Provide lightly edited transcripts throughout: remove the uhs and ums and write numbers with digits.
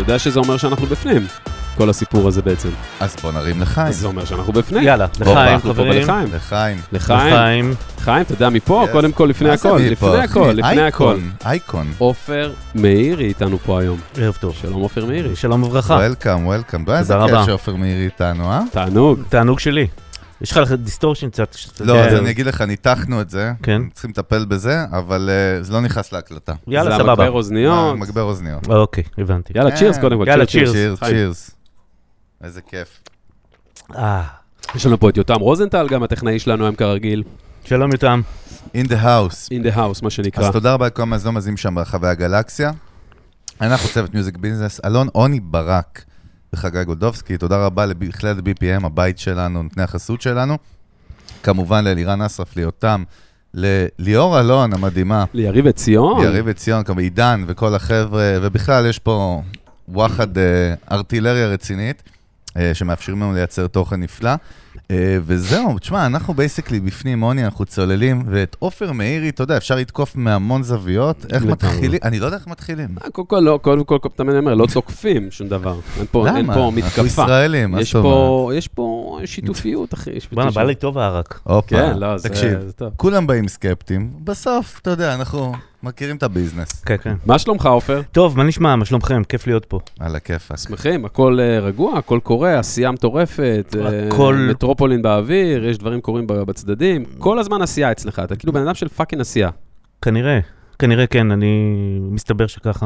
יודע שזה אומר שאנחנו בפנים, כל הסיפור הזה בעצם. אז בוא נרים לחיים. אז זה אומר שאנחנו בפנים. יאללה, לחיים, חברים. לחיים. חיים, אתה יודע, מפה, קודם כל, לפני הכל. לפני הכל. אייקון. עופר מאירי איתנו פה היום. ערב טוב. שלום עופר מאירי. שלום וברכה. וולקאם. איזה כיף שעופר מאירי איתנו, אה? תענוג שלי. יש לך דיסטורשן קצת. לא, אז אני אגיד לך, ניתחנו את זה, כן. צריכים לטפל בזה, אבל זה לא נכנס להקלטה. יאללה, סבבה. זה המגבר אוזניות. מגבר אוזניות. אוקיי, הבנתי. יאללה, צ'ירס קודם כל. יאללה, צ'ירס. צ'ירס. איזה כיף. יש לנו פה את יותם רוזנטל, גם הטכנאי שלנו היום כרגיל. שלום יותם. In the house. In the house, מה שנקרא. אז תודה רבה לכל המאזינים שם ברחבי הגלקסיה. אנחנו צוות מיוזיק ביזנס, אלון עוני ברק וחגי גולדובסקי. תודה רבה בכלל ל-BPM, הבית שלנו, נותני החסות שלנו. כמובן לאלירן אסרף, ליותם, לליאור אלון המדהימה. ליריב וציון. ליריב וציון, כמו עידן וכל החבר'ה, ובכלל יש פה וואחד ארטילריה רצינית, שמאפשרים לנו לייצר תוכן נפלא. וזהו, תשמע, אנחנו בייסיקלי בפנים מוני, אנחנו צוללים, ואת עופר מאירי, אתה יודע, אפשר לתקוף מהמון זוויות, איך מתחילים? אני לא יודע איך מתחילים. קודם כל, תמיד אומר, לא תוקפים שום דבר. אין פה מתקפה. אנחנו ישראלים, מה זאת אומרת? יש פה שיתופיות, אחי. בא לי טוב הערק. כן, לא, זה טוב. כולם באים סקפטים, בסוף, אתה יודע, אנחנו מכירים את הביזנס. כן, כן. מה שלומך, עופר? טוב, מה נשמע? מה שלומכם? כיף להיות פה. על הכיף. שמחים, הכל רגוע, הכל קורה, עשייה מטורפת, מטרופולין באוויר, יש דברים קורים בצדדים, כל הזמן עשייה אצלך, אתה כאילו בן אדם של פאקינג עשייה. כנראה כן, אני מסתבר שככה.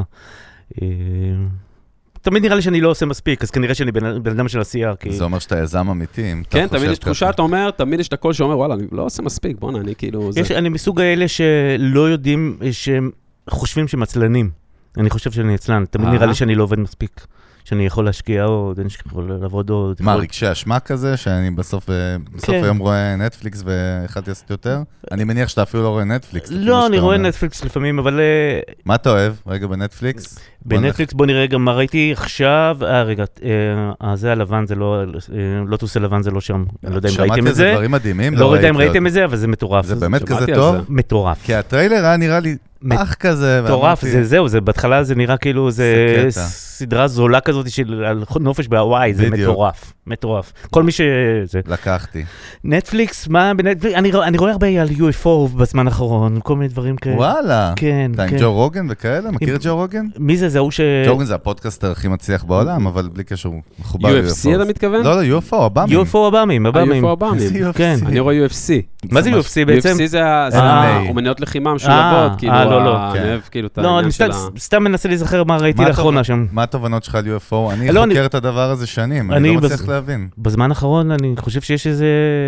תמיד נראה לי שאני לא עושה מספיק, אז כנראה שאני בן אדם של עשייה. זה אומר שאתה יזם אמיתי. כן, תמיד יש תחושה, אתה אומר, תמיד יש את הקול שאומר, וואלה, אני לא עושה מספיק, בוא'נה, אני כאילו... אני מסוג האלה שלא יודעים, שהם חושבים שהם עצלנים. אני חושב שאני עצלן, תמיד נראה לי שאני לא עובד מספיק. שאני יכול להשקיע עוד, אני יכול לעבוד עוד. מה, רגשי אשמה כזה, שאני בסוף היום רואה נטפליקס ואחד יעשית יותר? אני מניח שאתה אפילו לא רואה נטפליקס. לא, אני רואה נטפליקס לפעמים, אבל... מה אתה אוהב? רגע, בנטפליקס? בנטפליקס, בוא נראה גם מה ראיתי עכשיו. רגע, זה הלבן, זה לא... לוטוס הלבן זה לא שם. אני לא יודע אם ראיתם את שמעתי זה. איזה דברים מדהימים. לא יודע אם ראיתם את זה, אבל זה מטורף. זה באמת כזה טוב? מטורף. כי הטריילר היה נראה לי אח כזה. מטורף, זהו, בהתחלה זה נראה כאילו זה סדרה זולה כזאת של נופש בהוואי, זה מטורף. כל מי שזה... לקחתי. נטפליקס, אני רואה הרבה על UFO בזמן האחרון, כל מיני דברים כאלה. וואלה. כן. אתה עם ג'ו רוגן וכאלה? מכיר את ג'ו רוגן? מי זה? זהו ש... ג'ו רוגן זה הפודקאסטר הכי מצליח בעולם, אבל בלי קשר הוא מחובר ל-UFO. UFC אתה מתכוון? לא, UFO, הבאמים. UFO הבאמים. כן. אני רואה UFC. מה זה UFC בעצם? UFC זה אומניות לחימה משולבות, כאילו, אני אוהב כאילו את העניין של ה... סתם מנסה להיזכר מה ראיתי לאחרונה שם. מה התובנות שלך על UFO? אני חוקר את הדבר הזה שנים, אני לא מצליח להבין. בזמן האחרון אני חושב שיש איזה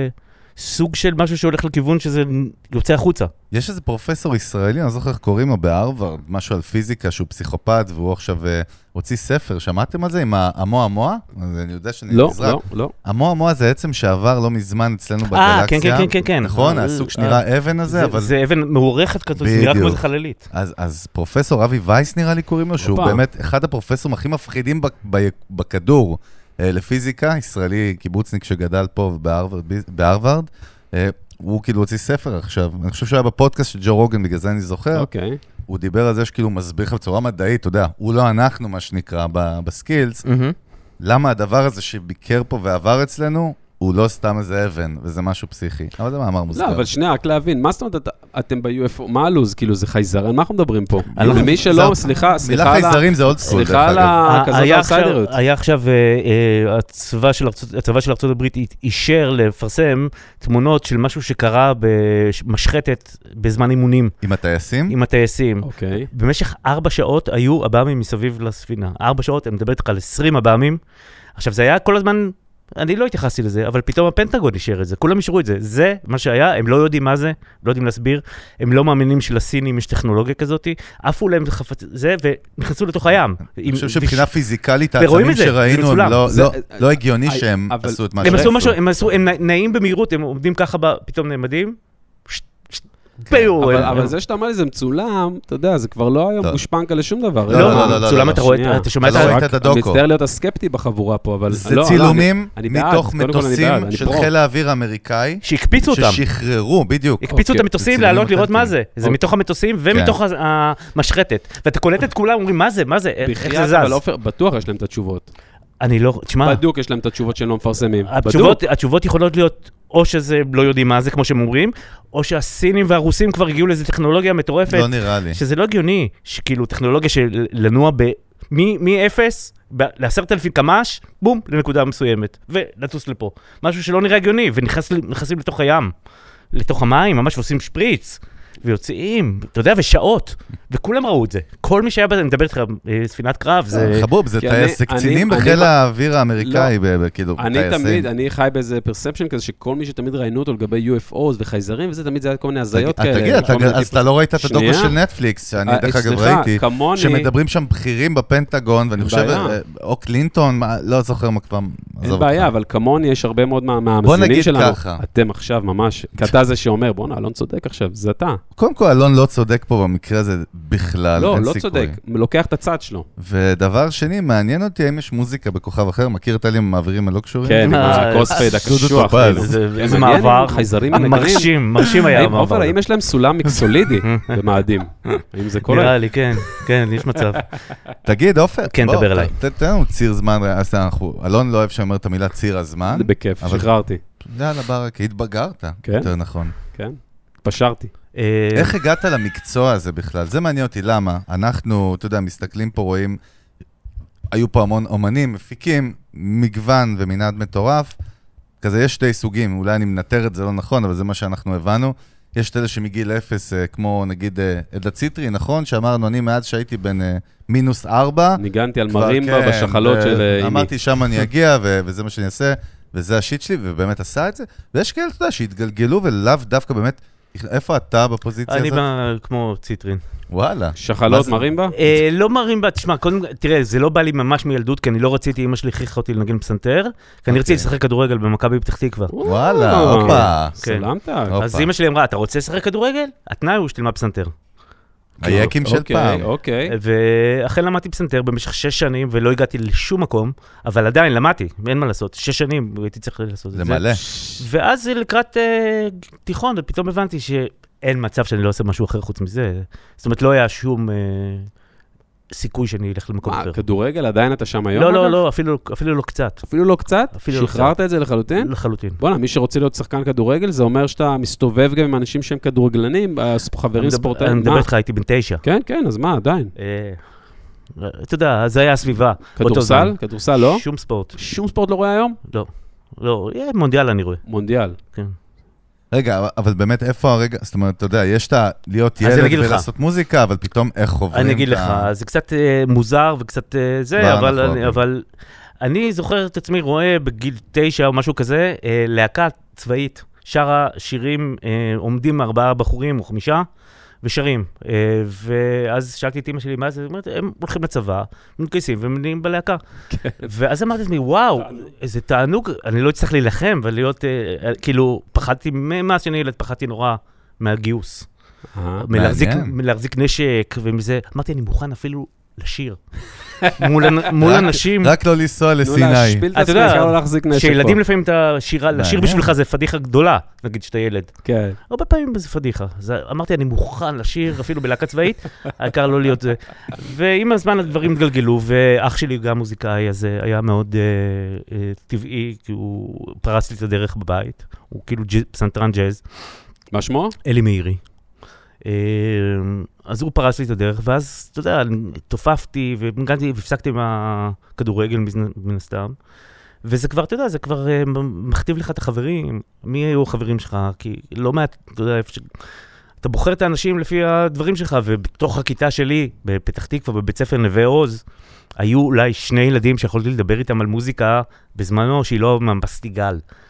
סוג של משהו שהולך לכיוון שזה יוצא החוצה. יש איזה פרופסור ישראלי, אני לא זוכר איך קוראים לו בהרווארד, משהו על פיזיקה שהוא פסיכופת, והוא עכשיו הוציא ספר, שמעתם על זה עם המוע? אני יודע שאני נזרק. לא. המוע זה עצם שעבר לא מזמן אצלנו בגלקסיה. כן. נכון, הסוג שנראה אבן הזה, אבל... זה אבן מעורכת כזאת, זה נראה כמו זה חללית. אז פרופסור אבי וייס נראה לי קוראים לו, שהוא באמת אחד הפרופסורים הכי מפחידים בכדור לפיזיקה, ישראלי קיבוצניק שגדל פה בהרווארד, הוא כאילו הוציא ספר עכשיו, אני חושב שהוא היה בפודקאסט של ג'ו רוגן, בגלל זה אני זוכר, הוא דיבר על זה שכאילו מסביר לך בצורה מדעית, אתה יודע, הוא לא אנחנו מה שנקרא בסקילס, למה הדבר הזה שביקר פה ועבר אצלנו, הוא לא סתם איזה אבן, וזה משהו פסיכי. אבל זה מאמר מוזכר. לא, אבל שנייה, רק להבין, מה זאת אומרת, אתם ב-UFO, מה הלוז? כאילו, זה חייזרן? מה אנחנו מדברים פה? למי שלא, סליחה, מילה חייזרים זה עוד סקול, סליחה על הכזאת האוסיידריות. היה עכשיו, הצבא של ארצות הברית אישר לפרסם תמונות של משהו שקרה במשחטת בזמן אימונים. עם הטייסים? עם הטייסים. אוקיי. במשך 4 שעות היו אב"מים מסביב לספינה. 4 שעות, אני מדברת לך על 20 אב"מים. עכשיו, זה היה כל הזמן... אני לא התייחסתי לזה, אבל פתאום הפנטגון אישר את זה, כולם אישרו את זה. זה מה שהיה, הם לא יודעים מה זה, לא יודעים להסביר, הם לא מאמינים שלסינים יש טכנולוגיה כזאת, עפו להם זה ונכנסו לתוך הים. אני חושב שבחינה פיזיקלית, העצמים שראינו, הם לא הגיוני שהם עשו את מה הם עשו משהו, הם נעים במהירות, הם עומדים ככה, פתאום נעמדים, אבל זה שאתה אומר לי, זה מצולם, אתה יודע, זה כבר לא היום גושפנקה לשום דבר. לא, מצולם אתה רואה, אתה שומע את הדוקו. אני מצטער להיות הסקפטי בחבורה פה, אבל... זה צילומים מתוך מטוסים של חיל האוויר האמריקאי. שהקפיצו אותם. ששחררו, בדיוק. הקפיצו את המטוסים לעלות לראות מה זה. זה מתוך המטוסים ומתוך המשחטת. ואתה קולט את כולם, אומרים, מה זה? איך זה זז? אבל עופר, בטוח יש להם את התשובות. אני לא, תשמע... בדיוק יש להם את התשובות שהם לא מפרסמים. התשובות יכולות להיות, או שזה לא יודעים מה זה, כמו שהם אומרים, או שהסינים והרוסים כבר הגיעו לאיזו טכנולוגיה מטורפת. לא נראה לי. שזה לא הגיוני, שכאילו טכנולוגיה של לנוע מ-0 ל-10,000 קמ"ש, בום, לנקודה מסוימת, ולטוס לפה. משהו שלא נראה הגיוני, ונכנסים לתוך הים, לתוך המים, ממש עושים שפריץ. ויוצאים, אתה יודע, ושעות, וכולם ראו את זה. כל מי שהיה בזה, אני מדבר איתך, ספינת קרב, זה... חבוב, זה קצינים בחיל האוויר האמריקאי, כאילו, טייסים. אני חי באיזה פרספשן כזה, שכל מי שתמיד ראיינו אותו לגבי UFOs וחייזרים, וזה תמיד זה היה כל מיני הזיות כאלה. תגיד, אז אתה לא ראית את הדוקו של נטפליקס, שאני דרך אגב ראיתי, שמדברים שם בכירים בפנטגון, ואני חושב, או קלינטון, לא זוכר מה כבר... אין בעיה, אבל כמוני יש הרבה מאוד מהמאזינים שלנו. אתם עכשיו ממש, כי אתה זה שאומר, בוא אלון צודק עכשיו, זה אתה. קודם כל, אלון לא צודק פה במקרה הזה בכלל, לא, לא צודק, לוקח את הצד שלו. ודבר שני, מעניין אותי האם יש מוזיקה בכוכב אחר, מכיר את אלה עם המעבירים הלא קשורים? כן, עם הקרוספייד הקשוח. איזה מעבר, מרשים היה המעבר. עופר, האם יש להם סולם מיקסולידי במאדים? האם זה קורה? נראה לי, כן, יש מצב. תגיד, עופר, כן, דבר אליי. תן לנו ציר זמן, אלון לא אוהב שאומר את המילה ציר הזמן. זה בכיף, שחררתי. יאללה, ברק, התבגרת, יותר נכון. כן, פשרתי. איך הגעת למקצוע הזה בכלל? זה מעניין אותי, למה? אנחנו, אתה יודע, מסתכלים פה, רואים, היו פה המון אומנים, מפיקים, מגוון ומנעד מטורף, כזה יש שתי סוגים, אולי אני מנטר את זה לא נכון, אבל זה מה שאנחנו הבנו. יש את אלה שמגיל 0, כמו נגיד עדה ציטרי, נכון? שאמרנו, אני מאז שהייתי בין -4. ניגנתי על מרימבה בשחלות של אימי. אמרתי, שם אני אגיע, וזה מה שאני אעשה, וזה השיט שלי, ובאמת עשה את זה. ויש כאלה, אתה יודע, שהתגלגלו ולאו דווקא באמת, איפה אתה בפוזיציה הזאת? אני כמו ציטרין. וואלה. שחלות מרימבה? לא מרימבה, תשמע, תראה, זה לא בא לי ממש מילדות, כי אני לא רציתי, אמא שלי הכריחה אותי לנגן פסנתר, כי אני רציתי לשחק כדורגל במכבי פתח תקווה. וואלה, הופה. סלמת. אז אמא שלי אמרה, אתה רוצה לשחק כדורגל? התנאי הוא שתלמד פסנתר. היקים של פעם. אוקיי. ואכן למדתי פסנתר במשך 6 שנים, ולא הגעתי לשום מקום, אבל עדיין למדתי, אין מה לעשות. 6 שנים הייתי צריך לעשות את זה. זה מלא. ואז לקראת תיכון, ופתאום הבנתי שאין מצב שאני לא עושה משהו אחר חוץ מזה. זאת אומרת, לא היה שום סיכוי שאני אלך למקום אחר. כדורגל עדיין אתה שם היום? לא, אפילו לא קצת. אפילו לא קצת? שחררת את זה לחלוטין? לחלוטין. בוא'נה, מי שרוצה להיות שחקן כדורגל, זה אומר שאתה מסתובב גם עם אנשים שהם כדורגלנים, חברים ספורטאים. אני מדבר איתך, הייתי בן 9. כן, אז מה, עדיין? אתה יודע, זה היה הסביבה. כדורסל? כדורסל לא? שום ספורט. שום ספורט לא רואה היום? לא, מונדיאל אני רואה. מונדיאל. כן. רגע, אבל באמת איפה הרגע, זאת אומרת, אתה יודע, יש להיות ילד ולעשות מוזיקה, אבל פתאום איך חוברים? אני אגיד לך, זה קצת מוזר וקצת זה, אבל אני זוכר את עצמי רואה בגיל 9 או משהו כזה, להקה צבאית, שרה שירים, עומדים 4 בחורים או 5, ושרים. ואז שאלתי את אמא שלי, מה זה? זאת אומרת, הם הולכים לצבא, מתגייסים ומנהים בלהקה. ואז אמרתי לעצמי, וואו, איזה תענוג, אני לא אצטרך להילחם, ולהיות, כאילו, פחדתי, מאז שאני ילד, פחדתי נורא מהגיוס. מלהחזיק נשק ומזה. אמרתי, אני מוכן אפילו לשיר. מול אנשים... רק לא לנסוע לסיני. אתה יודע, שילדים לפעמים לשיר בשבילך זה פדיחה גדולה, נגיד שאתה ילד. כן. הרבה פעמים זה פדיחה. אמרתי, אני מוכן לשיר אפילו בלהקה צבאית, העיקר לא להיות זה. ועם הזמן הדברים התגלגלו, ואח שלי גם מוזיקאי, אז היה מאוד טבעי, כי הוא פרס לי את הדרך בבית. הוא כאילו פסנתרן ג'אז. מה שמו? אלי מאירי. אז הוא פרס לי את הדרך, ואז, אתה יודע, תופפתי והפסקתי עם הכדורגל מן הסתם, וזה כבר, אתה יודע, זה כבר מכתיב לך את החברים, מי היו החברים שלך, כי לא מעט, אתה יודע, אתה בוחר את האנשים לפי הדברים שלך, ובתוך הכיתה שלי, בפתח תקווה, בבית ספר נווה עוז, היו אולי 2 ילדים שיכולתי לדבר איתם על מוזיקה בזמנו, שהיא לא מהפסטיגל,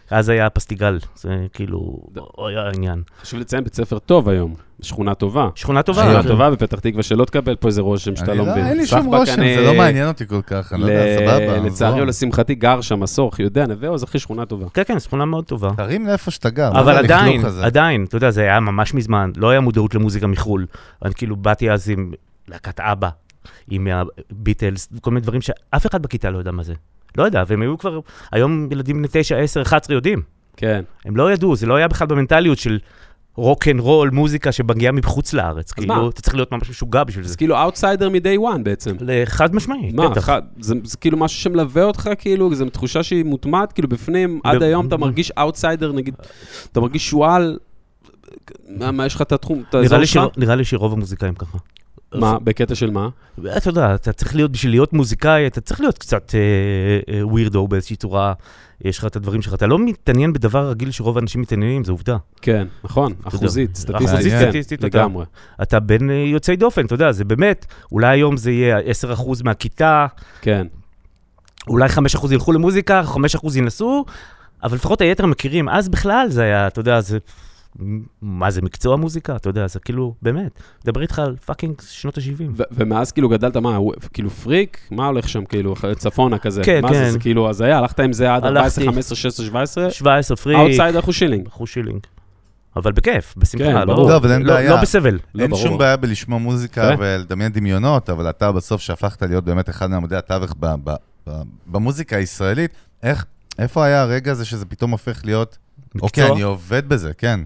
אז היה פסטיגל, זה כאילו, היה העניין. חשוב לציין בית ספר טוב היום, שכונה טובה. שכונה טובה. שכונה טובה בפתח תקווה, שלא תקבל פה איזה רושם שאתה לא מבין. אין לי שום רושם, זה לא מעניין אותי כל כך, אני לא יודע, סבבה. לצערי או לשמחתי גר שם מסור, יודע, נווה, זה הכי שכונה טובה. כן, כן, שכונה מאוד טובה. תרים לאיפה שאתה גר. אבל עדיין, אתה יודע, זה היה ממש מזמן, לא היה מודעות למוזיקה מחול. אני כאילו באתי אז עם להקת אבא, עם הביטלס, כל מיני דברים שאף אחד בכיתה לא יודע מה זה. לא יודע, והם היו כבר, היום ילדים בני 9, 10, 11 יודעים. כן. הם לא ידעו, זה לא היה בכלל במנטליות של רוק אנד רול, מוזיקה שמגיעה מחוץ לארץ. כאילו, אתה צריך להיות ממש משוגע בשביל זה. זה כאילו אאוטסיידר מ-day one בעצם. לחד משמעית. מה, זה כאילו משהו שמלווה אותך, כאילו, זו תחושה שהיא מוטמעת, כאילו בפנים, עד היום אתה מרגיש אאוטסיידר, נגיד, אתה מרגיש שואל, מה יש לך את התחום? נראה לי שרוב המוזיקאים ככה. מה? בקטע של מה? אתה יודע, אתה צריך להיות, בשביל להיות מוזיקאי, אתה צריך להיות קצת ווירדו באיזושהי צורה, יש לך את הדברים שלך, אתה לא מתעניין בדבר רגיל שרוב האנשים מתעניינים, זה עובדה. כן, נכון, אחוזית, סטטיסטית, לגמרי. אתה בין יוצאי דופן, אתה יודע, זה באמת, אולי היום זה יהיה 10% מהכיתה, כן. אולי 5% ילכו למוזיקה, 5% ינסו, אבל לפחות היתר מכירים, אז בכלל זה היה, אתה יודע, זה... מה זה מקצוע מוזיקה? אתה יודע, זה כאילו, באמת, דבר איתך על פאקינג שנות ה-70. ומאז כאילו גדלת מה, כאילו פריק? מה הולך שם כאילו, צפונה כזה? כן, מה כן. זה כאילו, אז היה, הלכת עם זה עד 14, 15, 16, 17? 17 פריק. אאוטסיידר חושילינג. חושילינג. אבל בכיף, בשמחה, כן, ברור. לא, אבל אין בעיה. לא בסבל. אין שום בעיה בלשמוע מוזיקה ולדמיין דמיונות, אבל אתה בסוף שהפכת להיות באמת אחד מעמודי התווך במוזיקה הישראלית, איפה היה הרגע הזה שזה פתאום הופך להיות אוקיי, אני עובד בזה, כן.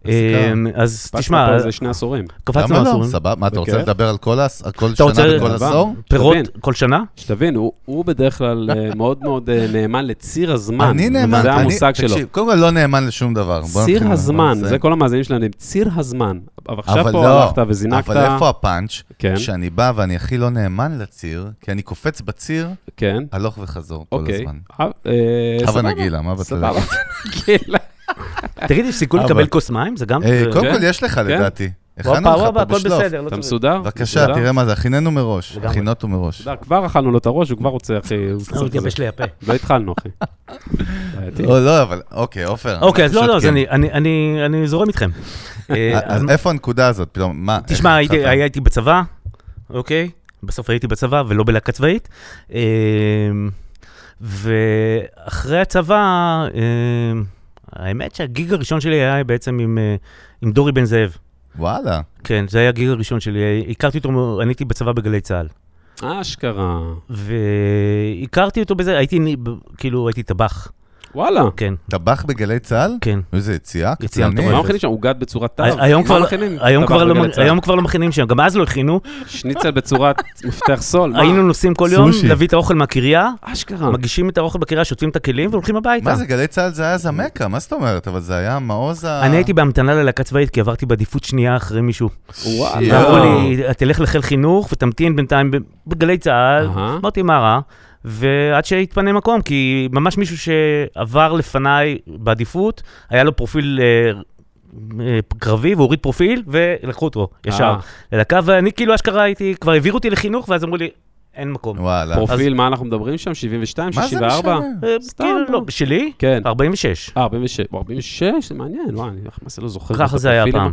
אז תשמע... זה 2 עשורים. קפצנו עשורים. סבבה, מה, אתה רוצה לדבר על כל שנה וכל עשור? פירות כל שנה? שתבין, הוא בדרך כלל מאוד מאוד נאמן לציר הזמן. אני נאמן, זה המושג שלו. תקשיב, קודם כל לא נאמן לשום דבר. ציר הזמן, זה כל המאזינים שלנו, ציר הזמן. אבל עכשיו פה הלכת וזינקת... אבל איפה הפאנץ' שאני בא ואני הכי לא נאמן לציר, כי אני קופץ בציר, הלוך וחזור כל הזמן. אבל נגילה, מה בצלם? תגיד, יש סיכוי לקבל כוס מים? זה גם... קודם כל יש לך לדעתי. הכנו לך פה בשלוף. אתה מסודר? בבקשה, תראה מה זה, הכיננו מראש. הכינותו מראש. כבר אכלנו לו את הראש, הוא כבר רוצה, אחי. הוא התייבש לי הפה. לא התחלנו, אחי. לא, אבל אוקיי, עופר. אוקיי, אז לא, אני זורם איתכם. אז איפה הנקודה הזאת? פתאום, מה? תשמע, הייתי בצבא, אוקיי? בסוף הייתי בצבא ולא בלהקה צבאית. ואחרי הצבא, האמת שהגיג הראשון שלי היה בעצם עם דורי בן זאב. וואלה. כן, זה היה הגיג הראשון שלי. הכרתי אותו, אני הייתי בצבא בגלי צהל. אשכרה. והכרתי אותו בזה, הייתי טבח. וואלה. כן. טבח בגלי צהל? כן. איזה יציאה? יציאה מטורפת. מה מכינים שם? עוגת בצורת תו? היום כבר לא מכינים שם, גם אז לא הכינו. שניצל בצורת מפתח סול. היינו נוסעים כל יום, להביא את האוכל מהקריה. אשכרה. מגישים את האוכל בקריה, שוטפים את הכלים והולכים הביתה. מה זה, גלי צהל זה היה זמקה, מה זאת אומרת? אבל זה היה מעוז אני הייתי בהמתנה ללהקה צבאית, כי עברתי בעדיפות שנייה אחרי מישהו. וואלה. אמרו לי, תלך לחיל חינוך ותמתין בינתיים בגלי צהל. אמרתי, מה רע? ועד שהתפנה מקום, כי ממש מישהו שעבר לפניי בעדיפות, היה לו פרופיל קרבי, והוריד פרופיל, ולקחו אותו ישר ללהקה, ואני כאילו אשכרה הייתי, כבר העבירו אותי לחינוך, ואז אמרו לי, אין מקום. פרופיל, מה אנחנו מדברים שם? 72, 64? כאילו, לא, שלי? כן. 46. 46? זה מעניין, וואי, אני לא זוכר. ככה זה היה פעם.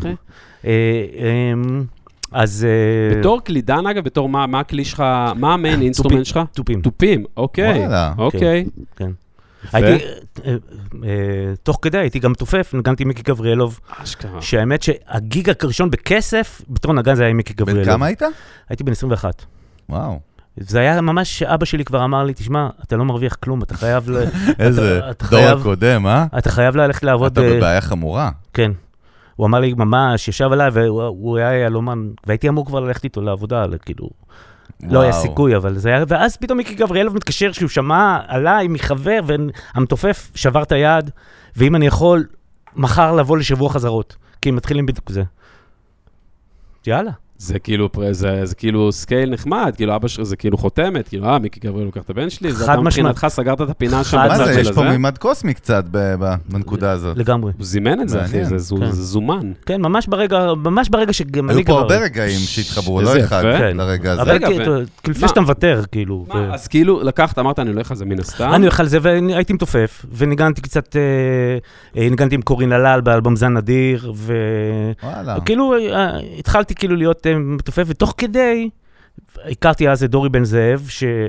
אז... בתור קלידן, אגב, בתור מה הכלי שלך, מה המיין אינסטרומנט שלך? טופים. טופים, אוקיי. אוקיי. כן. הייתי, תוך כדי, הייתי גם תופף, נגנתי מיקי גבריאלוב. אשכרה. שהאמת שהגיג הראשון בכסף, בתור נגן זה היה מיקי גבריאלוב. בן כמה היית? הייתי בן 21. וואו. זה היה ממש שאבא שלי כבר אמר לי, תשמע, אתה לא מרוויח כלום, אתה חייב... איזה דור הקודם, אה? אתה חייב ללכת לעבוד... אתה בבעיה חמורה. כן. הוא אמר לי ממש, ישב עליי, והוא היה ילומן, והייתי אמור כבר ללכת איתו לעבודה, כאילו, לא היה סיכוי, אבל זה היה, ואז פתאום מיקי גבריאלוב מתקשר שהוא שמע עליי מחבר, והמתופף שבר את היד, ואם אני יכול, מחר לבוא לשבוע חזרות, כי הם מתחילים בדיוק זה. יאללה. זה כאילו סקייל נחמד, כאילו אבא שלך זה כאילו חותמת, כאילו מיקי גבריאל לוקח את הבן שלי, אתה מבחינתך סגרת את הפינה שם בצד של הזה. יש פה מימד קוסמי קצת בנקודה הזאת. לגמרי. הוא זימן את זה, אחי, זה זומן. כן, ממש ברגע שגם אני כבר... היו פה הרבה רגעים שהתחברו, לא אחד לרגע הזה. אבל כאילו, לפני שאתה מוותר, כאילו. אז כאילו לקחת, אמרת, אני הולך על זה מן הסתם. אני הולך על זה, והייתי מתופף, וניגנתי קצת, ניגנתי עם קורין ללל באלבום זן נדיר, וכאילו, התחלתי כאילו להיות מתופף, ותוך כדי, הכרתי אז את דורי בן זאב,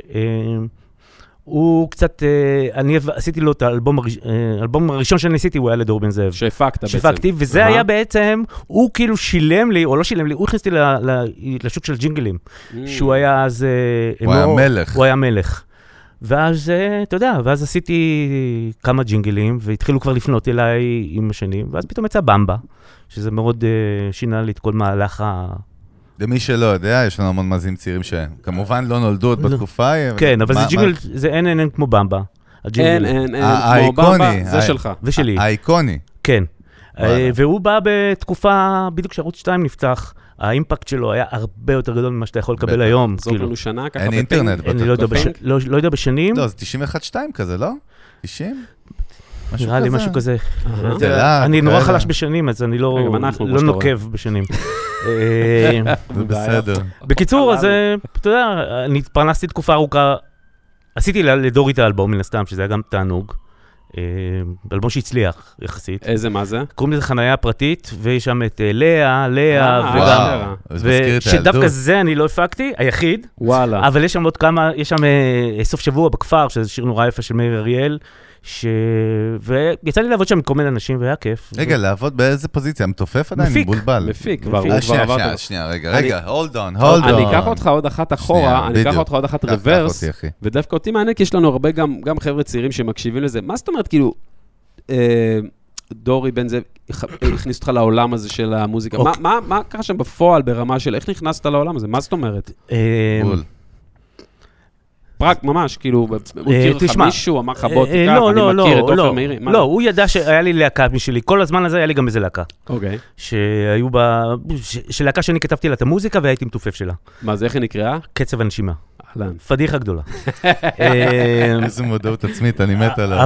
שהוא קצת, אני עשיתי לו את האלבום הראשון שאני עשיתי, הוא היה לדורי בן זאב. שהפקת בעצם. שהפקתי, וזה היה בעצם, הוא כאילו שילם לי, או לא שילם לי, הוא הכניס לי לשוק של ג'ינגלים, שהוא היה אז... הוא היה מלך. הוא היה מלך. ואז, אתה יודע, ואז עשיתי כמה ג'ינגלים, והתחילו כבר לפנות אליי עם השנים, ואז פתאום יצא במבה, שזה מאוד שינה לי את כל מהלך למי שלא יודע, יש לנו המון מאזינים צעירים שכמובן לא נולדו עוד בתקופה. כן, אבל זה ג'ינגל, זה אין כמו במבה. אין כמו במבה, זה שלך. זה שלי. האיקוני. כן. והוא בא בתקופה, בדיוק כשערוץ 2 נפתח, האימפקט שלו היה הרבה יותר גדול ממה שאתה יכול לקבל היום. זאת לנו שנה ככה. אין אינטרנט. לא יודע בשנים. לא, זה 91-2 כזה, לא? 90? נראה לי משהו כזה. אני נורא חלש בשנים, אז אני לא נוקב בשנים. זה בסדר. בקיצור, אז אתה יודע, אני התפרנסתי תקופה ארוכה, עשיתי לדורי את האלבום, מן הסתם, שזה היה גם תענוג. אלבום שהצליח יחסית. איזה, מה זה? קוראים לזה חנייה פרטית, ויש שם את לאה, וגם... שדווקא זה אני לא הפקתי, היחיד. וואלה. אבל יש שם עוד כמה, יש שם סוף שבוע בכפר, שזה שיר נורא יפה של מאיר אריאל, ויצא לי לעבוד שם עם כל מיני אנשים, והיה כיף. רגע, לעבוד באיזה פוזיציה? מתופף עדיין? מבולבל. מפיק, כבר עברת. שנייה, רגע, hold on. אני אקח אותך עוד אחת אחורה, אני אקח אותך עוד אחת רוורס, ודווקא אותי מעניין, כי יש לנו הרבה גם חבר'ה צעירים שמקשיבים לזה. מה זאת אומרת, כאילו, דורי בן זאב הכניס אותך לעולם הזה של המוזיקה? מה קרה שם בפועל ברמה של איך נכנסת לעולם הזה? מה זאת אומרת? פרק ממש, כאילו, הוא הכיר לך מישהו, אמר לך בוא תיקח, אני מכיר את עופר מאירי. לא, הוא ידע שהיה לי להקה משלי, כל הזמן הזה היה לי גם איזה להקה. אוקיי. שהיו בה, של להקה שאני כתבתי לה את המוזיקה והייתי מתופף שלה. מה זה, איך היא נקראה? קצב הנשימה. אהלן. פדיחה גדולה. איזה מודעות עצמית, אני מת עליו.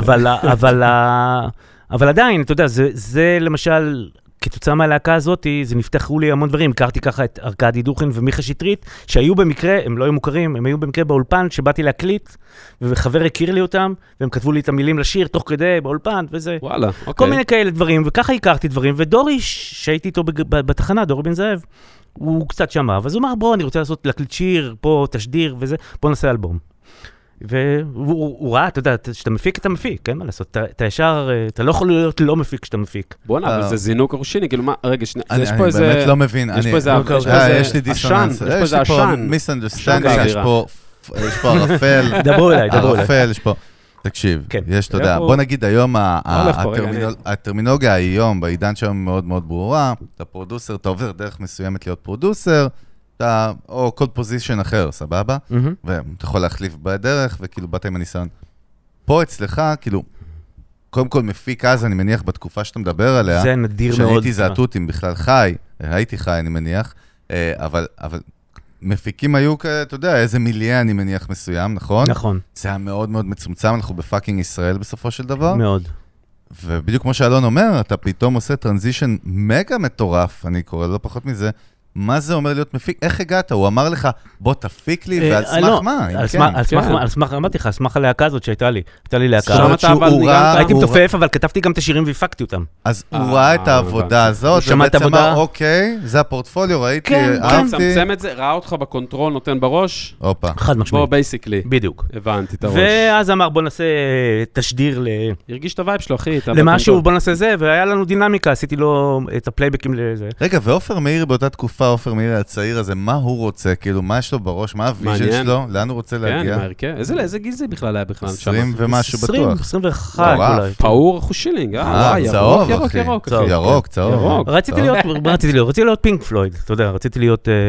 אבל עדיין, אתה יודע, זה למשל... כתוצאה מהלהקה הזאת, זה נפתחו לי המון דברים. הכרתי ככה את ארכדי דוכין ומיכה שטרית, שהיו במקרה, הם לא היו מוכרים, הם היו במקרה באולפן, שבאתי להקליט, וחבר הכיר לי אותם, והם כתבו לי את המילים לשיר תוך כדי באולפן, וזה. וואלה, אוקיי. כל מיני כאלה דברים, וככה הכרתי דברים, ודורי, שהייתי איתו בתחנה, דורי בן זאב, הוא קצת שמע, אז הוא אמר, בוא, אני רוצה להקליט שיר, פה, תשדיר וזה, בוא נעשה אלבום. והוא ראה, אתה יודע, שאתה מפיק, אתה מפיק, כן מה לעשות? אתה ישר, אתה לא יכול להיות לא מפיק כשאתה מפיק. בוא'נה, אבל זה זינוק אורשיני, כאילו מה, רגע, יש פה איזה... אני באמת לא מבין. יש פה איזה דיסוננס. יש פה איזה עשן. מיסאנדרסטנדינג, יש פה ערפל. דברו אליי. ערפל, יש פה... תקשיב, יש, אתה יודע, בוא נגיד היום, הטרמינולוגיה היום, בעידן שם מאוד מאוד ברורה, אתה פרודוסר, אתה עובר דרך מסוימת להיות פרודוסר, או כל פוזישן אחר, סבבה? ואתה יכול להחליף בדרך, וכאילו באת עם הניסיון. פה אצלך, כאילו, קודם כל מפיק אז, אני מניח, בתקופה שאתה מדבר עליה, זה נדיר מאוד. שהייתי זעתותים בכלל חי, הייתי חי, אני מניח, אבל מפיקים היו, אתה יודע, איזה מיליה אני מניח מסוים, נכון? נכון. זה היה מאוד מאוד מצומצם, אנחנו בפאקינג ישראל בסופו של דבר. מאוד. ובדיוק כמו שאלון אומר, אתה פתאום עושה טרנזישן מגה מטורף, אני קורא לא פחות מזה, מה זה אומר להיות מפיק? איך הגעת? הוא אמר לך, בוא תפיק לי, ועל סמך מה? על סמך, אמרתי לך, על סמך הלהקה הזאת שהייתה לי. הייתה לי להקה. הייתי מתופף, אבל כתבתי גם את השירים והפקתי אותם. אז הוא ראה את העבודה הזאת, ובעצם אמר, אוקיי, זה הפורטפוליו, ראיתי, אהבתי. צמצם את זה, ראה אותך בקונטרול, נותן בראש. אופה. חד משמעית. בוא, בייסיקלי. בדיוק. הבנתי את הראש. ואז אמר, בוא נעשה תשדיר הרגיש את הווייב שלו, אחי. למשהו, בוא נעשה זה, והיה לנו דינמיקה, עשיתי לו את הפלייבקים לזה. רגע, ועופר מאירי באותה תקופה, עופר מאירי הצעיר הזה, מה הוא רוצה? כאילו, מה יש לו בראש? מה הוויז'ן שלו? לאן הוא רוצה להגיע? כן, מהרכב. איזה גיל זה בכלל היה בכלל? 20 ומשהו בטוח. 21 אולי. פאור חושילינג, ירוק. ירוק, צהוב. רציתי להיות פינק פלויד, אתה יודע, רציתי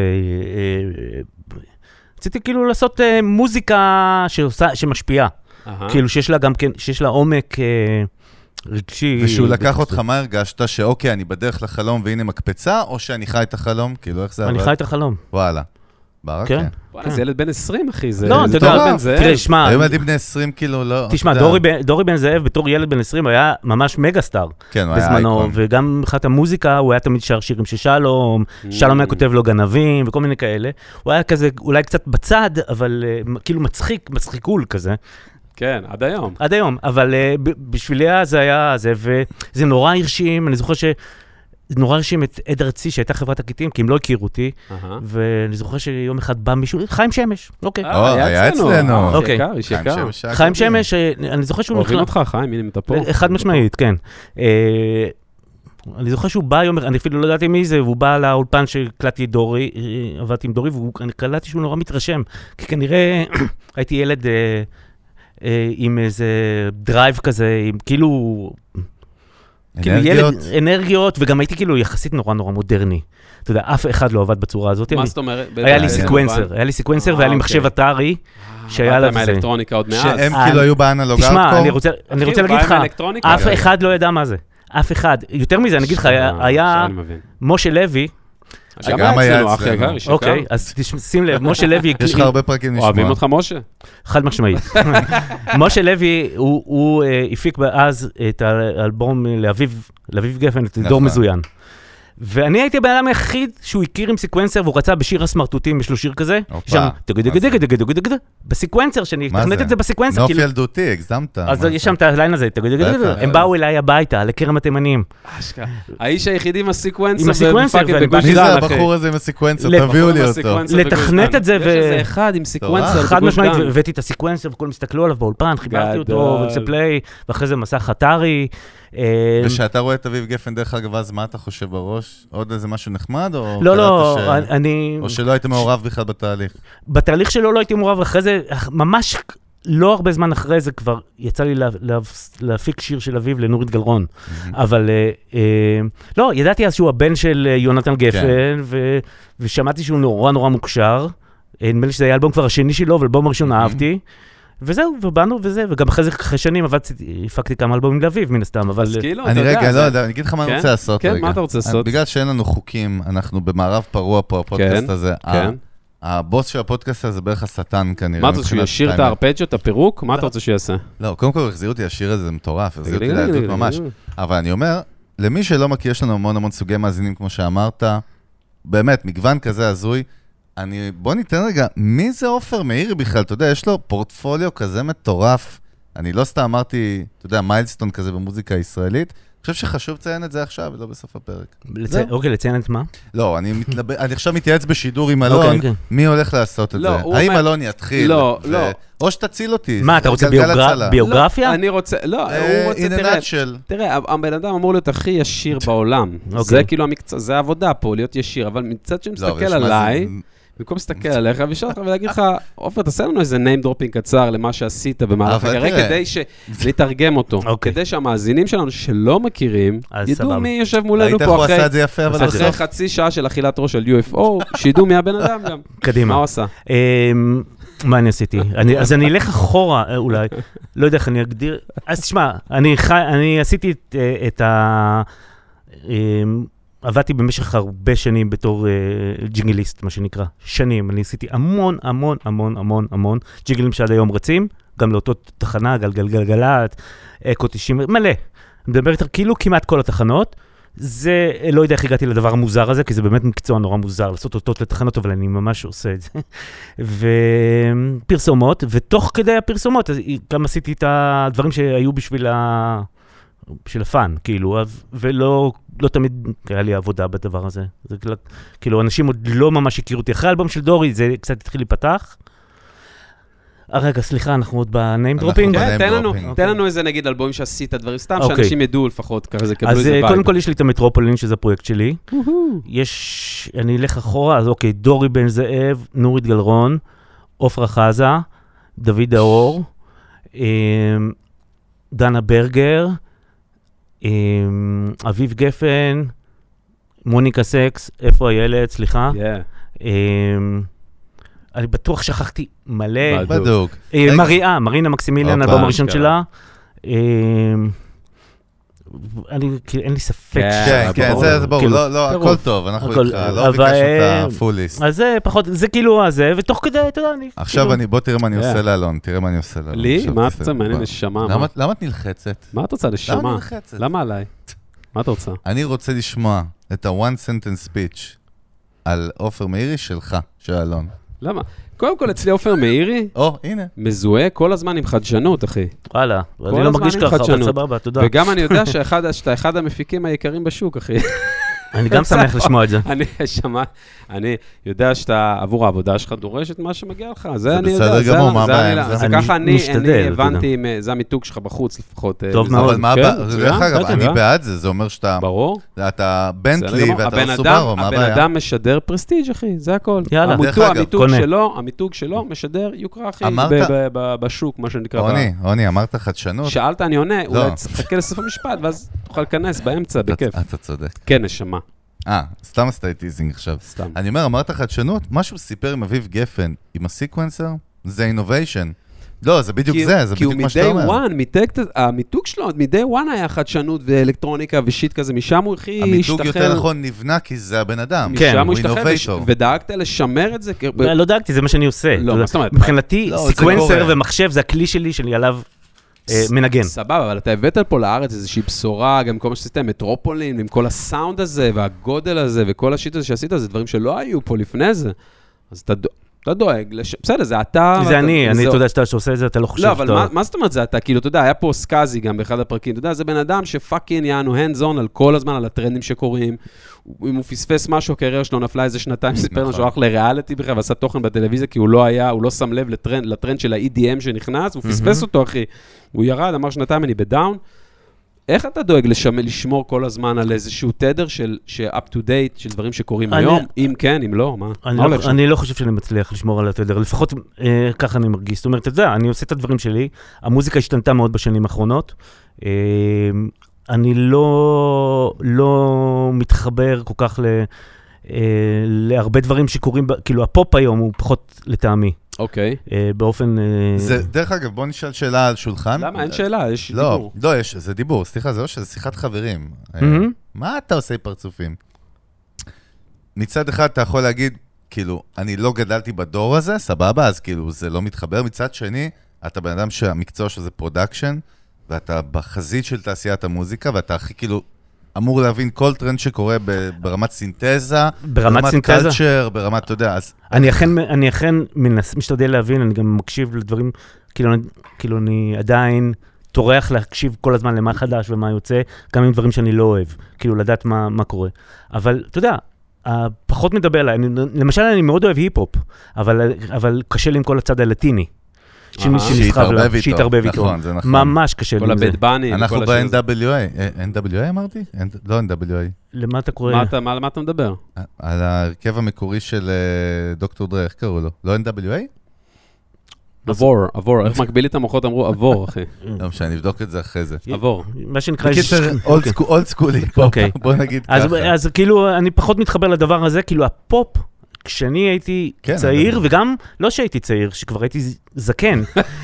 כאילו לעשות מוזיקה שמשפיעה. כאילו שיש לה גם כן, שיש לה עומק רגשי. ושהוא לקח אותך, מה הרגשת? שאוקיי, אני בדרך לחלום והנה מקפצה, או שאני חי את החלום? כאילו, איך זה עבד? אני חי את החלום. וואלה. כן. זה ילד בן 20, אחי, זה לא, אתה יודע, תראה, שמע. היום ילדים בני 20, כאילו, לא... תשמע, דורי בן זאב, בתור ילד בן 20, היה ממש מגה סטאר. כן, הוא היה אייקון. וגם מבחינת המוזיקה, הוא היה תמיד שר שירים של שלום, שלום היה כותב לו גנבים, וכל מיני כאלה. הוא היה כזה, אולי קצת בצד, אבל כאילו מצחיקול כזה. כן, עד היום. עד היום, אבל בשבילי זה היה זה, וזה נורא הרשים, אני זוכר זה נורא הרשים את עד ארצי, שהייתה חברת תקליטים, כי הם לא הכירו אותי, ואני זוכר שיום אחד בא מישהו, חיים שמש, אוקיי. היה אצלנו. אוקיי. חיים שמש, אני זוכר שהוא אוהבים אותך, חיים, הנה אתה פה. חד משמעית, כן. אני זוכר שהוא בא יום, אני אפילו לא ידעתי מי זה, והוא בא לאולפן שקלטתי דורי, עבדתי עם דורי, ואני קלטתי שהוא נורא מתרשם, כי כנראה הייתי ילד עם איזה דרייב כזה, עם כאילו... אנרגיות, וגם הייתי כאילו יחסית נורא נורא מודרני. אתה יודע, אף אחד לא עבד בצורה הזאת. מה זאת אומרת? היה לי סקוונסר, והיה לי מחשב אטרי, שהיה עליו זה. מהאלקטרוניקה עוד מאז. שהם כאילו היו באנלוג תשמע, אני רוצה להגיד לך, אף אחד לא ידע מה זה. אף אחד. יותר מזה, אני אגיד לך, היה משה לוי, שגם היה אצלנו. אוקיי, אז שים לב, משה לוי... יש לך הרבה פרקים לשמוע. אוהבים אותך, משה? חד משמעית. משה לוי, הוא הפיק אז את האלבום לאביב גפן, את דור מזוין. ואני הייתי בן אדם היחיד שהוא הכיר עם סקוונסר, והוא רצה בשיר הסמרטוטים, יש לו שיר כזה, שם, בסקוונסר, שאני תכנת את זה בסקוונסר. נוף ילדותי, הגזמת. אז יש שם את הליין הזה, הם באו אליי הביתה, לכרם התימנים. האיש היחידי עם הסקוונסר, עם הסקוונסר, מי זה הבחור הזה עם הסקוונסר? תביאו לי אותו. לתכנת את זה, יש איזה אחד עם סקוונסר. חד משמעית, הבאתי את הסקוונסר, וכולם הסתכלו עליו באולפן, חיברתי אותו, וזה פליי, ואחרי זה מסך אטרי. ושאתה רואה את אביב גפן דרך אגב, אז מה אתה חושב בראש? עוד איזה משהו נחמד? לא, אני... או שלא היית מעורב בכלל בתהליך? בתהליך שלו לא הייתי מעורב, אחרי זה, ממש לא הרבה זמן אחרי זה כבר יצא לי להפיק שיר של אביב לנורית גלרון. אבל לא, ידעתי אז שהוא הבן של יונתן גפן, ושמעתי שהוא נורא נורא מוקשר. נדמה לי שזה היה אלבום כבר השני שלו, אבל אלבום הראשון אהבתי. וזהו, ובאנו וזה, וגם אחרי שנים הפקתי כמה אלבומים לאביב, מן הסתם, אבל... אני רגע, לא יודע, אני אגיד לך מה אני רוצה לעשות רגע. כן, מה אתה רוצה לעשות? בגלל שאין לנו חוקים, אנחנו במערב פרוע פה, הפודקאסט הזה. הבוס של הפודקאסט הזה בערך השטן כנראה. מה אתה רוצה, שהוא ישיר את הארפג'ו, את הפירוק? מה אתה רוצה שהוא יעשה? לא, קודם כל החזירו אותי, השיר הזה מטורף, החזירו אותי לעדות ממש. אבל אני אומר, למי שלא מכיר, יש לנו המון סוגי מאזינים, כמו שאמרת, באמת, מגוון כזה הזוי. בוא ניתן רגע, מי זה עופר מאירי בכלל? אתה יודע, יש לו פורטפוליו כזה מטורף. אני לא סתם אמרתי, אתה יודע, מיילסטון כזה במוזיקה הישראלית. אני חושב שחשוב לציין את זה עכשיו, ולא בסוף הפרק. אוקיי, לציין את מה? לא, אני עכשיו מתייעץ בשידור עם אלון, מי הולך לעשות את זה? האם אלון יתחיל? לא, לא. או שתציל אותי. מה, אתה רוצה ביוגרפיה? אני רוצה, לא, הוא רוצה, תראה, הבן אדם אמור להיות הכי ישיר בעולם. זה כאילו המקצוע, זה העבודה פה, להיות ישיר, אבל מצד שמסתכל עליי, במקום להסתכל עליך ושאול אותך ולהגיד לך, עופר, תעשה לנו איזה name dropping קצר למה שעשית במהלך הרגע, כדי לתרגם אותו, כדי שהמאזינים שלנו שלא מכירים, ידעו מי יושב מולנו פה אחרי חצי שעה של אכילת ראש של UFO, שידעו מי הבן אדם גם. קדימה. מה הוא עשה? מה אני עשיתי? אז אני אלך אחורה אולי, לא יודע איך אני אגדיר, אז תשמע, אני עשיתי את ה... עבדתי במשך הרבה שנים בתור ג'ינגליסט, מה שנקרא, שנים. אני עשיתי המון ג'ינגלים שעד היום רצים, גם לאותו תחנה, גלגלגלת, אקו 90, מלא. אני מדבר איתך כאילו כמעט כל התחנות. זה, לא יודע איך הגעתי לדבר המוזר הזה, כי זה באמת מקצוע נורא מוזר, לעשות אותות לתחנות, אבל אני ממש עושה את זה. ופרסומות, ותוך כדי הפרסומות, גם עשיתי את הדברים שהיו בשביל הפן, כאילו, ולא תמיד היה לי עבודה בדבר הזה. כאילו, אנשים עוד לא ממש הכירו אותי. אחרי האלבום של דורי, זה קצת התחיל להיפתח. רגע, סליחה, אנחנו עוד בניים דרופינג? תן לנו איזה, נגיד, אלבומים שעשית דברים, סתם שאנשים ידעו לפחות, כזה קבלו איזה וייב. אז קודם כל יש לי את המטרופולין, שזה הפרויקט שלי. אני אלך אחורה, אז אוקיי, דורי בן זאב, נורית גלרון, עופרה חזה, דוד האור, דנה ברגר, אביב גפן, מוניקה סקס, איפה הילד, סליחה. אני בטוח שכחתי מלא. בדוק. מרינה מקסימיליאן, אלבום הראשון שלה. אין לי ספק. כן, זה ברור, לא, הכל טוב, אנחנו איתך, לא ביקשנו את הפוליסט. אז זה פחות, זה כאילו הזה, ותוך כדי, אתה יודע, אני... עכשיו בוא תראה מה אני עושה לאלון, תראה מה אני עושה לאלון. לי? מה את רוצה? מעניין נשמה. למה את נלחצת? מה את רוצה נשמה? למה נלחצת? למה עליי? מה אתה רוצה? אני רוצה לשמוע את ה-one sentence speech על עופר מאירי שלך, של אלון. למה? קודם כל אצלי עופר מאירי, הנה. מזוהה כל הזמן עם חדשנות, אחי. וואלה, אני לא מרגיש ככה, אבל סבבה, תודה. וגם אני יודע שאתה אחד המפיקים היקרים בשוק, אחי. אני גם שמח לשמוע את זה. אני יודע שאתה עבור העבודה שלך דורש את מה שמגיע לך, זה אני יודע. בסדר גמור, מה הבעיה? זה ככה אני הבנתי, זה המיתוג שלך בחוץ לפחות. טוב מאוד. אבל מה הבעיה? דרך אגב, אני בעד זה, זה אומר שאתה... ברור. אתה בנטלי ואתה לא סוברו, מה הבעיה? הבן אדם משדר פרסטיג', אחי, זה הכל. יאללה. המיתוג שלו משדר יוקרה, אחי, בשוק, מה שנקרא. עוני, אמרת חדשנות? שאלת, אני עונה, אולי תחכה לסוף המשפט, ואז תוכל לכנס באמצע, בכיף. אתה צודק. כן, נשמה. סתם עשתה טיזינג עכשיו. סתם. אני אומר, אמרת חדשנות, משהו סיפר עם אביב גפן, עם הסיקוונסר, זה אינוביישן. לא, זה בדיוק זה בדיוק מה שאתה אומר. כי הוא מ-day 1, המיתוג שלו, מ-day 1 היה חדשנות ואלקטרוניקה ושיט כזה, משם הוא הכי השתחרר. המיתוג יותר נכון נבנה, כי זה הבן אדם. משם הוא השתחרר, ודאגת לשמר את זה. לא דאגתי, זה מה שאני עושה. לא, מה זאת אומרת? מבחינתי, סיקוונסר ומחשב זה הכלי שלי שאני עליו מנגן. סבבה, אבל אתה הבאת פה לארץ איזושהי בשורה, גם כל מה שעשית, מטרופולין, עם כל הסאונד הזה, והגודל הזה, וכל השיט הזה שעשית, זה דברים שלא היו פה לפני זה. אז אתה דואג, בסדר, זה אתה... זה אני אתה יודע שאתה שעושה את זה, אתה לא חושב... לא, אבל מה זאת אומרת זה אתה? כאילו, אתה יודע, היה פה סקאזי גם באחד הפרקים, אתה יודע, זה בן אדם שפאקינג יענו hands on על כל הזמן, על הטרנדים שקורים, אם הוא פספס משהו, הקריירה שלו נפלה איזה שנתיים, סיפר לנו שהוא הלך לריאליטי בכלל, ועשה תוכן בטלוויזיה, כי הוא לא שם לב לטרנד של ה-EDM שנכנס, הוא פספס אותו, אחי. הוא ירד, אמר שנתיים, אני בדאון. איך אתה דואג לשמור כל הזמן על איזשהו תדר ש-up to date של דברים שקורים היום? אם כן, אם לא, מה הולך שם? אני לא חושב שאני מצליח לשמור על התדר, לפחות ככה אני מרגיש. זאת אומרת, אתה יודע, אני עושה את הדברים שלי, המוזיקה השתנתה מאוד בשנים האחרונות, אני לא מתחבר כל כך להרבה דברים שקורים, כאילו הפופ היום הוא פחות לטעמי. אוקיי. באופן... דרך אגב, בוא נשאל שאלה על שולחן. למה? אין שאלה, יש דיבור. לא, זה דיבור, סליחה, זה לא שזה שיחת חברים. מה אתה עושה פרצופים? מצד אחד אתה יכול להגיד, כאילו, אני לא גדלתי בדור הזה, סבבה, אז כאילו זה לא מתחבר. מצד שני, אתה בן אדם שהמקצוע שזה פרודקשן, ואתה בחזית של תעשיית המוזיקה, ואתה הכי כאילו... אמור להבין כל טרנד שקורה ברמת סינתזה, ברמת קלצ'ר, ברמת, אתה יודע, אז... אני אכן משתדל להבין, אני גם מקשיב לדברים, כאילו אני עדיין טורח להקשיב כל הזמן למה חדש ומה יוצא, גם עם דברים שאני לא אוהב, כאילו לדעת מה קורה. אבל, אתה יודע, פחות מדבר עליי, למשל אני מאוד אוהב היפ-הופ, אבל קשה לי עם כל הצד הלטיני. שהתערבב איתו. נכון, זה נכון. ממש קשה לי עם זה. כל הבית בני. אנחנו ב-NWA. NWA אמרתי? לא NWA. למה אתה קורא? מה אתה מדבר? על ההרכב המקורי של דוקטור דרי, איך קראו לו? לא NWA? עבור. איך מקביל את המוחות אמרו עבור, אחי. לא משנה, נבדוק את זה אחרי זה. עבור. מה שנקרא... בקיצר, אולד סקולי. בוא נגיד ככה. אז כאילו, אני פחות מתחבר לדבר הזה, כאילו הפופ, כשאני הייתי צעיר, וגם לא שהייתי צעיר, שכבר הייתי זקן,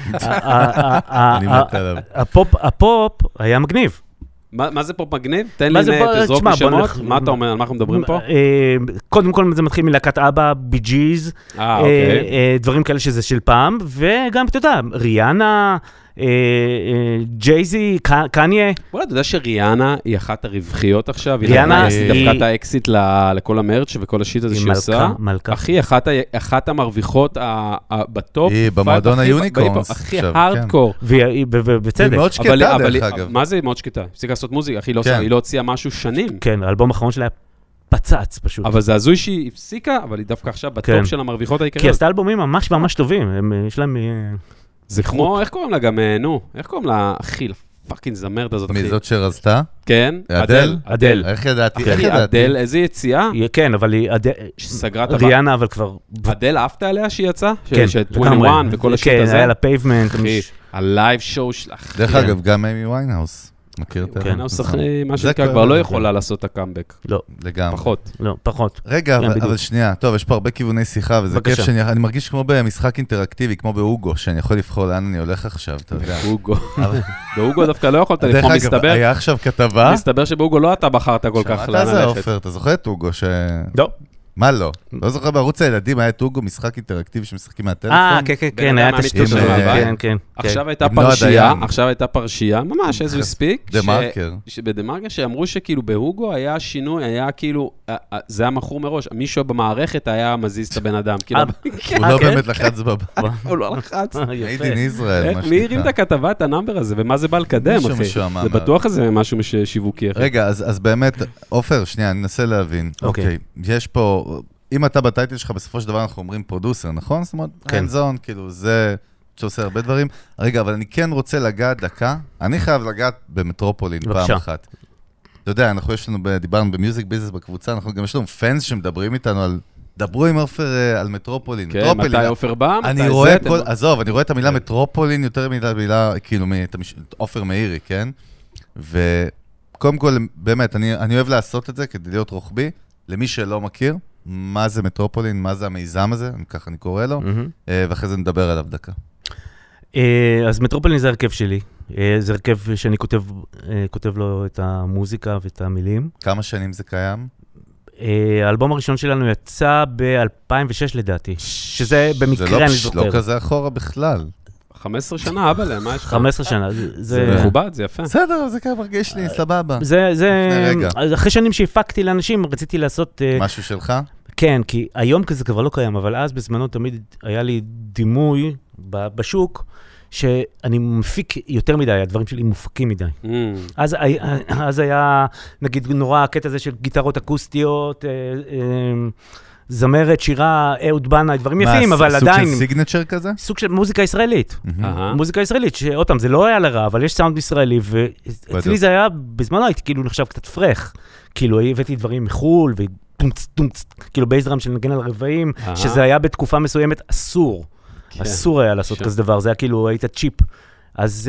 הפופ היה מגניב. מה זה פופ מגניב? תן לי תזרוק בשמות, מה אתה אומר, על מה אנחנו מדברים פה? קודם כל זה מתחיל מלהקת אבא, בי ג'יז, דברים כאלה שזה של פעם, וגם, אתה יודע, ריאנה, ג'ייזי, קניה. וואלה, אתה יודע שריאנה היא אחת הרווחיות עכשיו? ריאנה היא דווקא האקסיט לכל המרץ' וכל השיט הזה שהיא עושה. מלכה. אחי, אחת המרוויחות בטופ. היא במועדון היוניקורנס. הכי הארדקור. ובצדק. היא מאוד שקטה דרך אגב. מה זה מאוד שקטה? הפסיקה לעשות מוזיקה, אחי, היא לא הוציאה משהו שנים. כן, האלבום האחרון שלה פצץ פשוט. אבל זה הזוי שהיא הפסיקה, אבל היא דווקא עכשיו בטופ של המרוויחות העיקריות. כי עשתה אלבומים ממש ממש טובים, יש להם... זה כמו, איך קוראים לה גם, איך קוראים לה, אחי, לפאקינג זמרת הזאת, אחי. מי זאת שרזתה? כן, אדל. איך ידעתי? אדל, איזה יציאה? כן, אבל היא, סגרה את ריאנה, אבל כבר... אדל, אהבת עליה שהיא יצאה? כן, 21 וכל השיט הזה? כן, היה לה פייבמנט. אחי, הלייב שואו שלך. דרך אגב, גם אמי ויינהאוס. מכיר את זה? כן, מה שנקרא, כבר לא יכולה לעשות את הקאמבק. לא. לגמרי. פחות. לא, פחות. רגע, אבל שנייה, טוב, יש פה הרבה כיווני שיחה, וזה כיף שאני מרגיש כמו במשחק אינטראקטיבי, כמו באוגו, שאני יכול לבחור לאן אני הולך עכשיו, אתה יודע. באוגו דווקא לא יכולת לבחור, מסתבר. דרך אגב, היה עכשיו כתבה. מסתבר שבאוגו לא אתה בחרת כל כך לאן ללכת. עופר, אתה זוכר את אוגו לא. מה לא? לא זוכר בערוץ הילדים, היה את אוגו משחק אינטראקטיבי שמשחקים מהטלפון. כן, היה תשתית של כן. עכשיו הייתה פרשייה, ממש איזו הספיק. דה-מרקר. בדה-מרקר שאמרו שכאילו באוגו היה שינוי, היה כאילו, זה היה מכור מראש, מישהו במערכת היה מזיז את הבן אדם. הוא לא באמת לחץ בבא. הוא לא לחץ. הייתי ישראל. מי הרים את הכתבה, את הנאמבר הזה, ומה זה בא לקדם, אחי? זה בטוח איזה משהו שיווקי. רגע, אז באמת, עופר, שנייה, אני אנסה להבין. אוקיי, יש פה אם אתה בטייטל שלך, בסופו של דבר אנחנו אומרים פרודוסר, נכון? זאת אומרת, הנזון, כאילו, זה שעושה הרבה דברים. רגע, אבל אני כן רוצה לגעת דקה. אני חייב לגעת במטרופולין פעם אחת. אתה יודע, דיברנו במיוזיק ביזנס בקבוצה, אנחנו גם יש לנו פאנס שמדברים איתנו על, דברו עם עופר על מטרופולין. כן, מתי עופר בא? אני רואה עזוב, אני רואה את המילה מטרופולין יותר מילה, כאילו, עופר מאירי, כן? וקודם כל, באמת, אני אוהב לעשות את זה כדי להיות רוחבי, למי שלא מכיר. מה זה מטרופולין, מה זה המיזם הזה, ככה אני קורא לו, ואחרי זה נדבר עליו דקה. אז מטרופולין זה הרכב שלי, זה הרכב שאני כותב לו את המוזיקה ואת המילים. כמה שנים זה קיים? האלבום הראשון שלנו יצא ב-2006 לדעתי, שזה במקרה אני זוכר. זה לא כזה אחורה בכלל. 15 שנה, אבל מה יש לך? 15 שנה. זה מכובד, זה יפה. בסדר, זה ככה מרגיש לי, סבבה. זה, אחרי שנים שהפקתי לאנשים, רציתי לעשות... משהו שלך? כן, כי היום כזה כבר לא קיים, אבל אז בזמנו תמיד היה לי דימוי בשוק, שאני מפיק יותר מדי, הדברים שלי מופקים מדי. אז היה, נגיד, נורא הקטע הזה של גיטרות אקוסטיות, זמרת, שירה, אהוד בנה, דברים יפים, אבל עדיין... סוג של סיגנצ'ר כזה? סוג של מוזיקה ישראלית. מוזיקה ישראלית, שעוד פעם, זה לא היה לרע, אבל יש סאונד ישראלי, ואצלי זה היה, בזמנו הייתי כאילו נחשב קצת פרח. כאילו, הבאתי דברים מחול, וטומץ, כאילו בייסדרם של נגן על רבעים, שזה היה בתקופה מסוימת אסור. אסור היה לעשות כזה דבר, זה היה כאילו, היית צ'יפ. אז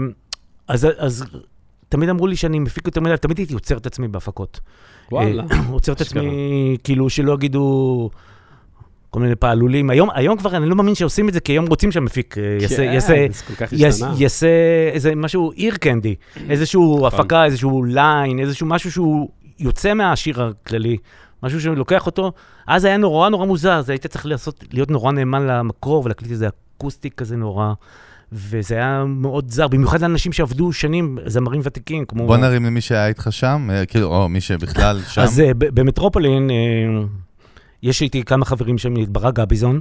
תמיד אמרו לי שאני מפיק יותר מדי, תמיד הייתי יוצר את עצמי בהפקות. וואלה. עוצר את עצמי, כאילו, שלא יגידו כל מיני פעלולים. היום כבר אני לא מאמין שעושים את זה, כי היום רוצים שהמפיק יעשה איזה משהו איר קנדי, איזשהו הפקה, איזשהו ליין, איזשהו משהו שהוא יוצא מהשיר הכללי, משהו שלוקח אותו. אז היה נורא נורא מוזר, זה היית צריך להיות נורא נאמן למקור, ולהקליט איזה אקוסטיק כזה נורא. וזה היה מאוד זר, במיוחד לאנשים שעבדו שנים, זמרים ותיקים, כמו... בוא נרים למי שהיה איתך שם, כאילו, או מי שבכלל שם. אז במטרופולין, יש איתי כמה חברים שם, ברק גביזון,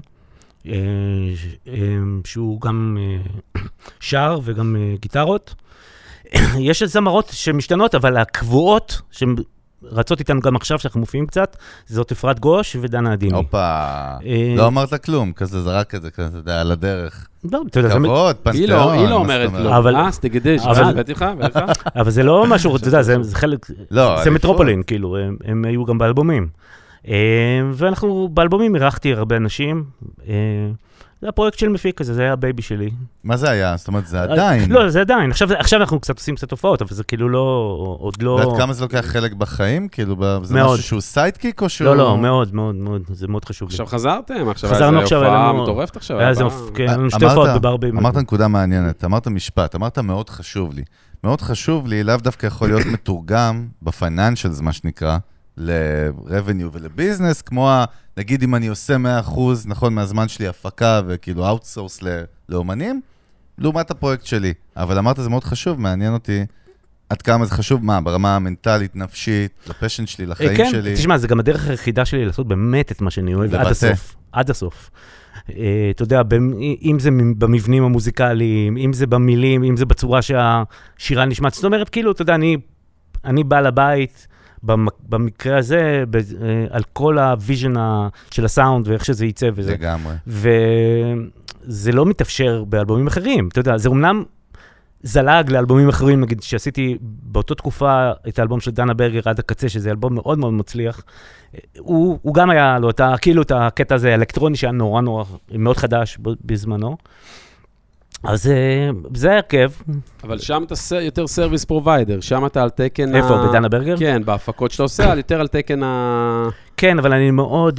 שהוא גם שר וגם גיטרות. יש זמרות שמשתנות, אבל הקבועות, רצות איתנו גם עכשיו, שאנחנו מופיעים קצת, זאת אפרת גוש ודנה עדיני. אופה, לא אמרת כלום, כזה זרק את זה, כזה, אתה יודע, על הדרך. כבוד, פנתיאון. היא לא אומרת לא. סתגדש, הבאתי לך, ואיך? אבל זה לא משהו, אתה יודע, זה חלק, זה מטרופולין, כאילו, הם היו גם באלבומים. ואנחנו באלבומים אירחתי הרבה אנשים, זה הפרויקט של מפיק כזה, זה היה הבייבי שלי. מה זה היה? זאת אומרת, זה עדיין. לא, זה עדיין. עכשיו אנחנו קצת עושים קצת הופעות, אבל זה כאילו לא, עוד לא... ועד כמה זה לוקח חלק בחיים? כאילו, זה משהו שהוא סיידקיק או שהוא... לא, מאוד, מאוד, מאוד. זה מאוד חשוב לי. עכשיו חזרתם? חזרנו עכשיו, היה הופעה מטורפת עכשיו. היה איזה שתי הופעות בברבים. אמרת נקודה מעניינת, אמרת משפט, אמרת מאוד חשוב לי. מאוד חשוב לי, לאו דווקא יכול להיות מתורגם בפייננשלס, מה שנקרא, ל-revenue ול-business, כמו, נגיד אם אני עושה 100%, נכון, מהזמן שלי הפקה וכאילו outsource לאומנים, לעומת הפרויקט שלי. אבל אמרת, זה מאוד חשוב, מעניין אותי עד כמה זה חשוב, מה, ברמה המנטלית, נפשית, לפשן שלי, לחיים שלי. כן, תשמע, זה גם הדרך היחידה שלי לעשות באמת את מה שאני אוהב, עד הסוף. עד הסוף. אתה יודע, אם זה במבנים המוזיקליים, אם זה במילים, אם זה בצורה שהשירה נשמעת, זאת אומרת, כאילו, אתה יודע, אני בא לבית, במקרה הזה, על כל הוויז'ן של הסאונד ואיך שזה ייצא וזה. לגמרי. וזה לא מתאפשר באלבומים אחרים. אתה יודע, זה אומנם זלג לאלבומים אחרים, נגיד שעשיתי באותה תקופה את האלבום של דנה ברגר עד הקצה, שזה אלבום מאוד מאוד מצליח. הוא גם היה לו כאילו את הקטע הזה אלקטרוני שהיה נורא נורא, מאוד חדש בזמנו. אז זה הרכב. אבל שם אתה יותר סרוויס פרוביידר, שם אתה על תקן... איפה, בדנה ברגר? כן, בהפקות שאתה עושה, יותר על תקן כן, אבל אני מאוד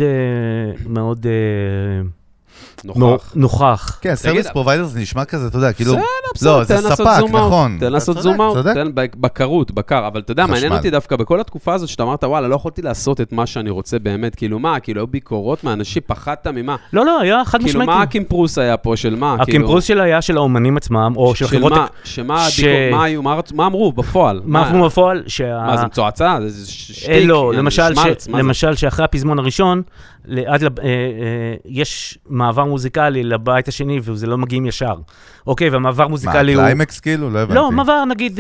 נוכח. כן, סרוויס פרוביידר זה נשמע כזה, אתה יודע, כאילו... לא, זה ספק, נכון. תן לעשות זום אאוט, תן בקר, אבל אתה יודע, מעניין אותי דווקא בכל התקופה הזאת, שאתה אמרת, וואלה, לא יכולתי לעשות את מה שאני רוצה באמת, כאילו מה, כאילו היו ביקורות מהאנשים, פחדת ממה? לא, היה חד משמעית. כאילו מה הקימפרוס היה פה, של מה? הקימפרוס שלה היה של האומנים עצמם, או של חברות... מה אמרו בפועל? מה אמרו בפועל? מה, זה מצועצע? זה שטיק? לא, למשל שאחרי הפזמון הראשון, יש מעבר מוזיקלי לבית השני, וזה לא מגיעים ישר. אוקיי, והמעבר מוזיקלי הוא... מה, קליימקס כאילו? לא הבנתי. לא, מעבר נגיד...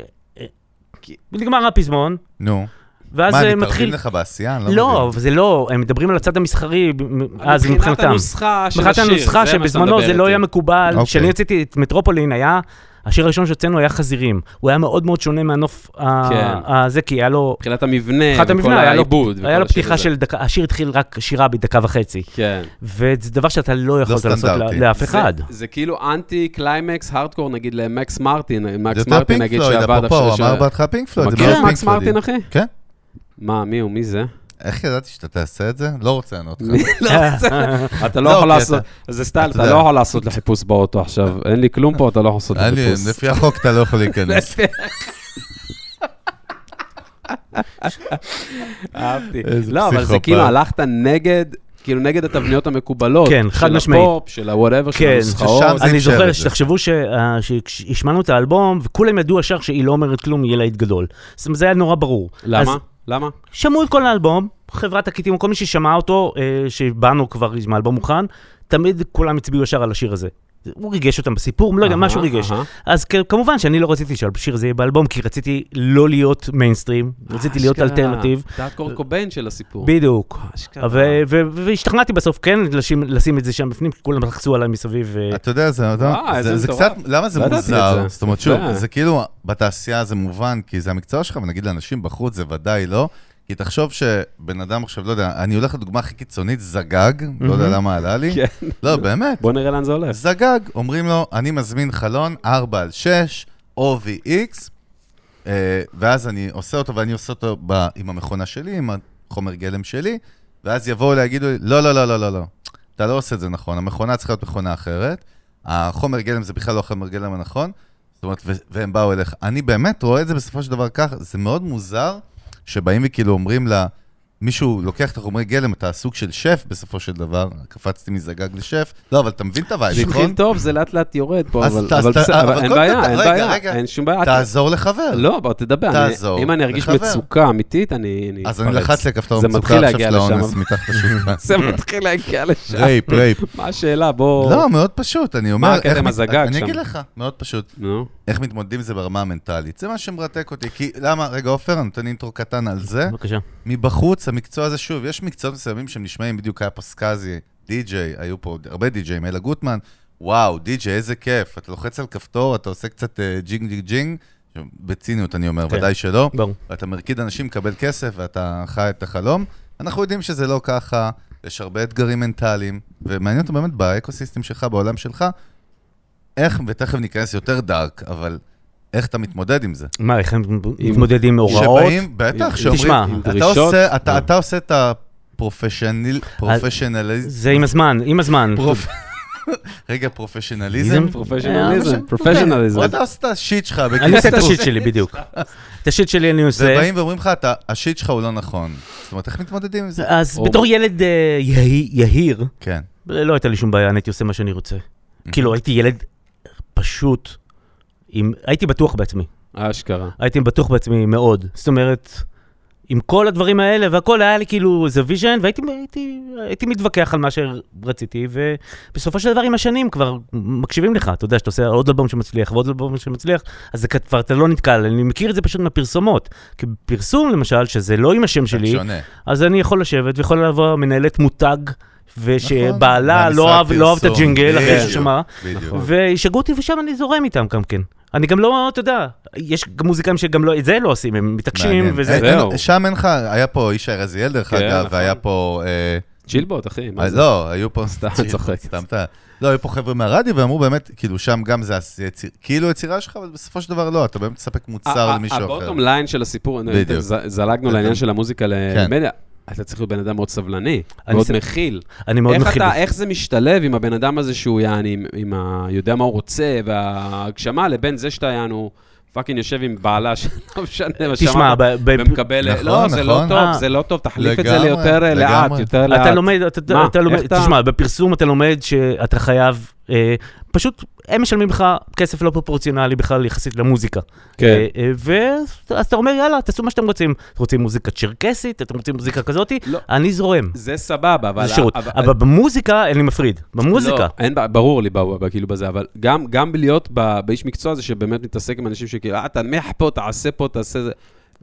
נגמר הפזמון. נו. ואז מה, מתחיל... מתערבים לך בעשייה? לא, זה לא, הם מדברים על הצד המסחרי, אז מבחינתם. מבחינת הנוסחה של השיר, מבחינת הנוסחה שבזמנו זה לא היה מקובל. כשאני יצאתי את מטרופולין, השיר הראשון שהוצאנו היה חזירים. הוא היה מאוד מאוד שונה מהנוף הזה, כי היה לו... מבחינת המבנה וכל העיבוד. היה לו פתיחה של דקה, השיר התחיל רק שירה בדקה וחצי. כן. וזה דבר שאתה לא יכולת לעשות לאף אחד. זה כאילו אנטי קליימקס הארדקור, נגיד למקס מרטין. מקס מרטין נגיד שעבד הוא אמר בהתחלה פינק פלויד. מכיר מקס מרטין, אחי? כן. מה, מי הוא? מי זה? איך ידעתי שאתה תעשה את זה? לא רוצה לענות לך. אתה לא יכול לעשות, זה סטייל, אתה לא יכול לעשות לחיפוש באוטו עכשיו. אין לי כלום פה, אתה לא יכול לעשות לחיפוש. לפי החוק אתה לא יכול להיכנס. אהבתי. לא, אבל זה כאילו הלכת נגד... כאילו נגד התבניות המקובלות. כן, חד משמעית. של הפופ, של ה-whatever, של הנוסחאות. אני זוכר שתחשבו שהשמענו את האלבום, וכולם ידעו ישר שהיא לא אומרת כלום, יהיה להיט גדול. זאת אומרת, זה היה נורא ברור. למה? למה? שמעו את כל האלבום, חברת תקליטים, כל מי ששמע אותו, שבאנו כבר עם האלבום מוכן, תמיד כולם הצביעו ישר על השיר הזה. הוא ריגש אותם בסיפור, לא יודע, משהו ריגש. אז כמובן שאני לא רציתי שהשיר הזה יהיה באלבום, כי רציתי לא להיות מיינסטרים, רציתי להיות אלטרנטיב. דעת קורט קוביין של הסיפור. בדיוק. והשתכנעתי בסוף, כן, לשים את זה שם בפנים, כי כולם לחצו עליי מסביב. אתה יודע, זה קצת, למה זה מוזר? זאת אומרת, שוב, זה כאילו, בתעשייה זה מובן, כי זה המקצוע שלך, ונגיד לאנשים בחוץ, זה ודאי לא. כי תחשוב שבן אדם עכשיו, לא יודע, אני הולך לדוגמה הכי קיצונית, זגג, לא יודע למה עלה לי. לא, באמת. בוא נראה לאן זה הולך. זגג, אומרים לו, אני מזמין חלון 4x6, OVX, ואז אני עושה אותו, ואני עושה אותו עם המכונה שלי, עם החומר גלם שלי, ואז יבואו להגידו לי, לא, לא, לא, לא, לא, לא. אתה לא עושה את זה נכון, המכונה צריכה להיות מכונה אחרת, החומר גלם זה בכלל לא חומר גלם הנכון, זאת אומרת, והם באו אליך. אני באמת רואה את זה בסופו של דבר כך, זה מאוד מוזר, שבאים וכאילו אומרים לה, מישהו לוקח את החומרי גלם, אתה סוג של שף בסופו של דבר, קפצתי מזגג לשף, לא, אבל אתה מבין את הווייב, נכון? זה התחיל טוב, זה לאט לאט יורד פה, אבל אין בעיה, אין שום בעיה. תעזור לחבר. לא, אבל תדבר, אם אני ארגיש מצוקה אמיתית, אני אתפרץ. אז אני לחץ לכפתור מצוקה עכשיו של האונס מתחת לשולחן. זה מתחיל להגיע לשם. רייפ. מה השאלה? בוא... לא, מאוד פשוט, אני אומר... מה הקטע עם הזגג שם? אני אגיד לך, מאוד פשוט. איך מתמודדים זה ברמה המנטלית. זה מה שמרתק אותי. כי למה, רגע, עופר, אני נותן אינטרו קטן על זה. בבקשה. מבחוץ, המקצוע הזה, שוב, יש מקצועות מסוימים שהם נשמעים, בדיוק היה פסקזי, די-ג'יי, היו פה הרבה די-ג'יי, אלה גוטמן, וואו, די-ג'יי, איזה כיף. אתה לוחץ על כפתור, אתה עושה קצת ג'ינג ג'ינג ג'ינג, בציניות אני אומר, ודאי שלא. ואתה מרקיד אנשים, מקבל כסף, ואתה חי את החלום. אנחנו יודעים שזה לא ככה, יש הרבה אתגרים מנטליים, ומעניין אותו באמת באקוסיסטם שלך, בעולם שלך, איך, ותכף ניכנס יותר דארק, אבל איך אתה מתמודד עם זה? מה, איך הם מתמודדים עם הוראות? שבאים, בטח, שאומרים, אתה עושה את הפרופשיונליזם. זה עם הזמן, עם הזמן. רגע, פרופשיונליזם? פרופשיונליזם. אתה עושה את השיט שלך. אני עושה את השיט שלי, בדיוק. את השיט שלי אני עושה. ובאים ואומרים לך, השיט שלך הוא לא נכון. זאת אומרת, איך מתמודדים עם זה? אז בתור ילד יהיר, כן. לא הייתה לי שום בעיה, אני הייתי עושה מה שאני רוצה. כאילו, הייתי ילד פשוט, הייתי בטוח בעצמי. אשכרה. הייתי בטוח בעצמי מאוד. זאת אומרת, עם כל הדברים האלה, והכל היה לי כאילו איזה ויז'ן, והייתי מתווכח על מה שרציתי, ובסופו של דבר עם השנים כבר מקשיבים לך. אתה יודע, שאתה עושה עוד אלבום שמצליח, ועוד אלבום שמצליח, אז זה כבר אתה לא נתקל. אני מכיר את זה פשוט מהפרסומות. כי פרסום, למשל, שזה לא עם השם שלי, אז אני יכול לשבת, ויכול לבוא מנהלת מותג, ושבעלה לא אוהב את הג'ינגל, אחרי ששמע, וישגעו אותי ושם אני זורם איתם גם כן. אני גם לא, אתה יודע, יש מוזיקאים שגם לא, את זה לא עושים, הם מתעקשים וזה. שם אין לך, היה פה איש רזיאל דרך אגב, והיה פה צ'ילבוט, אחי, מה זה? לא, היו פה... סתם צוחק. לא, היו פה חבר'ה מהרדיו, ואמרו באמת, כאילו שם גם זה כאילו יצירה שלך, אבל בסופו של דבר לא, אתה באמת מספק מוצר למישהו אחר. הבוטום ליין של הסיפור, זלגנו לעניין של המוזיקה למדיה, אתה צריך להיות בן אדם מאוד סבלני, מאוד מכיל. אני מאוד מכיל. איך זה משתלב עם הבן אדם הזה שהוא יעני, יודע מה הוא רוצה, והגשמה, לבין זה שאתה יענו, פאקינג יושב עם בעלה, שלא משנה, תשמע, ומקבל, לא, זה לא טוב, זה לא טוב, תחליף את זה ליותר לאט, יותר לאט. אתה לומד, תשמע, בפרסום אתה לומד שאתה חייב, פשוט הם משלמים לך כסף לא פרופורציונלי בכלל יחסית למוזיקה. ואז אתה אומר, יאללה, תעשו מה שאתם רוצים. אתם רוצים מוזיקה צ'רקסית, אתם רוצים מוזיקה כזאת, אני זורם. זה סבבה, אבל... זה שירות. אבל במוזיקה אין לי מפריד. במוזיקה. לא, ברור לי כאילו בזה, אבל גם להיות באיש מקצוע הזה שבאמת מתעסק עם אנשים שכאילו, תנמח פה, תעשה פה, תעשה זה.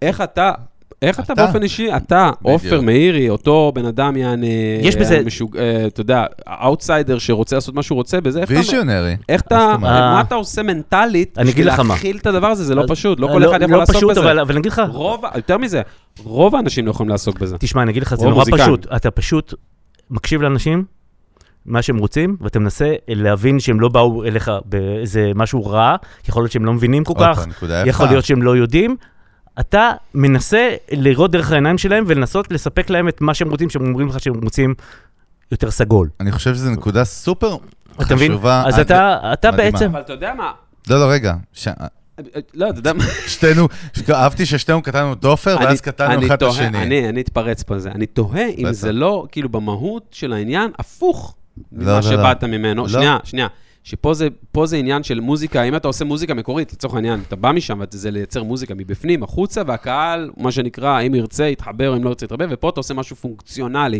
איך אתה באופן אישי, אתה, אופר מאירי, אותו בן אדם יעני, יש בזה, אתה יודע, האוטסיידר שרוצה לעשות מה שהוא רוצה, בזה ויז'ונרי. איך אתה, מה אתה עושה מנטלית, בשביל להכיל את הדבר הזה, זה לא פשוט, לא כל אחד יכול לעסוק בזה. אבל אני אגיד לך, יותר מזה, רוב האנשים לא יכולים לעסוק בזה. תשמע, אני אגיד לך, זה נורא פשוט, אתה פשוט מקשיב לאנשים, מה שהם רוצים, ואתה מנסה להבין שהם לא באו אליך באיזה משהו רע, יכול להיות שהם לא מבינים כל כך, יכול להיות שהם לא יודעים, אתה מנסה לראות דרך העיניים שלהם ולנסות לספק להם את מה שהם רוצים, שהם אומרים לך שהם רוצים יותר סגול. אני חושב שזו נקודה סופר חשובה. אז אתה בעצם... אבל אתה יודע מה? לא, רגע. לא, אתה יודע מה? שתינו, אהבתי ששתינו קטענו דופר, ואז קטענו אחד את השני. אני אתפרץ פה זה. אני תוהה אם זה לא, כאילו במהות של העניין, הפוך ממה שבאת ממנו. שנייה. שפה זה עניין של מוזיקה, אם אתה עושה מוזיקה מקורית, לצורך העניין, אתה בא משם, וזה לייצר מוזיקה מבפנים, החוצה, והקהל, מה שנקרא, אם ירצה, יתחבר, אם לא ירצה, יתחבר, ופה אתה עושה משהו פונקציונלי.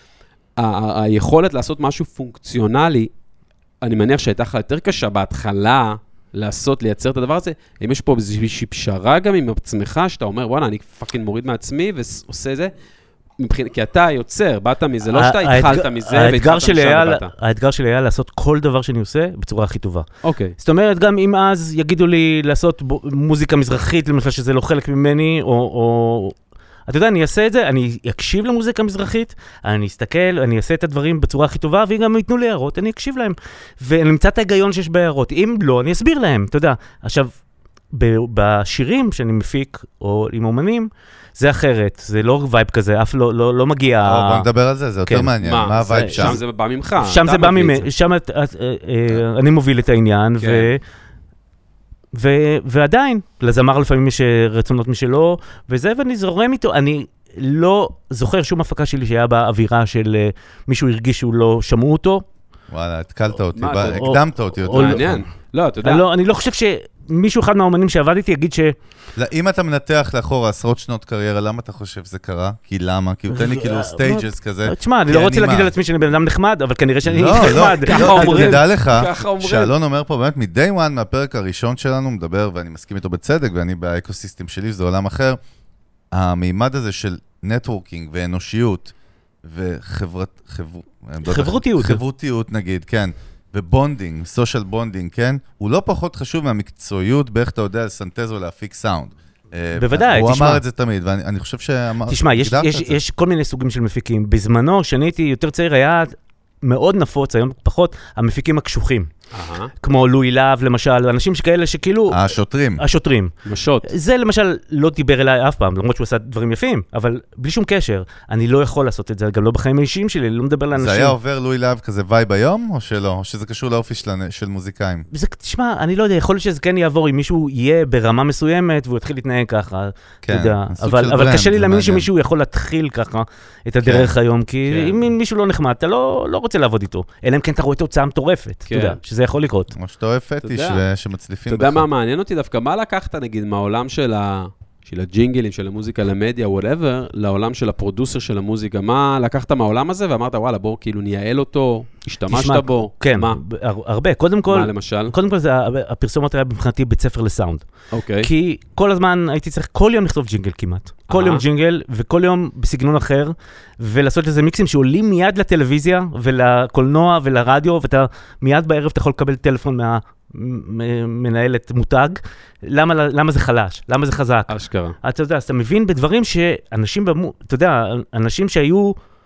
היכולת לעשות משהו פונקציונלי, אני מניח שהייתה לך יותר קשה בהתחלה, לייצר את הדבר הזה, אם יש פה איזושהי פשרה גם עם עצמך, שאתה אומר, וואלה, אני פאקינג מוריד מעצמי, ועושה זה, כי אתה יוצר, באת מזה, לא שאתה התחלת מזה, והתחלת משם ובאת. האתגר שלי היה לעשות כל דבר שאני עושה בצורה הכי טובה. אוקיי. זאת אומרת, גם אם אז יגידו לי לעשות מוזיקה מזרחית, למשל שזה לא חלק ממני, או... אתה יודע, אני אעשה את זה, אני אקשיב למוזיקה מזרחית, אני אסתכל, אני אעשה את הדברים בצורה הכי טובה, ואם גם ייתנו לי הערות, אני אקשיב להם. ונמצא את ההיגיון שיש בהערות. אם לא, אני אסביר להם, אתה יודע. עכשיו, בשירים שאני מפיק, או עם אומנים, זה אחרת, זה לא וייב כזה, אף לא מגיע... בוא נדבר על זה, זה יותר מעניין, מה הווייב שם? שם זה בא ממך. שם זה בא ממך, שם אני מוביל את העניין, ועדיין, לזמר לפעמים יש רצונות משלו, וזה, ואני זורם איתו, אני לא זוכר שום הפקה שלי שהיה באווירה של מישהו הרגיש שהוא לא שמעו אותו. וואלה, התקלת אותי, הקדמת אותי יותר. מעניין. לא, אתה יודע. אני לא חושב שמישהו אחד מהאומנים שעבדתי יגיד ש... אם אתה מנתח לאחור עשרות שנות קריירה, למה אתה חושב שזה קרה? כי למה? כי הוא תן לי כאילו סטייג'ס כזה. תשמע, אני לא רוצה להגיד על עצמי שאני בן אדם נחמד, אבל כנראה שאני נחמד. ככה אומרים. תדע לך, שאלון אומר פה באמת מ-day one מהפרק הראשון שלנו מדבר, ואני מסכים איתו בצדק, ואני באקוסיסטם שלי, זה עולם אחר. המימד הזה של נטוורקינג ואנושיות, חברותיות נגיד, כן. ובונדינג, סושיאל בונדינג, כן? הוא לא פחות חשוב מהמקצועיות באיך אתה יודע לסנטז או להפיק סאונד. בוודאי, הוא אמר את זה תמיד, ואני חושב תשמע, יש כל מיני סוגים של מפיקים. בזמנו, כשאני הייתי יותר צעיר, היה מאוד נפוץ, היום פחות, המפיקים הקשוחים. כמו לואי להב, למשל, אנשים שכאלה שכאילו... השוטרים. משות. זה למשל לא דיבר אליי אף פעם, למרות שהוא עשה דברים יפים, אבל בלי שום קשר, אני לא יכול לעשות את זה, גם לא בחיים האישיים שלי, לא מדבר לאנשים. זה היה עובר לואי להב כזה וייב היום, או שלא? או שזה קשור לאופי של מוזיקאים? תשמע, אני לא יודע, יכול להיות שזה כן יעבור, אם מישהו יהיה ברמה מסוימת, והוא יתחיל להתנהג ככה, אבל קשה לי להאמין שמישהו יכול להתחיל ככה את הדרך היום, כי אם מישהו לא נחמד, אתה לא רוצה לעבוד איתו, אלא אם כן אתה רואה תוצאה מטורפת, אתה יודע, שזה יכול לקרות. כמו שאתה אוהב פטיש שמצליפים בך. אתה יודע מה מעניין אותי דווקא? מה לקחת, נגיד, מהעולם של הג'ינגלים, של המוזיקה למדיה, whatever, לעולם של הפרודוסר של המוזיקה? מה לקחת מהעולם הזה ואמרת, וואלה, בוא, כאילו נייעל אותו, השתמשת בו? כן, הרבה. קודם כל, מה למשל? קודם כל, הפרסומות היה מבחינתי בית ספר לסאונד. אוקיי. כי כל הזמן הייתי צריך כל יום לכתוב ג'ינגל כמעט. כל יום ג'ינגל, וכל יום בסגנון אחר, ולעשות לזה מיקסים שעולים מיד לטלוויזיה, ולקולנוע ולרדיו, ואתה מיד בערב אתה יכול לקבל טלפון מנהלת מותג, למה זה חלש? למה זה חזק? אשכרה. אתה יודע, אז אתה מבין בדברים שאנשים, אתה יודע, אנשים שהיו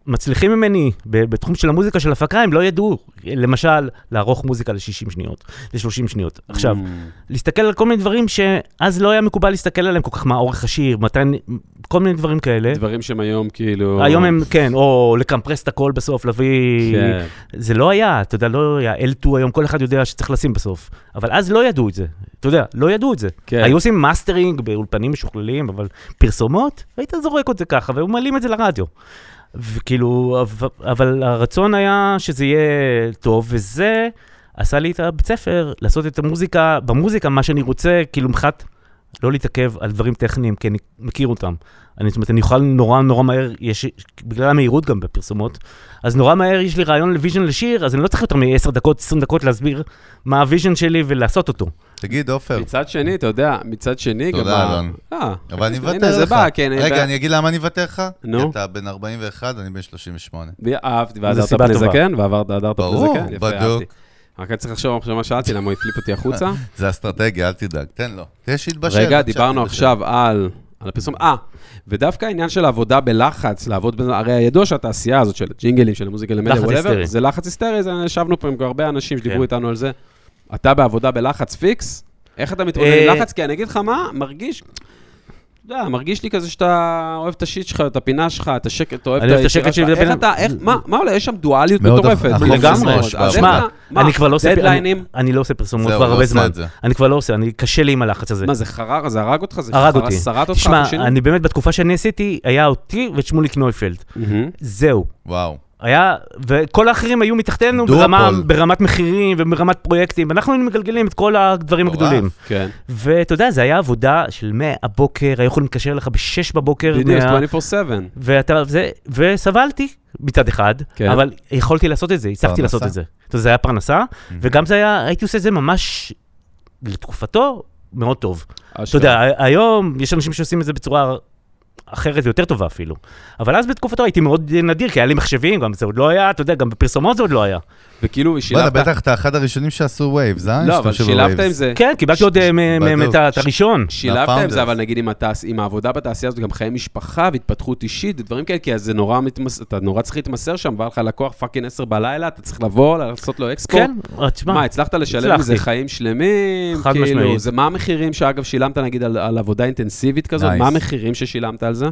מצליחים ממני בתחום של המוזיקה של הפקה, הם לא ידעו, למשל, לערוך מוזיקה ל-60 שניות, ל-30 שניות. עכשיו, להסתכל על כל מיני דברים שאז לא היה מקובל להסתכל עליהם כל כך מה אורך השיר, כל מיני דברים כאלה. דברים שהם היום כאילו... היום הם, כן, או לקמפרס את הכל בסוף, להביא... זה לא היה, אתה יודע, לא היה, L2 היום, כל אחד יודע שצריך לשים בסוף. אבל אז לא ידעו את זה, אתה יודע, לא ידעו את זה. היו עושים מאסטרינג באולפנים משוכללים, אבל פרסומות, היית זורק את זה ככה, והוא מעלים את זה לרדיו. וכאילו, אבל הרצון היה שזה יהיה טוב, וזה עשה לי את הבית ספר, לעשות את המוזיקה, במוזיקה מה שאני רוצה, כאילו מחת, לא להתעכב על דברים טכניים, כי אני מכיר אותם. זאת אומרת, אני אוכל נורא מהר, בגלל המהירות גם בפרסומות, אז נורא מהר יש לי רעיון לוויז'ן לשיר, אז אני לא צריך יותר מ-10 דקות, 20 דקות להסביר מה הוויז'ן שלי ולעשות אותו. תגיד, עופר. מצד שני, אתה יודע, מצד שני, תודה, אלון. אבל אני אוותר לך. רגע, אני אגיד למה אני אוותר לך? כי אתה בן 41, אני בן 38. אהבתי, והדרת פני זקן, והדרת פני זקן. ברור, בדוק. רק אני צריך לחשוב מה שאלתי, למה הוא הפליפ אותי החוצה. זה אסטרטגיה, אל תדאג, תן לו. יש התבשל. רגע, דיברנו עכשיו על הפרסום. ודווקא העניין של העבודה בלחץ, לעבוד, הרי הידוע שהתעשייה הזאת של ג'ינגלים, של המוזיקה למדיה, זה לחץ היסטרי, ישבנו פה עם הרבה אנשים שדיברו איתנו על זה. אתה בעבודה בלחץ פיקס? איך אתה מתמודד עם לחץ? כי אני אגיד לך מה, מרגיש לי כזה שאתה אוהב את השיט שלך, את הפינה שלך, את השקט, אתה אוהב את השקט שלי. מה עולה? יש שם דואליות מטורפת. לגמרי. אני כבר לא עושה דדליינים. אני לא עושה פרסומות כבר הרבה זמן. אני כבר לא עושה, אני קשה לי עם הלחץ הזה. מה, זה חרר? זה הרג אותך? הרג אותי. שרט אותך? שמע, אני באמת בתקופה שאני עשיתי, היה אותי ואת שמוליק נויפלד. זהו. וואו. היה, וכל האחרים היו מתחתנו ברמת מחירים וברמת פרויקטים, ואנחנו היינו מגלגלים את כל הדברים הגדולים. כן. ואתה יודע, זה היה עבודה של מהבוקר, היו יכולים לקשר לך ב-6 בבוקר. בדיוק, 24/7. וסבלתי מצד אחד, אבל יכולתי לעשות את זה, הצלחתי לעשות את זה. זה היה פרנסה, וגם זה היה, הייתי עושה את זה ממש לתקופתו מאוד טוב. אתה יודע, היום יש אנשים שעושים את זה בצורה אחרת ויותר טובה אפילו. אבל אז בתקופתו הייתי מאוד נדיר, כי היה לי מחשבים, גם זה עוד לא היה, אתה יודע, גם בפרסומות זה עוד לא היה. וכאילו, שילבת... בטח, אתה אחד הראשונים שעשו ווייבס, אה? לא, אבל שילבת עם זה. כן, קיבלתי עוד את הראשון. שילבת עם זה, אבל נגיד עם העבודה בתעשייה הזאת, גם חיי משפחה והתפתחות אישית, דברים כאלה, כי זה נורא אתה נורא צריך להתמסר שם, בא לך לקוח פאקינג 10 בלילה, אתה צריך לבוא, לעשות לו אקספו. כן, מה, הצלחת לשלם מזה חיים שלמים? חד משמעית. זה מה המחירים שאגב שילמת נגיד על עבודה אינטנסיבית כזאת? מה המחירים ששילמת על זה?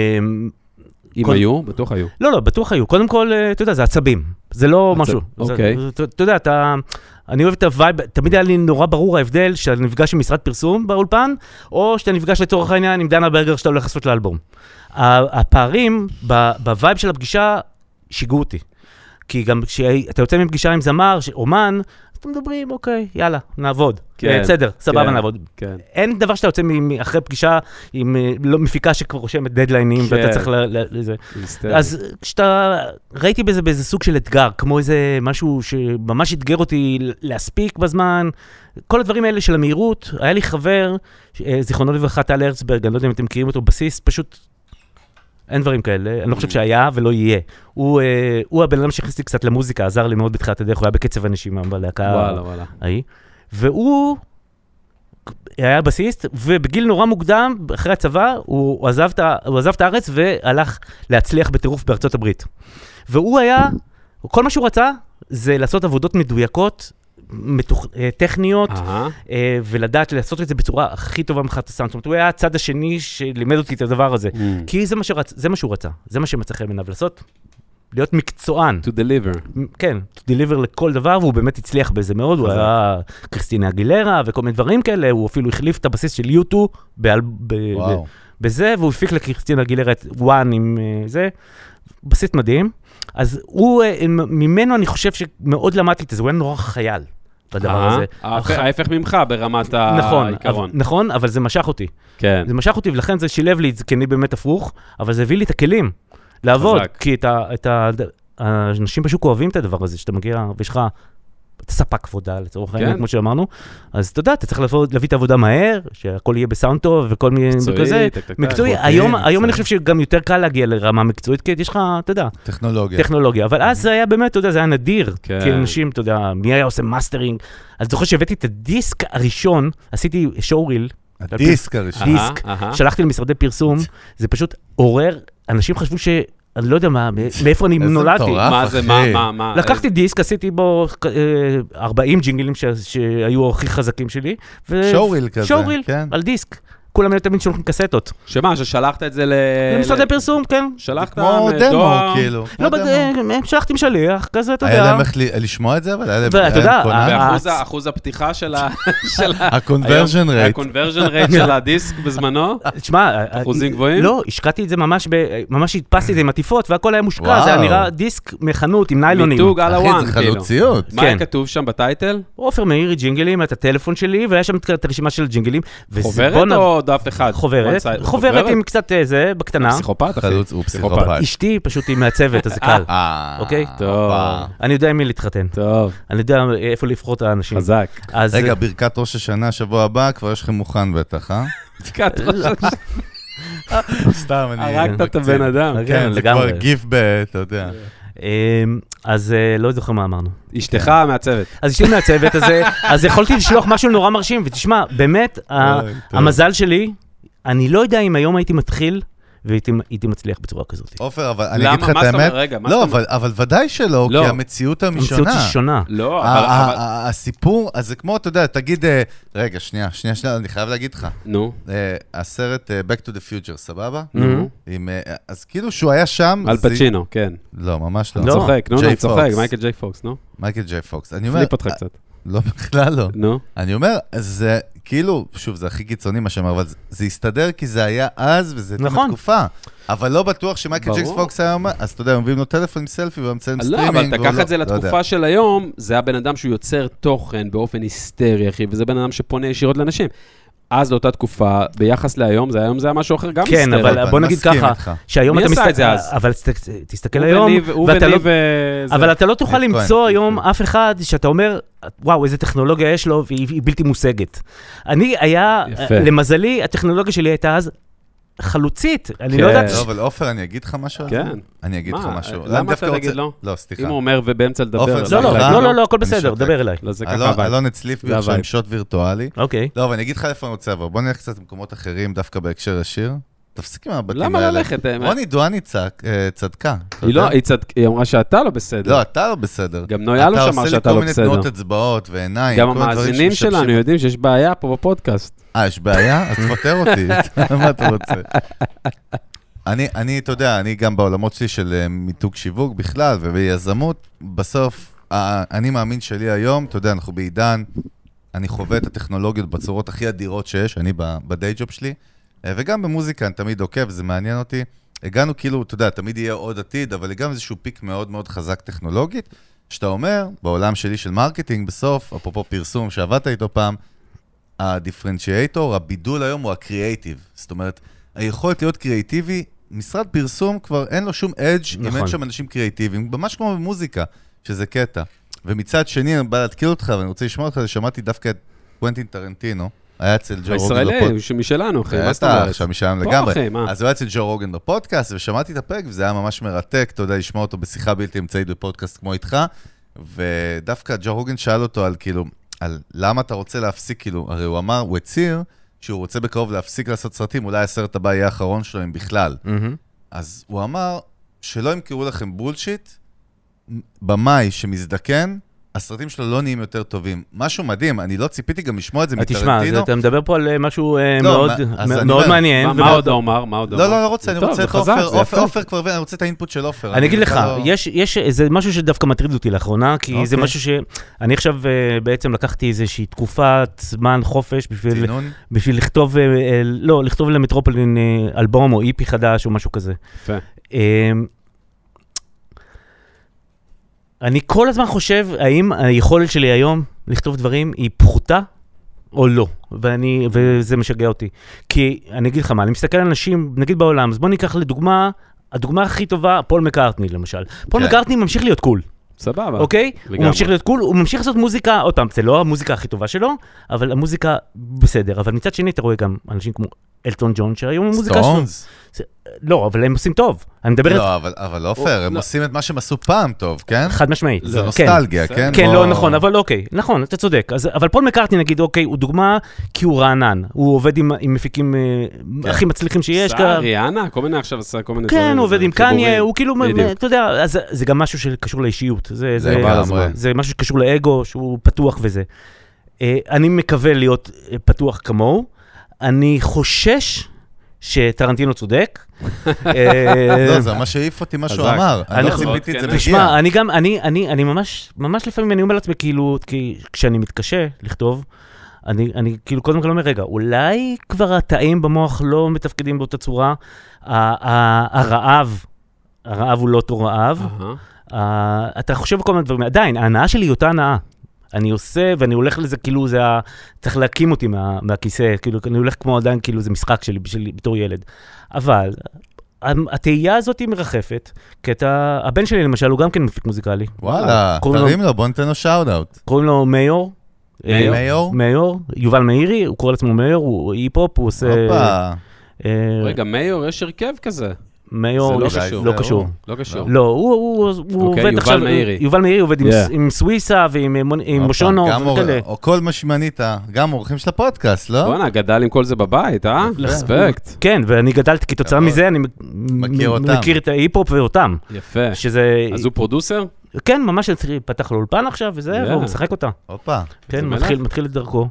אם היו, בטוח היו. לא, בטוח היו. קודם כל, אתה יודע, זה עצבים. זה לא משהו. אוקיי. אתה יודע, אני אוהב את הווייב, תמיד היה לי נורא ברור ההבדל שאתה נפגש עם משרד פרסום באולפן, או שאתה נפגש לצורך העניין עם דנה ברגר שאתה הולך לעשות לאלבום. הפערים בווייב של הפגישה שיגעו אותי. כי גם כשאתה יוצא מפגישה עם זמר, אומן, אתם מדברים, אוקיי, יאללה, נעבוד. בסדר, סבבה, נעבוד. אין דבר שאתה יוצא אחרי פגישה עם מפיקה שכבר רושמת דדליינים, ואתה צריך לזה. אז ראיתי בזה באיזה סוג של אתגר, כמו איזה משהו שממש אתגר אותי להספיק בזמן. כל הדברים האלה של המהירות, היה לי חבר, זיכרונו לברכה, טל הרצברג, אני לא יודע אם אתם מכירים אותו, בסיס, פשוט אין דברים כאלה, אני לא חושב שהיה ולא יהיה. הוא הבן אדם שהכניס לי קצת למוזיקה, עזר לי מאוד בתחילת הדרך, הוא היה בקצב הנשימה בלהקה ההיא. והוא היה בסיסט, ובגיל נורא מוקדם, אחרי הצבא, הוא עזב את הארץ והלך להצליח בטירוף בארצות הברית. והוא היה, כל מה שהוא רצה, זה לעשות עבודות מדויקות, טכניות, ולדעת לעשות את זה בצורה הכי טובה מחת הסאונד. זאת אומרת, הוא היה הצד השני שלימד אותי את הדבר הזה. כי זה מה שהוא רצה, זה מה שמצא חן בעיניו לעשות. להיות מקצוען. To deliver. כן, to deliver לכל דבר, והוא באמת הצליח בזה מאוד. הוא היה קריסטינה אגילרה וכל מיני דברים כאלה, הוא אפילו החליף את הבסיס של U2 בזה, והוא הפיק לקריסטינה אגילרה את One עם זה. בסיס מדהים. אז ממנו אני חושב שמאוד למדתי את זה, הוא היה נורא חייל בדבר הזה. ההפך ממך ברמת העיקרון. נכון, אבל זה משך אותי. כן. זה משך אותי, ולכן זה שילב לי, כי אני באמת הפוך, אבל זה הביא לי את הכלים לעבוד, כי האנשים בשוק אוהבים את הדבר הזה, שאתה מגיע ויש לך את ספק עבודה, לצורך העניין, כמו שאמרנו, אז אתה יודע, אתה צריך להביא את העבודה מהר, שהכל יהיה בסאונד טוב, וכל מיני כזה. מקצועי. היום אני חושב שגם יותר קל להגיע לרמה מקצועית, כי יש לך, אתה יודע, טכנולוגיה. אבל אז זה היה באמת, אתה יודע, זה היה נדיר, כי אנשים, אתה יודע, מי היה עושה מאסטרינג. אז זוכר שהבאתי את הדיסק הראשון, עשיתי שואוריל. הדיסק הראשון. שלחתי למשרדי פרסום, זה פשוט עורר, אנשים חשבו אני לא יודע מאיפה אני נולדתי. מה זה, מה? לקחתי דיסק, עשיתי בו 40 ג'ינגלים שהיו הכי חזקים שלי. שואוריל כזה. שואוריל, על דיסק. כולם היו תמיד שולחים קסטות. שמה, ששלחת את זה למשרדי פרסום, כן. שלחת כמו דמו, כאילו. לא, שלחתי עם שליח, כזה, אתה יודע. היה להם איך לשמוע את זה, אבל היה להם אתה יודע, אחוז הפתיחה של ה-conversion rate. ה-conversion rate של הדיסק בזמנו? תשמע, אחוזים גבוהים? לא, השקעתי את זה ממש הדפסתי את זה עם עטיפות, והכל היה מושקע, זה היה נראה דיסק מחנות עם ניילונים. מיתוג על הוואן, אחי, זה חלוציות. מה היה כתוב שם בטייטל? עופר מאירי ג'ינגלים, את הטלפון שלי, והיה שם את הרשימה של ג'ינגלים. חוברת או דף אחד? חוברת עם קצת זה, בקטנה. פסיכופת, אחי. הוא פסיכופת. אשתי פשוט היא מעצבת, אז זה קל. אוקיי? טוב. אני יודע עם מי להתחתן. טוב. אני יודע איפה לבחור את האנשים. חזק. רגע, ברכת ראש השנה, שבוע הבא, כבר יש לכם מוכן בטח, אה? ברכת ראש השנה. סתם, אני... הרגת את הבן אדם. כן, זה כבר גיף אתה יודע. אז לא זוכר מה אמרנו. אשתך מעצבת. אז אשתי מעצבת, אז יכולתי לשלוח משהו נורא מרשים, ותשמע, באמת, המזל שלי, אני לא יודע אם היום הייתי מתחיל, והייתי מצליח בצורה כזאת. עופר, אבל אני אגיד לך את האמת, לא, אבל ודאי שלא, כי המציאות היא משונה. המציאות היא שונה. לא, אבל... הסיפור, אז זה כמו, אתה יודע, תגיד, רגע, שנייה, אני חייב להגיד לך. נו. הסרט Back to the Future, סבבה? אז כאילו שהוא היה שם... אל פצ'ינו, כן. לא, ממש לא. צוחק, נו, צוחק, מייקל ג'יי פוקס, נו. מייקל ג'יי פוקס. אני אומר... פליפ אותך קצת. לא, בכלל לא. נו. אני אומר, זה כאילו, שוב, זה הכי קיצוני מה שאומר, אבל זה הסתדר כי זה היה אז, וזה תקופה. אבל לא בטוח שמייקל ג'יי פוקס היה אומר, אז אתה יודע, הם מביאים לו טלפון עם סלפי, והם מצאים סטרימינג. לא, אבל תקח את זה לתקופה של היום, זה היה בן אדם שהוא יוצר תוכן באופן היסטרי, אחי, וזה בן אדם שפונה ישירות לאנשים. אז לאותה תקופה, ביחס להיום, זה היה משהו אחר גם כן, אבל בוא נגיד ככה, שהיום אתה מסתכל, אבל תסתכל היום, אבל אתה לא תוכל למצוא היום אף אחד שאתה אומר, וואו, איזה טכנולוגיה יש לו, והיא בלתי מושגת. אני היה, למזלי, הטכנולוגיה שלי הייתה אז חלוצית, אני לא יודעת... לא, אבל עופר, אני אגיד לך משהו על זה? כן. אני אגיד לך משהו. למה אתה תגיד לא? לא, סליחה. אם הוא אומר ובאמצע לדבר... לא, הכל בסדר, דבר אליי. אלון הצליף בי עכשיו עם שוט וירטואלי. אוקיי. לא, אבל אני אגיד לך איפה אני רוצה לעבור. בוא נלך קצת למקומות אחרים, דווקא בהקשר ישיר. תפסיק עם הבתים האלה. למה ללכת? רוני דואני צדקה. היא אמרה שאתה לא בסדר. לא, אתה לא בסדר. גם נויה לא שמע שאתה לא בסדר. אתה עושה לי כל מיני תנועות אצבעות ועיניים. גם המאזינים שלנו יודעים שיש בעיה פה בפודקאסט. יש בעיה? אז תפטר אותי. מה אתה רוצה? אני, אתה יודע, אני גם בעולמות שלי של מיתוג שיווק בכלל וביזמות, בסוף, אני מאמין שלי היום, אתה יודע, אנחנו בעידן, אני חווה את הטכנולוגיות בצורות הכי אדירות שיש, אני בדיי ג'וב שלי, וגם במוזיקה, אני תמיד עוקב, זה מעניין אותי. הגענו כאילו, אתה יודע, תמיד יהיה עוד עתיד, אבל גם איזשהו פיק מאוד מאוד חזק טכנולוגית, שאתה אומר, בעולם שלי של מרקטינג, בסוף, אפרופו פרסום שעבדת איתו פעם, הדיפרנציאטור, הבידול היום הוא הקריאייטיב. זאת אומרת, היכולת להיות קריאייטיבי, משרד פרסום כבר אין לו שום אדג' אם אין שם אנשים קריאייטיביים, ממש כמו במוזיקה, שזה קטע. ומצד שני, אני בא להתקיל אותך, ואני רוצה לשמוע אותך, שמעתי דווקא את קוונטין טרנטינו, היה אצל ג'ו רוגן בפודקאסט. הישראלי, משלנו, אחי, מה זאת אומרת? עכשיו משלנו לגמרי. אז הוא היה אצל ג'ו רוגן בפודקאסט, ושמעתי את הפרק, וזה היה ממש מרתק, אתה יודע, לשמוע אותו בשיחה בלתי אמצעית בפודקאסט כמו איתך, ודווקא ג'ו רוגן שאל אותו על כאילו, על למה אתה רוצה להפסיק, כאילו, הרי הוא אמר, הוא הציר, שהוא רוצה בקרוב להפסיק לעשות סרטים, אולי הסרט הבא יהיה האחרון שלו אם בכלל. אז הוא אמר, שלא ימכרו לכם בולשיט, במאי שמזדקן, הסרטים שלו לא נהיים יותר טובים. משהו מדהים, אני לא ציפיתי גם לשמוע את זה מטרנטינו. תשמע, אתה מדבר פה על משהו מאוד מעניין. מה עוד אומר? לא רוצה, אני רוצה את עופר כבר, אני רוצה את האינפוט של עופר. אני אגיד לך, יש איזה משהו שדווקא מטריד אותי לאחרונה, כי זה משהו שאני עכשיו בעצם לקחתי איזושהי תקופת זמן חופש בשביל לכתוב למטרופולין אלבום או איפי חדש או משהו כזה. יפה. אני כל הזמן חושב, האם היכולת שלי היום לכתוב דברים היא פחותה או לא, וזה משגע אותי. כי אני אגיד לך מה, אני מסתכל על אנשים, נגיד בעולם, אז בוא ניקח לדוגמה, הדוגמה הכי טובה, פול מקארטני למשל. פול מקארטני ממשיך להיות קול. סבבה. אוקיי? הוא ממשיך להיות קול, הוא ממשיך לעשות מוזיקה, עוד פעם, זה לא המוזיקה הכי טובה שלו, אבל המוזיקה בסדר. אבל מצד שני, אתה רואה גם אנשים כמו אלטון ג'ון, שהיום המוזיקה שלו... לא, אבל הם עושים טוב. אני מדבר... לא, אבל לא פייר, הם עושים את מה שהם עשו פעם טוב, כן? חד משמעית. זה נוסטלגיה, כן? כן, לא, נכון, אבל אוקיי, נכון, אתה צודק. אבל פול מקארטני, נגיד, אוקיי, הוא דוגמה כי הוא רענן. הוא עובד עם מפיקים הכי מצליחים שיש. ריאנה, כל מיני עכשיו עשה כל מיני... כן, הוא עובד עם קניה, הוא כאילו, אתה יודע, זה גם משהו שקשור לאישיות. זה משהו שקשור לאגו, שהוא פתוח וזה. אני מקווה להיות פתוח כמוהו. אני חושש שטרנטינו צודק. לא, זה ממש העיף אותי מה שהוא אמר. אני לא ציפיתי את זה בגיע. תשמע, אני ממש לפעמים אני אומר לעצמי, כאילו, כשאני מתקשה לכתוב, אני כאילו קודם כל אומר, רגע, אולי כבר התאים במוח לא מתפקדים באותה צורה, הרעב הוא לא אותו רעב, אתה חושב כל מיני דברים, עדיין, ההנאה שלי היא אותה הנאה. אני עושה ואני הולך לזה, כאילו זה צריך להקים אותי מהכיסא, כאילו אני הולך כמו עדיין, כאילו זה משחק שלי בתור ילד. אבל התהייה הזאת היא מרחפת, כי הבן שלי למשל הוא גם כן מפיק מוזיקלי. וואלה, תרים לו, בוא ניתן לו שאוט-אוט. קוראים לו מאיור. מאיור? מאיור, יובל מאירי, הוא קורא לעצמו מאיור, הוא היפ-הופ, הוא עושה... רגע, מאיור, יש הרכב כזה. מאיור, לא קשור. לא קשור. לא, הוא עובד עכשיו, יובל מאירי עובד עם סוויסה ועם מושונו וכאלה. או כל מה שמנית, גם אורחים של הפודקאסט, לא? בוא'נה, גדל עם כל זה בבית, רספקט. כן, ואני גדלתי כתוצאה מזה, אני מכיר את ההיפ-הופ ואותם. יפה. אז הוא פרודוסר? כן, ממש פתח לו אולפן עכשיו וזה, והוא משחק אותה. הופה. כן, מתחיל את דרכו.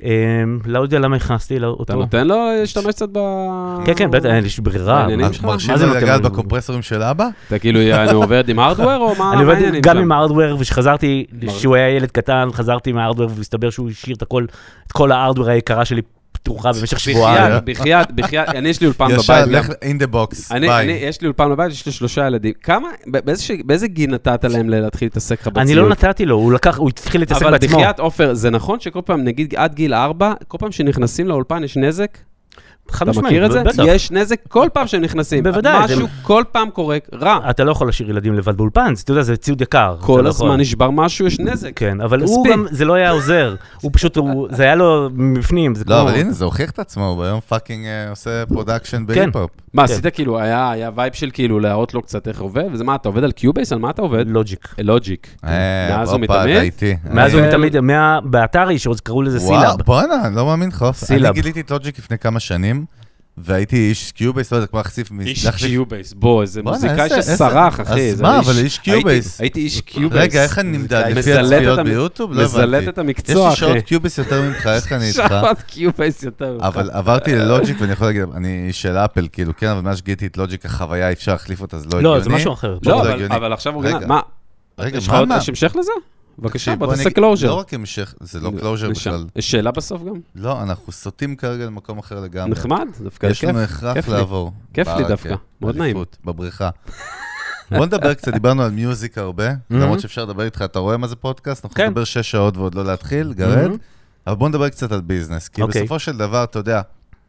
לא יודע למה הכנסתי אותו. אתה נותן לו להשתמש קצת ב... כן, כן, בטח, אין לי ברירה. מרשים לו לגעת בקומפרסורים של אבא? אתה כאילו עובד עם הארדוור או מה? אני עובד גם עם הארדוור, ושחזרתי, שהוא היה ילד קטן, חזרתי מהארדוור, והסתבר שהוא השאיר את כל הארדוור היקרה שלי פתוחה במשך שבועיים. בחייאת, אני יש לי אולפן בבית. ישר, לך in the box, ביי. יש לי אולפן בבית, יש לי 3 ילדים. כמה, באיזה גיל נתת להם להתחיל להתעסק לך בציוד? אני לא נתתי לו, הוא התחיל להתעסק בעצמו. אבל בחייאת, עופר, זה נכון שכל פעם, נגיד עד גיל 4, כל פעם שנכנסים לאולפן יש נזק? אתה מכיר את זה? יש נזק כל פעם שהם נכנסים. בוודאי. משהו כל פעם קורה רע. אתה לא יכול להשאיר ילדים לבד באולפן, אתה יודע, זה ציוד יקר. כל הזמן נשבר משהו, יש נזק. כן, אבל הוא גם, זה לא היה עוזר. הוא פשוט, זה היה לו מבפנים. לא, אבל הנה, זה הוכיח את עצמו, הוא ביום פאקינג עושה פרודקשן בהיפ-הופ. מה, עשית כאילו, היה וייב של כאילו להראות לו קצת איך עובד, וזה מה, אתה עובד על קיובייס? על מה אתה עובד? לוג'יק. מאז הוא מתמיד? מאז הוא מתמיד, באתרי שקראו לזה סילאב. בוא'נה, אני לא מאמין חוף. אני גיליתי את לוג'יק לפני כמה שנים, והייתי איש קיובייס, לא יודע, כמו להחשיף... איש קיובייס, בוא, איזה מוזיקאי ששרח, אחי. אז מה, אבל איש קיובייס. הייתי איש קיובייס. רגע, איך אני נמדד? לפי הצפיות ביוטיוב? לא הבנתי. מזלט את המקצוע, אחי. יש לי שעות קיובייס יותר ממך, איך אני איתך? שעות קיובייס יותר ממך. אבל עברתי ללוג'יק, ואני יכול להגיד, אני של אפל, כאילו, כן, אבל מה שגיתי את לוג'יק, החוויה, אפשר להחליף אותה, זה לא הגיוני. לא, זה משהו אחר. לא, אבל עכשיו הוא גנן, מה? יש לך עוד המשך לזה? בבקשה, בוא תעשה קלוז'ר. לא רק המשך, זה לא קלוז'ר בכלל. יש שאלה בסוף גם? לא, אנחנו סוטים כרגע למקום אחר לגמרי. נחמד, דווקא כיף. יש לנו הכרח לעבור. כיף לי דווקא, מאוד נעים. בבריכה. בוא נדבר קצת, דיברנו על מיוזיק הרבה, למרות שאפשר לדבר איתך, אתה רואה מה זה פודקאסט? אנחנו נדבר 6 שעות ועוד לא להתחיל, גרד. אבל בוא נדבר קצת על ביזנס, כי בסופו של דבר, אתה יודע,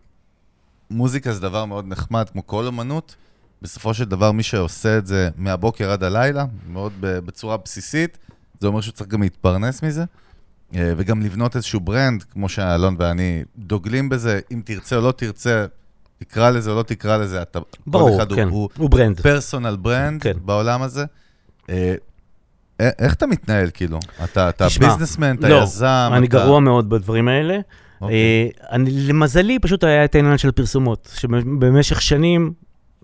מוזיקה זה דבר מאוד נחמד, כמו כל אמנות. בסופו של דבר, מי שעושה את זה מהבוקר עד הלילה, מאוד בצורה בסיסית, זה אומר שהוא צריך גם להתפרנס מזה, וגם לבנות איזשהו ברנד, כמו שאלון ואני דוגלים בזה, אם תרצה או לא תרצה, תקרא לזה או לא תקרא לזה, ברור, כן, הוא ברנד. פרסונל ברנד בעולם הזה. איך אתה מתנהל, כאילו? אתה ביזנסמן, אתה יזם? לא, אני גרוע מאוד בדברים האלה. למזלי, פשוט היה את העניין של פרסומות, שבמשך שנים,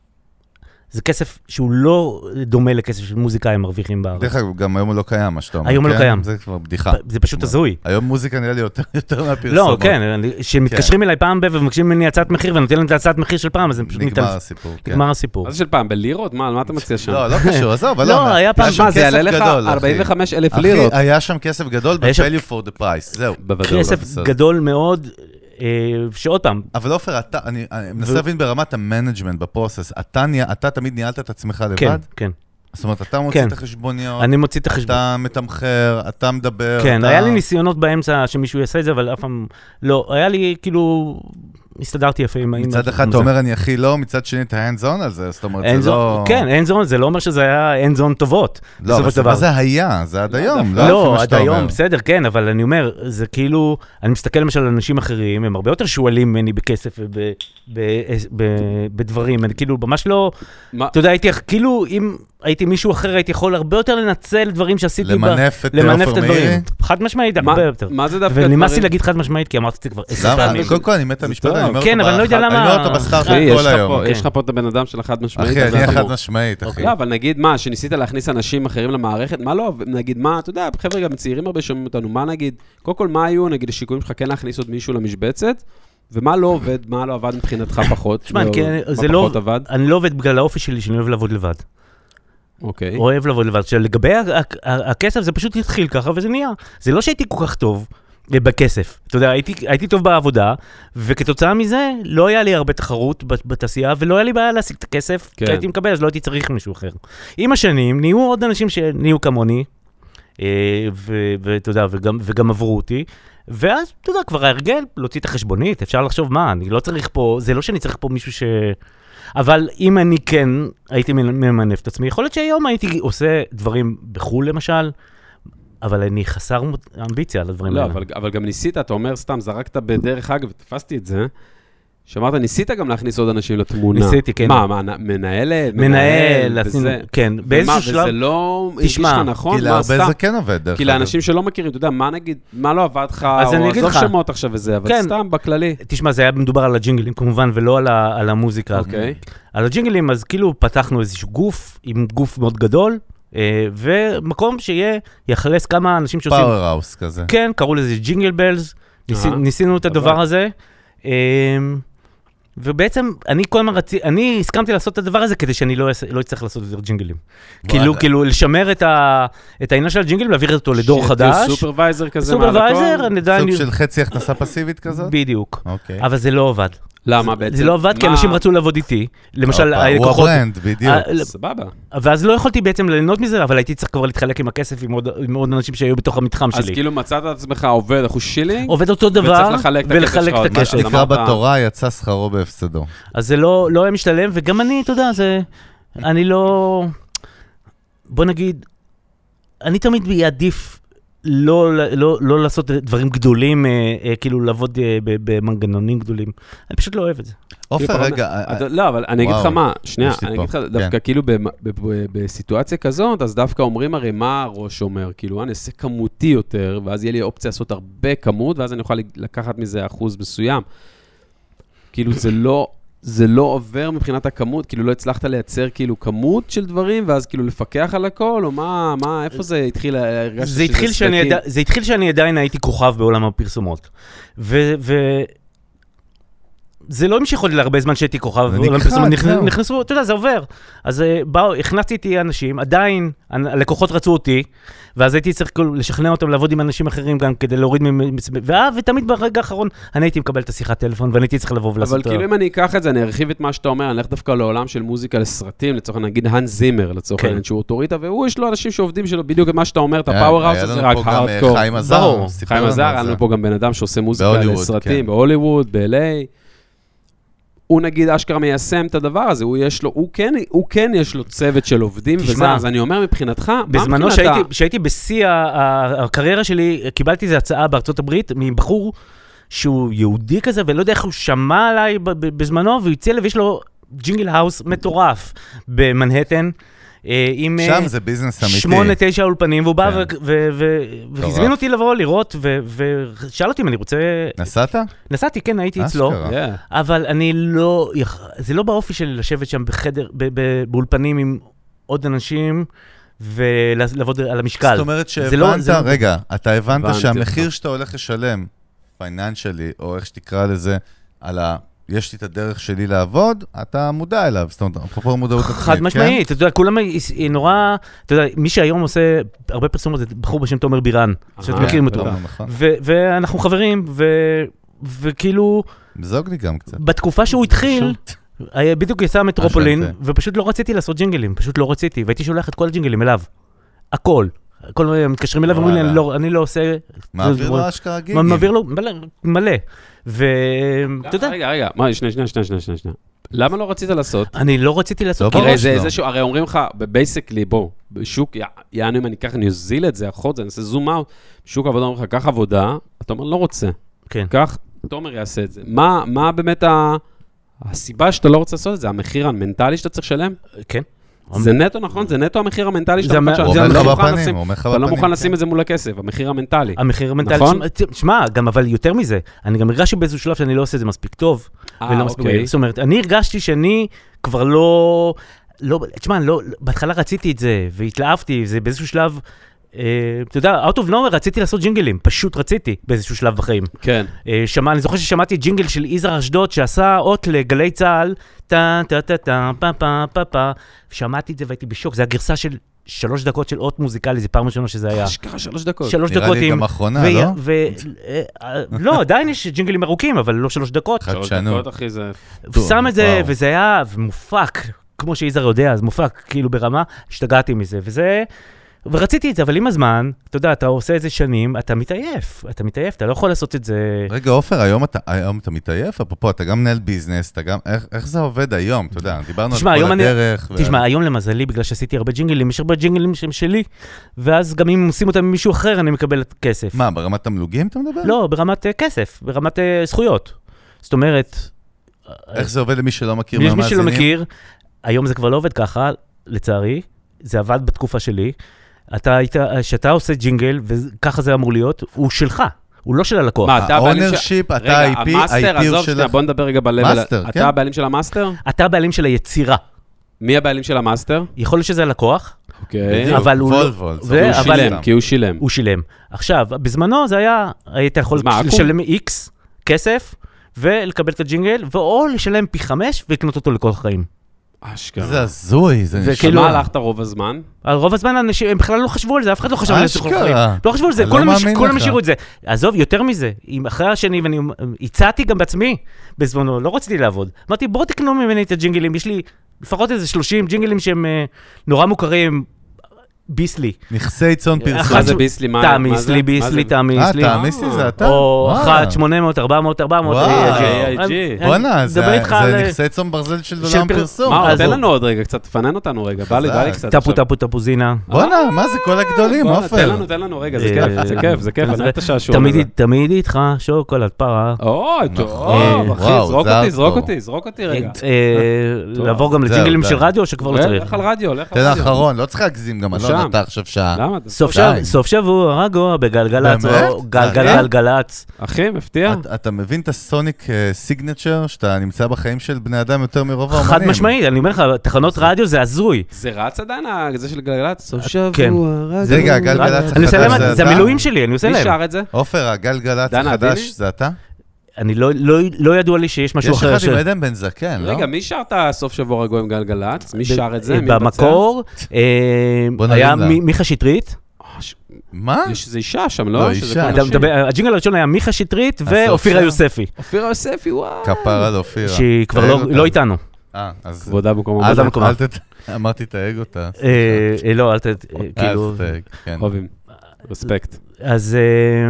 זה כסף שהוא לא דומה לכסף של מוזיקאים מרוויחים בארץ. דרך אגב, גם היום הוא לא קיים, מה שאתה אומר. היום הוא לא קיים. זה כבר בדיחה. זה פשוט הזוי. היום מוזיקה נראה לי יותר מהפרסומות. לא, כן, שמתקשרים אליי פעם ומבקשים ממני הצעת מחיר, ונותן להם את הצעת מחיר של פעם, אז זה פשוט נגמר הסיפור. נגמר הסיפור. מה זה של פעם? בלירות? מה אתה מציע שם? לא קשור, עזוב, לא, היה פעם מה, זה יעלה לך 45,000 לירות. אחי, היה שם כסף גדול ב-value for the price, זהו. כסף גדול מאוד, שעוד פעם. אבל אופר, אני מנסה להבין ברמת המנג'מנט בפרוסס, אתה תמיד ניהלת את עצמך לבד? כן, כן. זאת אומרת, אתה מוציא את החשבוניות, אני מוציא את החשבוניות. אתה מתמחר, אתה מדבר. כן, היה לי ניסיונות באמצע שמישהו יעשה את זה, אבל אף פעם לא. היה לי כאילו, הסתדרתי יפה עם... מצד אחד אתה אומר אני הכי לא, מצד שני את ה-hands on על זה, זאת אומרת זה לא... כן, hands on, זה לא אומר שזה היה hands on טובות. לא, אבל מה זה היה? זה עד היום. לא, עד היום, בסדר, כן, אבל אני אומר, זה כאילו, אני מסתכל למשל על אנשים אחרים, הם הרבה יותר שואלים ממני בכסף ובדברים, אני כאילו ממש לא... אתה יודע, הייתי כאילו, אם הייתי מישהו אחר, הייתי יכול הרבה יותר לנצל דברים שעשיתי... למנף את הדברים. חד משמעית, הרבה יותר. מה זה דווקא דברים? ונמאסי להגיד חד משמעית, כי אמרתי את זה כבר 10 פעמים. קודם כל, אני מת המשפט, אני אומר אותו בסטארט-אפ כל היום. יש לך פה את הבן אדם של החד משמעית. אחי, אני החד משמעית, אחי. לא, אבל נגיד מה, שניסית להכניס אנשים אחרים למערכת, מה לא, נגיד מה, אתה יודע, חבר'ה גם צעירים הרבה שומעים אותנו, מה נגיד, קודם כל מה היו, נגיד, השיקויים שלך כן להכניס עוד מישהו למשבצת, ומה לא עובד, מה לא עבד מבחינתך פחות? תשמע, אני לא עובד בגלל האופי שלי, שאני אוהב לעבוד לבד. אוקיי. אוהב לעבוד לבד. שלגבי הכסף, זה פשוט התחיל ככה, וזה נהיה. זה לא שהייתי כל כך טוב בכסף. אתה יודע, הייתי טוב בעבודה, וכתוצאה מזה, לא היה לי הרבה תחרות בתעשייה, ולא היה לי בעיה להשיג את הכסף, כי הייתי מקבל, אז לא הייתי צריך מישהו אחר. עם השנים, נהיו עוד אנשים שנהיו כמוני, ואתה יודע, וגם עברו אותי, ואז, אתה יודע, כבר ההרגל, להוציא את החשבונית, אפשר לחשוב מה, אני לא צריך פה, זה לא שאני צריך פה מישהו אבל אם אני כן הייתי ממנף את עצמי, יכול להיות שהיום הייתי עושה דברים בחול למשל, אבל אני חסר אמביציה על הדברים האלה. לא, אבל גם ניסית, אתה אומר סתם, זרקת בדרך אגב, ותפסתי את זה, שאמרת, ניסית גם להכניס עוד אנשים לתמונה. ניסיתי, כן. מה, מנהלת? מנהל, כן. באיזשהו שלב... וזה לא... תשמע, נכון? כי להרבה זה כן עובד, דרך כי לאנשים שלא מכירים, אתה יודע, מה נגיד, מה לא עבד לך, או עזוב שמות עכשיו וזה, אבל סתם, בכללי. תשמע, זה היה מדובר על הג'ינגלים, כמובן, ולא על המוזיקה. אוקיי. על הג'ינגלים, אז כאילו פתחנו איזשהו גוף, עם גוף מאוד גדול, ומקום יחלס כמה אנשים שעושים... פאוור האוס כזה. כן, קראו לזה ג'ינגל בלז, ניסינו את הדבר הזה, ובעצם אני הסכמתי לעשות את הדבר הזה כדי שאני לא אצטרך לעשות יותר ג'ינגלים. כאילו לשמר את העניין של הג'ינגלים, להעביר אותו לדור חדש. סופרוויזר כזה. סופרוויזר, סוג של חצי הכנסה פסיבית כזאת? בדיוק. אבל זה לא עובד. למה בעצם? זה לא עבד כי אנשים רצו לעבוד איתי. למשל, הוא הברנד, בדיוק. סבבה. ואז לא יכולתי בעצם ליהנות מזה, אבל הייתי צריך כבר להתחלק עם הכסף עם עוד אנשים שהיו בתוך המתחם שלי. אז כאילו מצאת את עצמך עובד אחוז שילינג? עובד אותו דבר, ולחלק את הכסף. מה שנקרא בתורה, יצא שכרו בהפסדו. אז זה לא היה משתלם, וגם אני, אתה יודע, אני לא... בוא נגיד, אני תמיד יעדיף לא לעשות דברים גדולים, כאילו לעבוד במנגנונים גדולים. אני פשוט לא אוהב את זה. עופר, רגע. לא, אבל אני אגיד לך מה, שנייה, אני אגיד לך דווקא כאילו בסיטואציה כזאת, אז דווקא אומרים הרי מה הראש אומר, כאילו אני אעשה כמותי יותר, ואז יהיה לי אופציה לעשות הרבה כמות, ואז אני אוכל לקחת מזה אחוז מסוים. כאילו זה לא עובר מבחינת הכמות, כאילו לא הצלחת לייצר כאילו כמות של דברים, ואז כאילו לפקח על הכל, או מה, איפה זה התחיל? זה התחיל שאני עדיין הייתי כוכב בעולם הפרסומות. זה לא המשיך עוד להרבה זמן שהייתי כוכב בעולם הפרסומות, נכנסו, אתה יודע, זה עובר. אז הכנסתי איתי אנשים, עדיין הלקוחות רצו אותי, ואז הייתי צריך לשכנע אותם לעבוד עם אנשים אחרים גם כדי להוריד ותמיד ברגע האחרון אני הייתי מקבל את השיחת טלפון, ואני הייתי צריך לבוא ולעשות... אבל כאילו אם אני אקח את זה, אני ארחיב את מה שאתה אומר, אני אלך דווקא לעולם של מוזיקה לסרטים, לצורך נגיד האנס זימר, לצורך העניין שהוא אוטוריטה, והוא יש לו אנשים שעובדים שלו בדיוק את מה שאתה אומר, את הפאוור האוס הזה רק הארדקור. חיים עזר, היה לנו פה גם בן אדם שעושה מוזיקה לסרטים, בהוליווד, ב-LA. הוא נגיד אשכרה מיישם את הדבר הזה, הוא כן יש לו צוות של עובדים, וזה, אז אני אומר מבחינתך, בזמנו שהייתי בשיא הקריירה שלי, קיבלתי איזו הצעה בארצות הברית, מבחור שהוא יהודי כזה, ולא יודע איך הוא שמע עליי בזמנו, והוא יצא ויש לו ג'ינגל האוס מטורף במנהטן, שם זה ביזנס אמיתי. 8-9 אולפנים, והוא בא והזמין אותי לבוא לראות, ושאל אותי אם אני רוצה... נסעת? נסעתי, כן, הייתי אצלו, אבל אני לא... זה לא באופי שלי לשבת שם בחדר, באולפנים עם עוד אנשים, ולעבוד על המשקל. זאת אומרת שהבנת, רגע, אתה הבנת שהמחיר שאתה הולך לשלם, פייננשלי, או איך שתקרא לזה, על ה... יש לי את הדרך שלי לעבוד, אתה מודע אליו, זאת אומרת, אפרופו מודעות עצמית, כן? חד משמעית, אתה יודע, כולם נורא, אתה יודע, מי שהיום עושה הרבה פרסומות, זה בחור בשם תומר בירן, שאתם מכירים אותו. ואנחנו חברים, וכאילו... מזוג גם קצת. בתקופה שהוא התחיל, בדיוק יצא מטרופולין, ופשוט לא רציתי לעשות ג'ינגלים, פשוט לא רציתי, והייתי שולח את כל הג'ינגלים אליו. הכל. כל הזמן מתקשרים אליו ואומרים לי, אני לא עושה... מעביר לו אשכרה גיגים. מעביר לו מלא. רגע, שנייה. למה לא רצית לעשות? אני לא רציתי לעשות. הרי אומרים לך, בבייסקלי, בוא, בשוק, יענו אם אני אקח, אני אוזיל את זה, אחות, אני אעשה זום אאוט, בשוק עבודה אומרים לך, קח עבודה, אתה אומר, לא רוצה. כן. כך, תומר יעשה את זה. מה באמת הסיבה שאתה לא רוצה לעשות את זה? המחיר המנטלי שאתה צריך לשלם? כן. זה נטו, נכון? זה נטו המחיר המנטלי שאתה לא מוכן לשים את זה מול הכסף, המחיר המנטלי. המחיר המנטלי, שמע, גם אבל יותר מזה, אני גם הרגשתי באיזשהו שלב שאני לא עושה את זה מספיק טוב, ולא מספיק מהיר. זאת אומרת, אני הרגשתי שאני כבר לא, תשמע, בהתחלה רציתי את זה, והתלהבתי, זה באיזשהו שלב, אתה יודע, out of nowhere רציתי לעשות ג'ינגלים, פשוט רציתי באיזשהו שלב בחיים. כן. אני זוכר ששמעתי ג'ינגל של יזהר אשדוד, שעשה אות לגלי צהל, שמעתי את זה והייתי בשוק, זה הגרסה של 3 דקות של אות מוזיקלי, זה פעם ראשונה שזה היה. אשכרה 3 דקות. 3 דקות נראה לי גם אחרונה, לא? לא, עדיין יש ג'ינגלים ארוכים, אבל לא 3 דקות. 3 דקות, אחי, זה... שם את זה, וזה היה מופק, כמו שיזהר יודע, אז מופק כאילו ברמה, השתגעתי מזה, וזה... ורציתי את זה, אבל עם הזמן, אתה יודע, אתה עושה את זה שנים, אתה מתעייף, אתה לא יכול לעשות את זה... רגע, עופר, היום אתה מתעייף? אפרופו, אתה גם מנהל ביזנס, אתה גם... איך זה עובד היום? אתה יודע, דיברנו על כל הדרך... תשמע, היום למזלי, בגלל שעשיתי הרבה ג'ינגלים, יש הרבה ג'ינגלים שהם שלי, ואז גם אם עושים אותם ממישהו אחר, אני מקבל כסף. מה, ברמת תמלוגים אתה מדבר? לא, ברמת כסף, ברמת זכויות. זאת אומרת... איך זה עובד למי שלא מכיר מהמאזינים? מי שלא מכיר, היום זה כבר לא עובד ככה, לצערי, זה עבד בתקופה שלי. שאתה עושה ג'ינגל, וככה זה אמור להיות, הוא שלך, הוא לא של הלקוח. מה, אתה הבעלים ה-ownership, אתה ה-IP, ה-IP הוא שלך. בוא נדבר רגע ב-level. מאסטר, כן? אתה הבעלים של המאסטר? אתה הבעלים של היצירה. מי הבעלים של המאסטר? יכול להיות שזה הלקוח. אוקיי. אבל הוא שילם, כי הוא שילם. הוא שילם. עכשיו, בזמנו זה היה, היית יכול לשלם X כסף, ולקבל את הג'ינגל, או לשלם פי 5 ולקנות אותו לכל החיים. אשכרה. זה הזוי, זה נשמע. מה הלכת רוב הזמן? רוב הזמן אנשים, הם בכלל לא חשבו על זה, אף אחד לא חשב על זה. אשכרה. לא חשבו על זה, כולם השאירו את זה. עזוב, יותר מזה, אחרי השני, ואני הצעתי גם בעצמי, בזמנו, לא רציתי לעבוד. אמרתי, בואו תקנו ממני את הג'ינגלים, יש לי לפחות איזה 30 ג'ינגלים שהם נורא מוכרים, ביסלי. נכסי צאן פרסום. מה זה ביסלי? תאמיסלי, ביסלי, תאמיסלי. תאמיסלי זה אתה? או 1, 800, 400, 400. בוא'נה, זה נכסי צאן ברזל של דולר פרסום. תן לנו עוד רגע, קצת תפנן אותנו רגע. בא לי קצת. טפו טפוזינה. בוא'נה, מה זה כל הגדולים, עופר? תן לנו רגע, זה כיף, אני אוהב את השעשוע. תמיד איתך שוקולד פרה. אוי, טוב, אחי, זרוק אותי רגע. לעבור גם לג'ינגלים של רדיו, שכבר לא צריך. לך על רדיו, תן האחרון, לא צריך להגזים גם, לא נתח עכשיו שעה. למה? סוף שבוע, רגוע, בגלגלץ, או גלגלץ. אחי, מפתיע. אתה מבין את הסוניק סיגנצ'ר, שאתה נמצא בחיים של בני אדם יותר מרוב האומנים? חד משמעית, אני אומר לך, תחנות רדיו זה הזוי. זה רץ עדיין, זה של גלגלץ? סוף שבוע, רגוע. רגע, הגלגלץ החדש זה אתה? זה המילואים שלי, אני עושה להם. מי שר את זה? עופר, הגלגלץ החדש זה אתה? אני לא ידוע לי שיש משהו אחר. יש אחד עם עדן בן זקן, לא? רגע, מי שר את הסוף שבוע רגוע עם גלגלץ? מי שר את זה? במקור, היה מיכה שטרית. מה? זה אישה שם, לא? לא, אישה. הג'ינגל הראשון היה מיכה שטרית ואופירה יוספי. אופירה יוספי, וואו. כפרה לאופירה. שהיא כבר לא איתנו. אז... כבודה במקום. אמרתי את האגו, אתה... לא, אל ת... כאילו... אוהבים. רספקט. אז...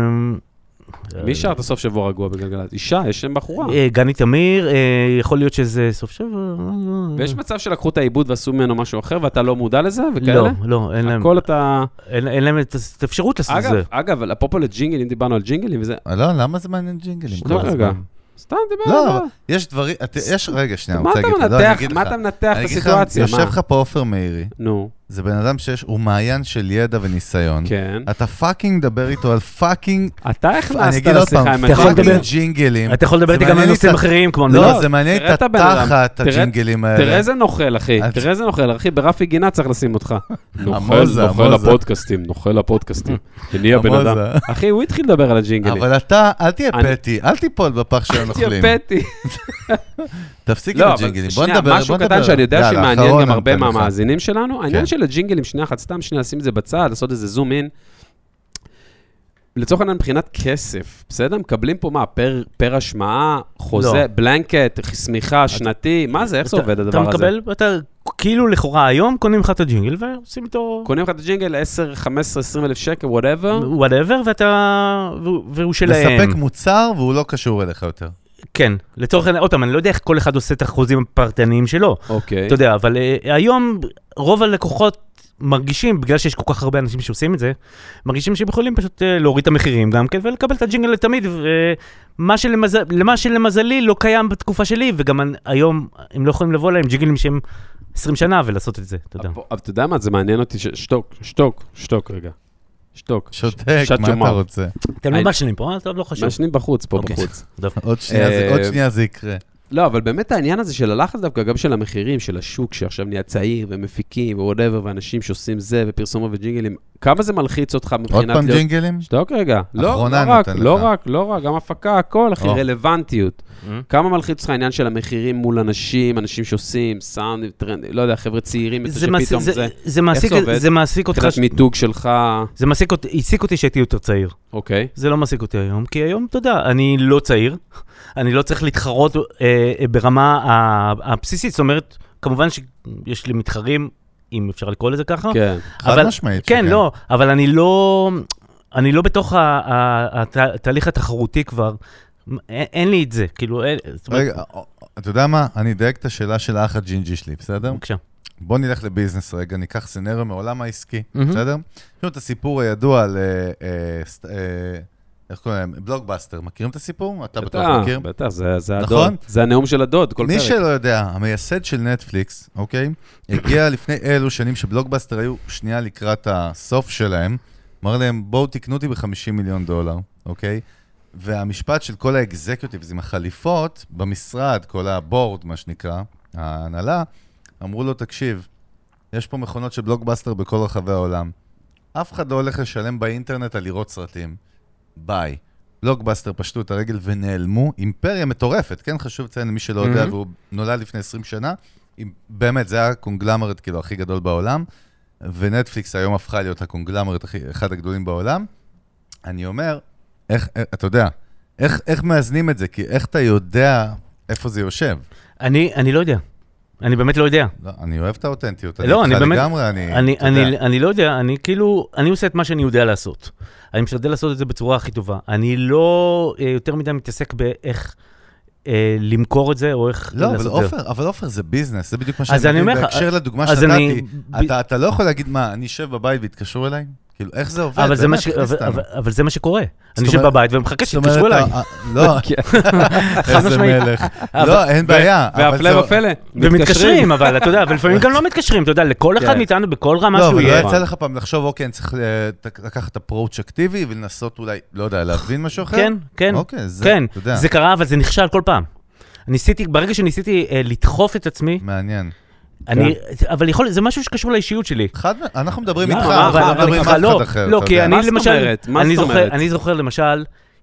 מי שר את הסוף שבוע רגוע בגלגלצ? אישה, יש שם בחורה. גני תמיר, יכול להיות שזה סוף שבוע. ויש מצב שלקחו את העיבוד ועשו ממנו משהו אחר, ואתה לא מודע לזה וכאלה? לא, אין להם. הכל אתה... אין להם את האפשרות לעשות את זה. אגב, אפרופו לג'ינגלים, דיברנו על ג'ינגלים וזה... לא, למה זה מעניין ג'ינגלים? רגע. סתם דיברנו. לא, יש דברים... רגע, שנייה, אני רוצה להגיד לך. מה אתה מנתח את הסיטואציה? יושב לך פה עופר מאירי. נו. זה בן אדם הוא מעיין של ידע וניסיון. כן. אתה פאקינג דבר איתו על פאקינג... אתה הכנסת לשיחה עם פאקינג ג'ינגלים. אתה יכול לדבר איתי גם על נושאים אחרים, כמו... לא, זה מעניין את התחת הג'ינגלים האלה. תראה איזה נוכל, אחי. תראה איזה נוכל. אחי, ברפי גינה צריך לשים אותך. נוכל הפודקאסטים. אני הבן אדם. אחי, הוא התחיל לדבר על הג'ינגלים. אבל אתה, אל תהיה פטי. אל תיפול בפח של הנוכלים. אל תהיה פטי. תפסיק עם הג'ינגלים. בוא נדבר. משהו קטן שאני יודע שמעניין גם הרבה מהמאזינים שלנו. העניין של הג'ינגלים, שנייה אחת, סתם שנייה, לשים את זה בצד, לעשות איזה זום אין. לצורך העניין מבחינת כסף, בסדר? מקבלים פה מה? פר השמעה, חוזה, בלנקט, סמיכה, שנתי, מה זה? איך זה עובד הדבר הזה? אתה מקבל, אתה כאילו לכאורה היום קונים לך את הג'ינגל ועושים איתו... קונים לך את הג'ינגל 10, 15, 20 אלף שקל, whatever. whatever, והוא שלהם. לספק מוצר והוא לא קשור אליך יותר. כן, לצורך העניין, אני לא יודע איך כל אחד עושה את החוזים הפרטניים שלו. אוקיי. אתה יודע, אבל היום רוב הלקוחות מרגישים, בגלל שיש כל כך הרבה אנשים שעושים את זה, מרגישים שהם יכולים פשוט להוריד את המחירים גם כן, ולקבל את הג'ינגל לתמיד, ומה שלמזלי לא קיים בתקופה שלי, וגם היום הם לא יכולים לבוא להם ג'ינגלים שהם 20 שנה ולעשות את זה, אתה יודע. אבל אתה יודע מה, זה מעניין אותי, שתוק רגע. שתוק. שותק, מה אתה רוצה? אתם לא משנים פה, אתה לא חשוב. משנים בחוץ, פה בחוץ. עוד שנייה זה יקרה. לא, אבל באמת העניין הזה של הלחץ דווקא גם של המחירים, של השוק שעכשיו נהיה צעיר ומפיקים ווואטאבר, ואנשים שעושים זה ופרסומות וג'ינגלים, כמה זה מלחיץ אותך מבחינת... עוד פעם ג'ינגלים? שתוק רגע. לא רק, גם הפקה, הכל, אחי, רלוונטיות. כמה מלחיץ אותך העניין של המחירים מול אנשים שעושים סאונד, טרנד, לא יודע, חבר'ה צעירים, שפתאום זה... זה מעסיק אותך... קצת מיתוג שלך... זה העסיק אותי שהייתי יותר צעיר. אוקיי. זה לא מעסיק אותי היום, כי היום, אתה יודע, אני לא צעיר. אני לא צריך להתחרות ברמה הבסיסית, זאת אומרת, כמובן שיש לי מתחרים, אם אפשר לקרוא לזה ככה. כן, חד משמעית. כן, לא, אבל אני לא בתוך התהליך התחרותי כבר, אין לי את זה, כאילו... רגע, אתה יודע מה? אני אדייק את השאלה של האח הג'ינג'י שלי, בסדר? בבקשה. בוא נלך לביזנס רגע, ניקח סנריו מעולם העסקי, בסדר? יש לנו את הסיפור הידוע על... איך קוראים להם? בלוגבאסטר. מכירים את הסיפור? אתה בטוח מכיר? בטח, זה הדוד. זה הנאום של הדוד, כל פרק. מי שלא יודע, המייסד של נטפליקס, אוקיי? הגיע לפני אלו שנים שבלוגבאסטר היו שנייה לקראת הסוף שלהם, אמר להם, בואו תקנו אותי $50 מיליון, אוקיי? והמשפט של כל האקזקיוטיבס עם החליפות במשרד, כל הבורד, מה שנקרא, ההנהלה, אמרו לו, תקשיב, יש פה מכונות של בלוגבאסטר בכל רחבי העולם. אף אחד לא הולך לשלם באינטרנט על לראות סרטים. ביי. בלוגבאסטר פשטו את הרגל ונעלמו. אימפריה מטורפת, כן? חשוב לציין למי שלא יודע, והוא נולד לפני 20 שנה. באמת, זה היה הקונגלמרט כאילו הכי גדול בעולם, ונטפליקס היום הפכה להיות הקונגלמרט אחד הגדולים בעולם. אני אומר, אתה יודע, איך מאזנים את זה? כי איך אתה יודע איפה זה יושב? אני לא יודע. אני באמת לא יודע. לא, אני אוהב את האותנטיות. לא, אני באמת... אני לא יודע, אני עושה את מה שאני יודע לעשות. אני משתדל לעשות את זה בצורה הכי טובה. אני לא יותר מדי מתעסק באיך למכור את זה, או איך... לא, אבל אופר זה ביזנס, זה בדיוק מה שאני מבין. בהקשר לדוגמה שנתתי, אתה לא יכול להגיד מה, אני אשב בבית והתקשרו אליי? כאילו, איך זה עובד? אבל זה מה שקורה. אני יושב בבית ומחכה שתתקשרו אליי. לא, איזה מלך. לא, אין בעיה. והפלא ופלא. ומתקשרים, אבל אתה יודע, ולפעמים גם לא מתקשרים, אתה יודע, לכל אחד מאיתנו בכל רמה שהוא יהיה. לא, אבל לא יצא לך פעם לחשוב, אוקיי, אני צריך לקחת אפרוץ' אקטיבי ולנסות אולי, לא יודע, להבין משהו אחר? כן, כן. זה קרה, אבל זה נכשל כל פעם. ברגע שניסיתי לדחוף את עצמי, מעניין. אבל יכול, זה משהו שקשור לאישיות שלי. אנחנו מדברים איתך, אנחנו מדברים עם אף אחד אחר. לא, כי אני למשל, אני זוכר למשל,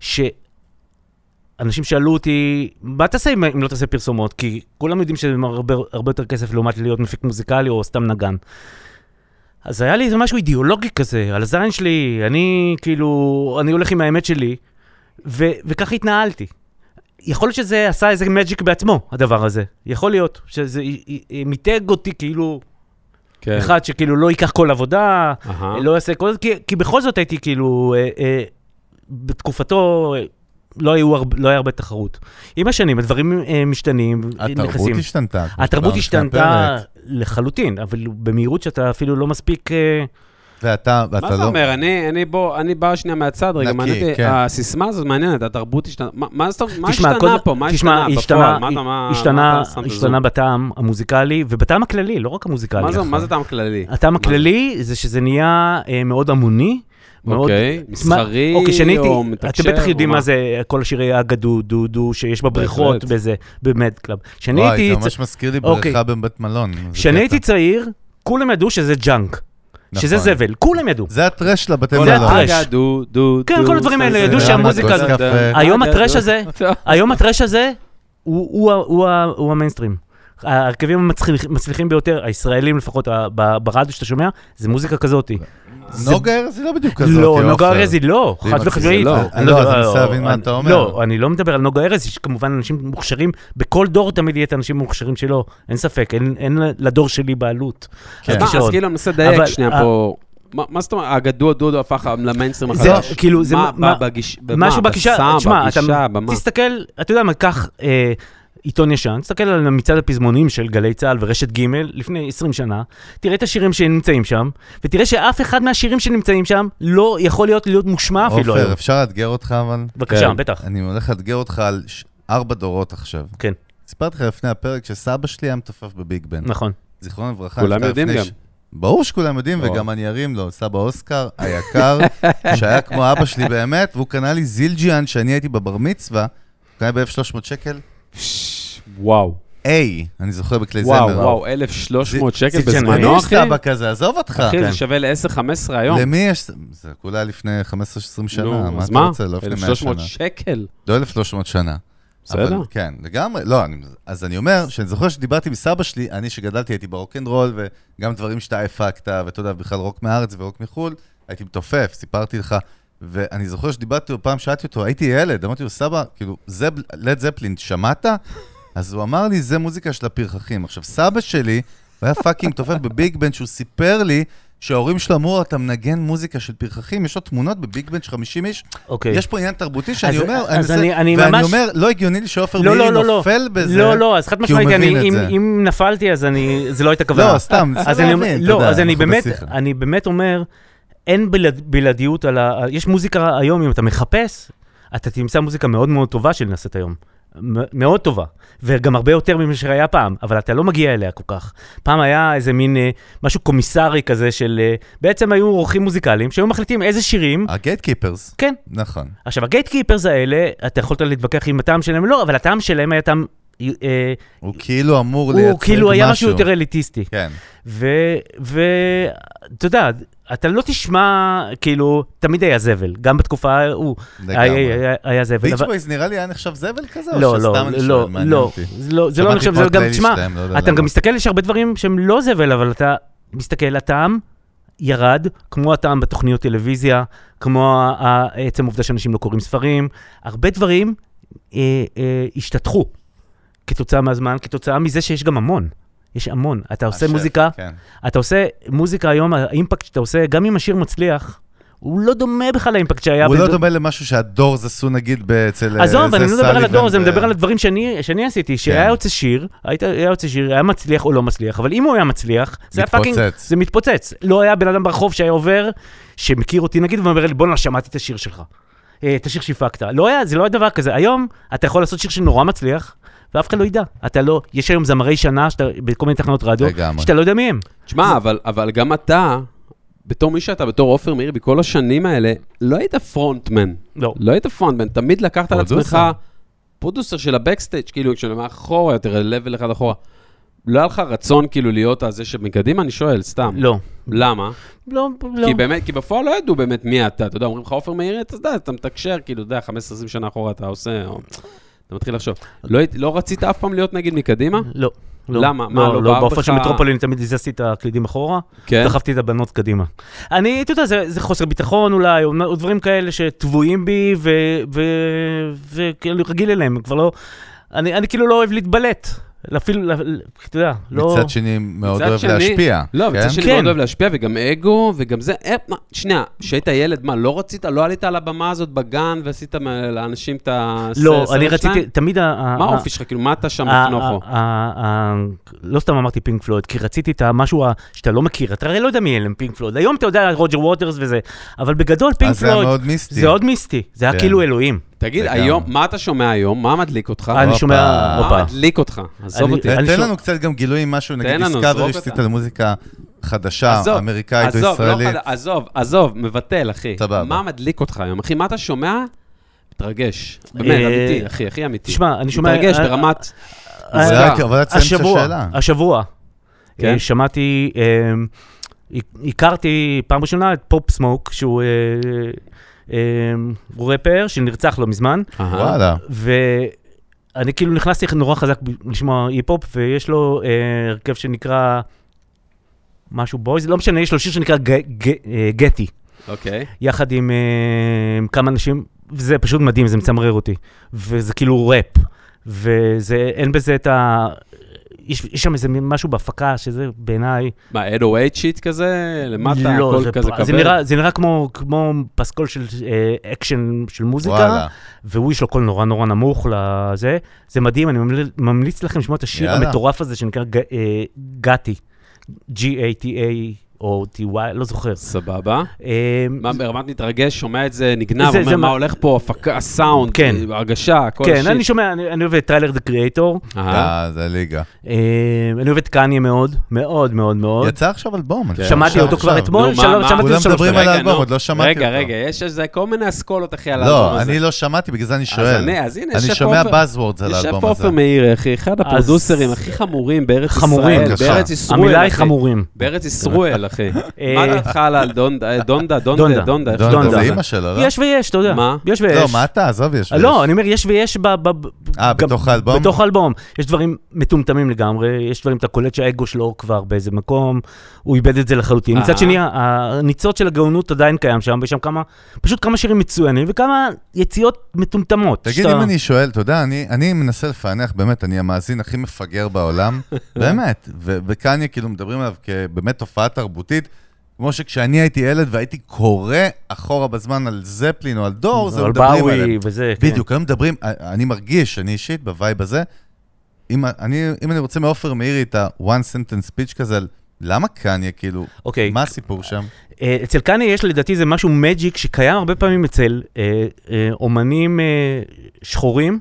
שאנשים שאלו אותי, מה תעשה אם לא תעשה פרסומות? כי כולם יודעים שזה הרבה יותר כסף לעומת להיות מפיק מוזיקלי או סתם נגן. אז היה לי איזה משהו אידיאולוגי כזה, על הזין שלי, אני הולך עם האמת שלי, וכך התנהלתי. יכול להיות שזה עשה איזה מג'יק בעצמו, הדבר הזה. יכול להיות שזה מיתג אותי כאילו, אחד שכאילו לא ייקח כל עבודה, לא יעשה כל זה, כי בכל זאת הייתי כאילו, בתקופתו לא היה הרבה תחרות. עם השנים, הדברים משתנים, התרבות השתנתה. התרבות השתנתה לחלוטין, אבל במהירות שאתה אפילו לא מספיק... ואתה לא... מה זה אומר? אני בא שנייה מהצד, רגע, הסיסמה הזאת מעניינת, התרבות השתנה, מה השתנה פה? תשמע, השתנה בטעם המוזיקלי, ובטעם הכללי, לא רק המוזיקלי. מה זה טעם הכללי? הטעם הכללי זה שזה נהיה מאוד המוני, אוקיי, מסחרי או מתקשר. אתם בטח יודעים מה זה כל השירי אגדו, דודו, שיש בבריכות וזה, במד קלאב. וואי, זה ממש מזכיר לי בריכה בבית מלון. כשאני הייתי צעיר, כולם ידעו שזה ג'אנק. שזה זבל, כולם ידעו. זה הטרש לבתי מלון. זה הטרש. כן, כל הדברים האלה, ידעו שהמוזיקה הזאת. היום הטרש הזה הוא המיינסטרים. ההרכבים המצליחים ביותר, הישראלים לפחות ברדיו שאתה שומע, זה מוזיקה כזאת. נוגה ארז היא לא בדיוק כזאת. לא, נוגה ארז היא לא, חד וחברית. לא, אז אני מנסה להבין מה אתה אומר. לא, אני לא מדבר על נוגה ארז, יש כמובן אנשים מוכשרים, בכל דור תמיד יהיה את האנשים מוכשרים שלו, אין ספק, אין לדור שלי בעלות. אז כאילו, אני מנסה דייק שנייה פה. מה זאת אומרת, דודו הפך למיינסטרים החדש? כאילו, זה משהו בגישה, תשמע, במה? תסתכל, אתה יודע מה, קח עיתון ישן, תסתכל על מצעד הפזמונים של גלי צהל ורשת ג' לפני 20 שנה, תראה את השירים שנמצאים שם, ותראה שאף אחד מהשירים שנמצאים שם לא יכול להיות מושמע אפילו. עופר, אפשר לאתגר אותך אבל? בבקשה, בטח. אני הולך לאתגר אותך על 4 דורות עכשיו. כן. סיפרתי לך לפני הפרק שסבא שלי היה מתופף בביג בן. נכון. זיכרון לברכה. כולם יודעים גם. ברור שכולם יודעים, וגם אני ארים לו, סבא אוסקר, היקר, שהיה כמו אבא שלי באמת, והוא קנה לי זילג'יאן, שאני הייתי בבר מצווה, הוא קנה ב-1,300 שקל. וואו. אני זוכר בכלי זמר. וואו, 1,300 שקל בזמנו, אחי? סבא כזה, עזוב אותך. אחי, זה שווה ל-10-15 היום. למי יש? זה כולה לפני 15-20 שנה, מה אתה רוצה? לא לפני 100 שנה. 1,300 שקל? לא 1,300 שנה. בסדר? כן, לגמרי. לא, אז אני אומר, שאני זוכר שדיברתי מסבא שלי, אני שגדלתי, הייתי ברוקנרול, וגם דברים שאתה הפקת, ואתה יודע, בכלל רוק מארץ ורוק מחול, הייתי מתופף, סיפרתי לך, ואני זוכר שדיברתי לו, פעם שאלתי אותו, הייתי ילד, אמרתי לו, סבא, כאילו, לד זפלין, שמעת? אז הוא אמר לי, זה מוזיקה של הפרחחים. עכשיו, סבא שלי, הוא היה פאקינג מתופף בביג בנד, שהוא סיפר לי, שההורים שלו אמרו, אתה מנגן מוזיקה של פרחחים, יש לו תמונות בביג בנד של 50 איש, יש פה עניין תרבותי שאני אומר, ואני אומר, לא הגיוני לי שאופר מאירי נופל בזה, לא, אז חד משמעית, אם נפלתי, אז זה לא הייתה כוונה. לא, סתם, לא, אז אני באמת אומר, אין בלעדיות על יש מוזיקה היום, אם אתה מחפש, אתה תמצא מוזיקה מאוד מאוד טובה שנעשית היום. מאוד טובה, וגם הרבה יותר ממה שהיה פעם, אבל אתה לא מגיע אליה כל כך. פעם היה איזה מין משהו קומיסרי כזה של, בעצם היו אורחים מוזיקליים, שהיו מחליטים איזה שירים. הגייטקיפרס. כן. נכון. עכשיו, הגייטקיפרס האלה, אתה יכולת להתווכח עם הטעם שלהם, לא, אבל הטעם שלהם היה טעם... הוא כאילו אמור לייצג משהו. הוא כאילו היה משהו יותר אליטיסטי. כן. ואתה יודע, אתה לא תשמע, כאילו, תמיד היה זבל. גם בתקופה ההוא היה זבל. ביץ' בויז נראה לי היה נחשב זבל כזה? לא, זה לא נחשב זבל. גם תשמע, אתה גם מסתכל, יש הרבה דברים שהם לא זבל, אבל אתה מסתכל, הטעם ירד, כמו הטעם בתוכניות טלוויזיה, כמו עצם העובדה שאנשים לא קוראים ספרים. הרבה דברים השתתחו כתוצאה מהזמן, כתוצאה מזה שיש גם המון. יש המון. אתה עושה מוזיקה, אתה עושה מוזיקה היום, האימפקט שאתה עושה, גם אם השיר מצליח, הוא לא דומה בכלל לאימפקט שהיה. הוא לא דומה למשהו שהדורס עשו נגיד אצל... עזוב, אני לא מדבר על הדורס, אני מדבר על הדברים שאני עשיתי, שהיה יוצא שיר, היה מצליח או לא מצליח, אבל אם הוא היה מצליח, זה היה פאקינג, זה מתפוצץ. לא היה בן אדם ברחוב שהיה עובר, שמכיר אותי נגיד, ואומר לי, בוא נראה, שמעתי את השיר שלך. את השיר שהפקת. לא היה, זה לא היה דבר כזה. היום אתה יכול לעשות שיר שנורא מצליח, ואף אחד לא ידע. אתה לא, יש היום זמרי שנה בכל מיני תחנות רדיו, שאתה לא יודע מי הם. תשמע, אבל גם אתה, בתור מי שאתה, בתור עופר מאירי, בכל השנים האלה, לא היית פרונטמן. לא היית פרונטמן. תמיד לקחת על עצמך פרודוסר של הבקסטייג', כאילו, כשלמאחורה, יותר לבל אחד אחורה. לא היה לך רצון כאילו להיות הזה שמקדימה, אני שואל, סתם. לא. למה? לא. כי בפועל לא ידעו באמת מי אתה. אתה יודע, אומרים לך עופר מאירי, אתה יודע, אתה מתקשר, כאילו, אתה יודע, 15-20 שנה אחורה אתה עושה, או... אתה מתחיל לחשוב. לא רצית אף פעם להיות נגיד מקדימה? לא. למה? לא, באופן של מטרופולין תמיד הזזתי את הקלידים אחורה, דחפתי את הבנות קדימה. אני, אתה יודע, זה חוסר ביטחון אולי, או דברים כאלה שטבועים בי, וכאילו רגיל אליהם, כבר לא, אני כאילו לא אוהב להתבלט. אפילו, אתה יודע, לא... מצד שני מאוד אוהב להשפיע. לא, מצד שני מאוד אוהב להשפיע, וגם אגו, וגם זה... שנייה, שהיית ילד, מה, לא רצית, לא עלית על הבמה הזאת בגן, ועשית לאנשים את ה... לא, אני רציתי, תמיד... מה האופי שלך? כאילו, מה אתה שם בפנוכו? לא סתם אמרתי פינק פלויד, כי רציתי את משהו שאתה לא מכיר, אתה הרי לא יודע מי אלה פינק פלויד. היום אתה יודע, רוג'ר ווטרס וזה, אבל בגדול פינק פלויד... זה מאוד מיסטי. זה היה כאילו אלוהים. תגיד, היום, מה אתה שומע היום? מה מדליק אותך? אני שומע... מה מדליק אותך? עזוב אותי. תן לנו קצת גם גילויים משהו, נגיד דיסקאברי שצית על מוזיקה חדשה, אמריקאית או ישראלית. עזוב, מבטל, אחי. מה מדליק אותך היום? אחי, מה אתה שומע? מתרגש. באמת, אמיתי, אחי, הכי אמיתי. תשמע, אני שומע... מתרגש ברמת... השבוע, שמעתי, הכרתי פעם ראשונה את פופ סמוק, שהוא... הוא רפר שנרצח לא מזמן. וואלה. אני כאילו נכנסתי נורא חזק לשמוע היפ-הופ, ויש לו הרכב שנקרא משהו בויז, לא משנה, יש לו שיר שנקרא גטי. אוקיי. יחד עם כמה אנשים, וזה פשוט מדהים, זה מצמרר אותי. וזה כאילו ראפ, ואין בזה את ה... יש שם איזה משהו בהפקה, שזה בעיניי... מה, 808 שיט כזה? למטה, לא, הכל כזה כבד? זה נראה כמו פסקול של אקשן של מוזיקה, וואלה. והוא יש לו קול נורא נורא נמוך לזה. זה מדהים, אני ממליץ לכם לשמוע את השיר המטורף הזה, שנקרא גאטי. G-A-T-A או T-Y, לא זוכר. סבבה. מה, ברמת מתרגש, שומע את זה, נגנב, אומר מה הולך פה, הפקה, סאונד, הרגשה, כל שיט. כן, אני שומע, אני אוהב את טיילר דה קריאטור. זה ליגה. אני אוהב את קניה מאוד, מאוד מאוד מאוד. יצא עכשיו אלבום. שמעתי אותו כבר אתמול, כולם מדברים על האלבום, עוד לא שמעתי אותו. רגע, יש איזה כל מיני אסכולות, אחי, על האלבום לא, אני לא שמעתי, בגלל זה אני שואל. אז הנה, אני שומע buzzwords על האלבום הזה. יושב פה עופר מאיר, אחי, אחד הפרודוסרים הכי חמורים בארץ חמורים, המילה היא חמורים. בארץ ישראל, אחי. מה דעתך על דונדה? זה אימא שלו, לא? יש ויש, אתה יודע. מה? יש ויש. לא, מה אתה? עזוב, יש ויש. לא, אני אומר, יש ויש בתוך האלבום? בתוך האלבום. יש דברים מטומטמים לגמרי, יש דברים, אתה קולט שהאגו שלו כבר באיזה מקום, הוא איבד את זה לחלוטין. מצד שני, הניצוץ של הגאונות עדיין קיים שם, ויש שם פשוט כמה שירים מצוינים, וכמה יציאות מטומטמות. תגיד אם אני שואל, אתה יודע, אני מנסה לפענח, באמת, אני המאזין הכי מפגר בעולם, באמת, וכאן כאילו מדברים עליו כבאמת תופעה תרבותית, כמו שכשאני הייתי ילד והייתי קורא אחורה בזמן על זפלין או על דור, זה מדברים עליהם. בדיוק, הם מדברים, אני מרגיש, אני אישית בווייב הזה, אם אני רוצה מאופר מאירי את ה-one sentence speech כזה, למה קניה, כאילו, מה הסיפור שם? אצל קניה יש לדעתי זה משהו מג'יק שקיים הרבה פעמים אצל אומנים שחורים,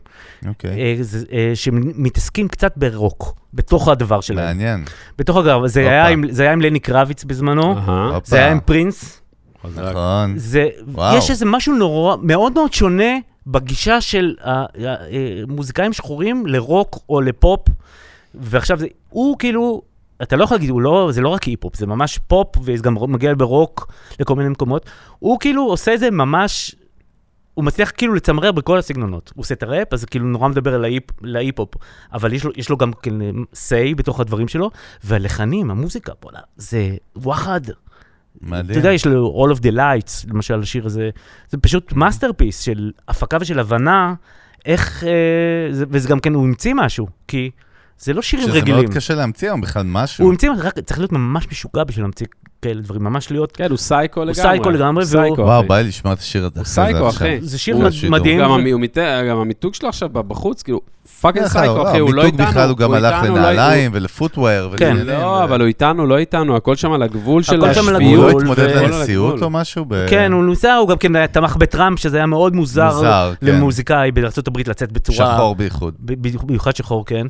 שמתעסקים קצת ברוק, בתוך הדבר שלהם. מעניין. בתוך הדבר, זה היה עם לני קרביץ בזמנו, זה היה עם פרינס. נכון. יש איזה משהו נורא, מאוד מאוד שונה בגישה של מוזיקאים שחורים לרוק או לפופ, ועכשיו הוא כאילו... אתה לא יכול להגיד, זה לא רק היפ-הופ, זה ממש פופ, וזה גם מגיע ברוק לכל מיני מקומות. הוא כאילו עושה את זה ממש, הוא מצליח כאילו לצמרר בכל הסגנונות. הוא עושה את הראפ, אז זה כאילו נורא מדבר על ההיפ-הופ, אבל יש לו גם say בתוך הדברים שלו, והלחנים, המוזיקה פה, זה וואחד. מדהים. אתה יודע, יש לו All of the Lights, למשל, השיר הזה, זה פשוט מאסטרפיס של הפקה ושל הבנה, איך, וזה גם כן, הוא המציא משהו, כי... זה לא שירים רגילים. שזה מאוד קשה להמציא היום בכלל משהו. הוא המציא, רק צריך להיות ממש משוגע בשביל להמציא כאלה דברים, ממש להיות... כן, הוא סייקו לגמרי. הוא סייקו לגמרי. וואו, בא לי לשמוע את השיר הזה. הוא סייקו, אחי. זה שיר מדהים. גם המיתוג שלו עכשיו בחוץ, כאילו, פאקינג סייקו, אחי, הוא לא איתנו. המיתוג בכלל הוא גם הלך לנעליים ולפוטוויר. כן. לא, אבל הוא איתנו, לא איתנו, הכל שם על הגבול של השפיות. הוא לא התמודד לנשיאות או משהו? כן, הוא ניסה, הוא גם כן תמך בטראמפ, שזה היה מאוד מוזר למוזיקאי בארצות הברית לצאת בצורה... שחור בייחוד. במיוחד שחור, כן.